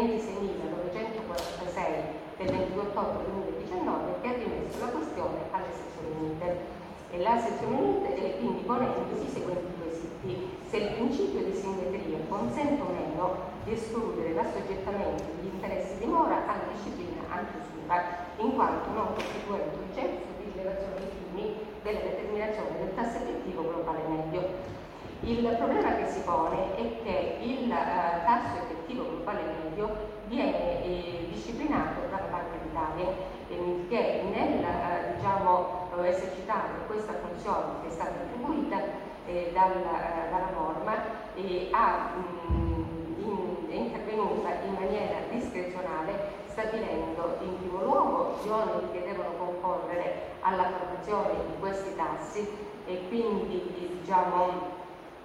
Speaker 6: ventiseimilanovecentoquarantasei del ventidue ottobre duemiladiciannove, che ha rimesso la questione alle sezioni unite. E la sezione unite è quindi ponendo i seguenti quesiti: se il principio di simmetria consente o meno di escludere l'assoggettamento degli interessi di mora alla disciplina antiusura, in quanto non costituente oggetto di rilevazione ai fini della determinazione del tasso effettivo globale medio. Il problema che si pone è che il uh, tasso effettivo globale medio viene eh, disciplinato dalla Banca d'Italia, eh, che nel uh, diciamo, uh, esercitare questa funzione che è stata attribuita eh, dal, uh, dalla norma eh, ha, mh, in, è intervenuta in maniera discrezionale, stabilendo in primo luogo gli oneri che devono concorrere alla formazione di questi tassi, e quindi diciamo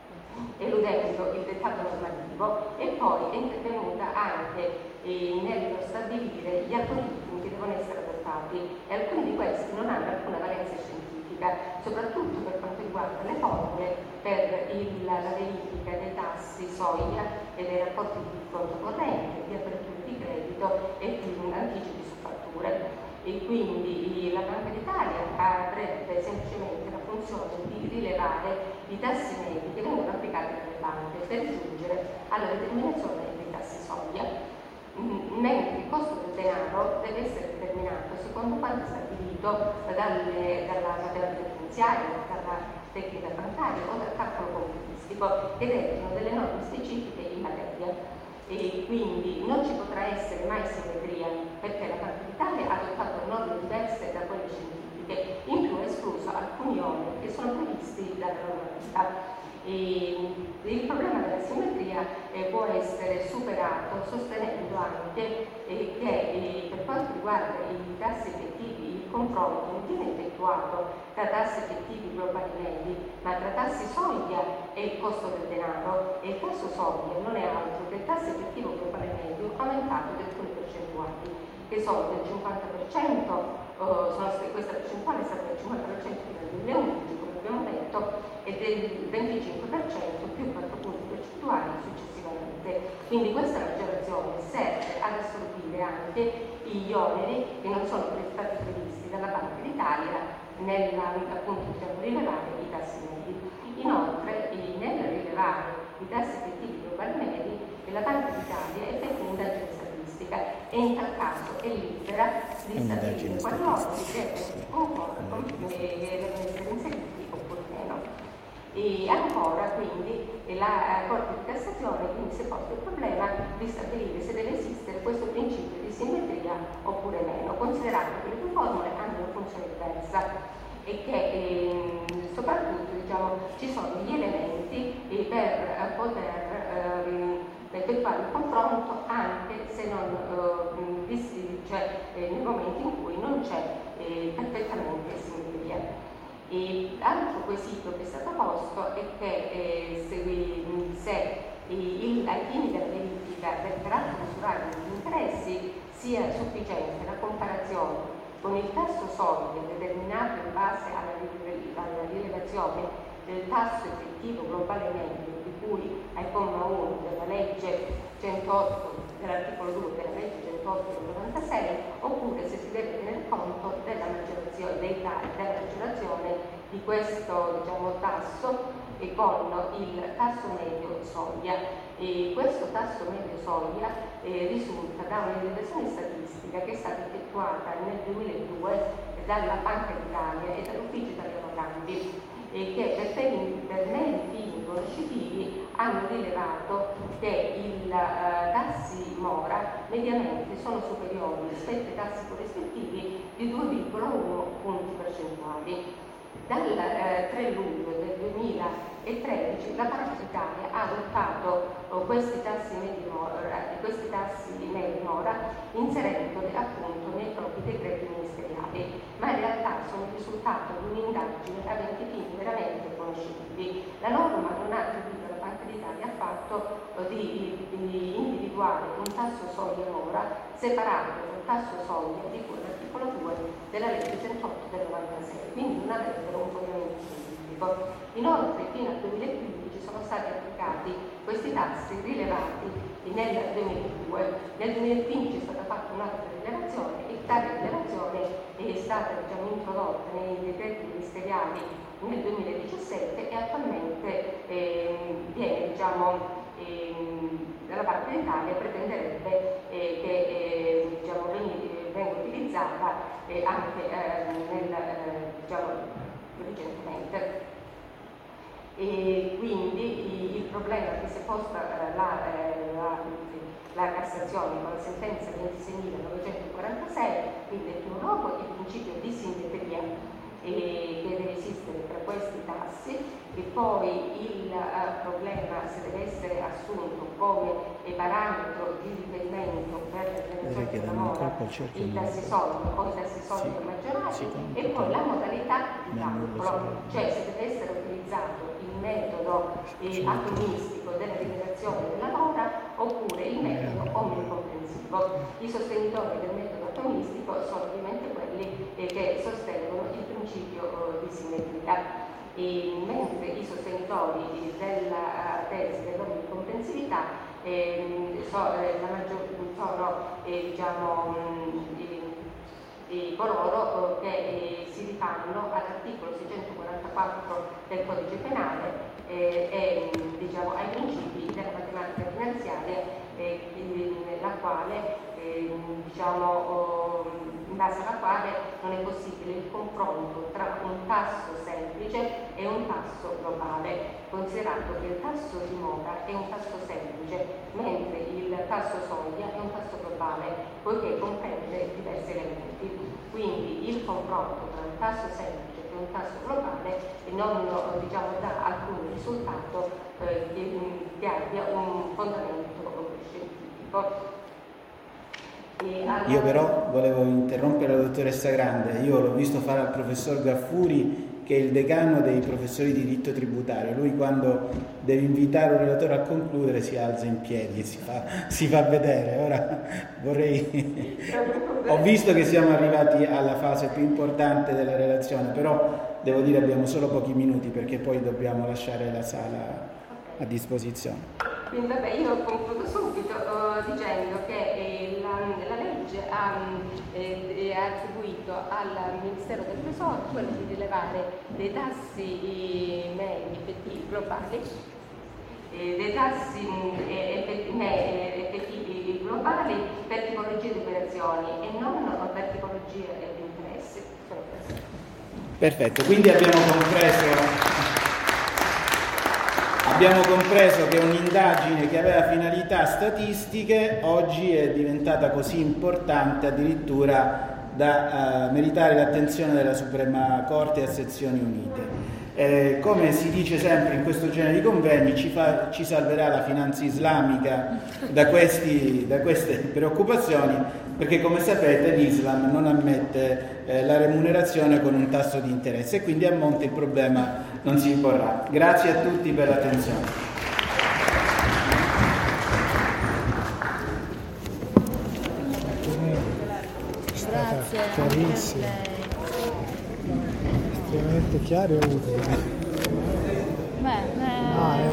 Speaker 6: eludendo il dettato normativo, e poi è intervenuta anche eh, nello stabilire gli algoritmi che devono essere adottati, e alcuni di questi non hanno alcuna valenza scientifica, soprattutto per quanto riguarda le formule per il, la verifica dei tassi soglia e dei rapporti di conto corrente, di apertura di credito e di anticipi su fatture. E quindi la Banca d'Italia avrebbe semplicemente la funzione di rilevare i tassi medi che vengono applicati dalle banche per giungere alla determinazione dei tassi soglia, mentre il costo del denaro deve essere determinato secondo quanto stabilito dalle, dalla matematica finanziaria, dalla tecnica bancaria o dal calcolo computeristico, che dettano delle norme specifiche in materia. E quindi non ci potrà essere mai simmetria, perché la Banca d'Italia ha adottato norme diverse da quelle scientifiche, in più ha escluso alcuni oneri che sono previsti dalla normativa. E il problema della simmetria eh, può essere superato sostenendo anche eh, che eh, per quanto riguarda i tassi effettivi il confronto non viene effettuato tra tassi effettivi globali medi, ma tra tassi soglia e il costo del denaro, e il tasso soglia non è altro che il tasso effettivo globale medio aumentato di alcune percentuali, che sono del cinquanta per cento, eh, sono, questa percentuale è stata del cinquanta per cento fino al duemilaundici, come abbiamo detto, e del venticinque per cento più quattro punti percentuali successivamente. Quindi questa maggiorazione serve ad assorbire anche gli oneri che non sono stati previsti dalla Banca d'Italia nella, appunto, diciamo, rilevare i tassi medi. Inoltre, nel rilevare i tassi effettivi globali medi, la Banca d'Italia effettua un'indagine statistica e in tal caso è libera di stabilire quali oneri devono concorrere devono essere inseriti oppure meno. E ancora, quindi, la Corte di Cassazione quindi si è posto il problema di stabilire se deve esistere questo principio di simmetria oppure meno, considerato che le due formule hanno una funzione diversa e che eh, soprattutto, diciamo, ci sono gli elementi eh, per eh, poter ehm, effettuare il confronto anche se non eh, visti, cioè eh, nei momenti in cui non c'è eh, perfettamente simmetria. E l'altro quesito che è stato posto è che eh, se, se il, ai fini della verifica del carattere usurale degli interessi sia sufficiente la comparazione con il tasso soglia determinato in base alla, alla rilevazione del tasso effettivo globale medio di cui ai comma uno della legge centootto, dell'articolo due della legge centootto del novantasei, oppure se si deve tener conto della maggiorazione, dei dati, della maggiorazione di questo, diciamo, tasso e con il tasso medio soglia. E questo tasso medio soglia eh, risulta da una rilevazione statistica che è stata effettuata nel duemiladue dalla Banca d'Italia e dall'Ufficio Italiano Cambi, e che per, per meri fini conoscitivi hanno rilevato che i uh, tassi mora mediamente sono superiori rispetto ai tassi corrispettivi di due virgola uno punti percentuali. Dal eh, tre luglio del duemilatredici la Banca d'Italia ha adottato oh, questi tassi medi mora, questi tassi medi mora inserendoli appunto nei propri decreti ministeriali, ma in realtà sono il risultato di un'indagine avente fini veramente conoscitivi. La norma non ha attribuito alla Banca d'Italia affatto oh, di, di individuare un tasso soglia mora separato dal tasso soglia di cui l'articolo due della legge centootto del novantasei, quindi non avrebbero un fondamento scientifico. Inoltre, fino al duemilaquindici sono stati applicati questi tassi rilevati nel duemiladue. Nel duemilaquindici è stata fatta un'altra rilevazione e tale rilevazione è stata, diciamo, introdotta nei decreti ministeriali nel duemiladiciassette e attualmente eh, viene, diciamo, eh, dalla Banca d'Italia pretenderebbe eh, che eh, diciamo, venga utilizzata eh, anche eh, nel, eh, diciamo, recentemente. E quindi il problema che si è posta eh, la, eh, la, la Cassazione con la sentenza ventiseinovecentquarantasei, quindi è più nuovo il principio di simmetria eh, che deve esistere tra questi tassi, e poi il uh, problema se deve essere assunto come parametro di riferimento per la generazione della mora i tassi solidi o i tassi solidi maggiorati, e poi la modalità di calcolo, cioè se deve essere utilizzato il metodo eh, atomistico della rilevazione della mora oppure il metodo omnicomprensivo. I sostenitori del metodo atomistico sono ovviamente quelli eh, che sostengono il principio eh, di simmetria. E mentre i sostenitori della tesi dell'omnicomprensibilità eh, so, eh, la maggior, sono eh, diciamo, mh, coloro che eh, si rifanno all'articolo seicentoquarantaquattro del Codice Penale eh, e diciamo, ai principi della matematica finanziaria, eh, la quale eh, diciamo, oh, in base alla quale non è possibile il confronto tra un tasso semplice e un tasso globale, considerato che il tasso di mora è un tasso semplice, mentre il tasso soglia è un tasso globale, poiché comprende diversi elementi. Quindi il confronto tra un tasso semplice e un tasso globale non diciamo, dà alcun risultato eh, che, che abbia un fondamento scientifico.
Speaker 1: Io però volevo interrompere la dottoressa Grande, io l'ho visto fare al professor Gaffuri che è il decano dei professori di diritto tributario. Lui quando deve invitare un relatore a concludere si alza in piedi e si fa, si fa vedere. Ora vorrei... Ho visto che siamo arrivati alla fase più importante della relazione, però devo dire abbiamo solo pochi minuti perché poi dobbiamo lasciare la sala a disposizione.
Speaker 6: Quindi vabbè, io concludo subito uh, dicendo che eh, la, la legge ha, eh, ha attribuito al Ministero del Tesoro quello di rilevare dei tassi medi effettivi globali, eh, dei tassi eh, effettivi, eh, effettivi globali per tipologie di operazioni e non per tipologie di interessi.
Speaker 1: Perfetto, quindi abbiamo compreso Abbiamo compreso che un'indagine che aveva finalità statistiche oggi è diventata così importante addirittura da uh, meritare l'attenzione della Suprema Corte a sezioni unite. Eh, come si dice sempre in questo genere di convegni, ci, fa, ci salverà la finanza islamica da, questi, da queste preoccupazioni, perché come sapete l'Islam non ammette eh, la remunerazione con un tasso di interesse e quindi a monte il problema non si porrà. Grazie a tutti per l'attenzione.
Speaker 3: Grazie, chiarissimo, estremamente chiaro e utile.
Speaker 5: Beh, eh...
Speaker 3: ah,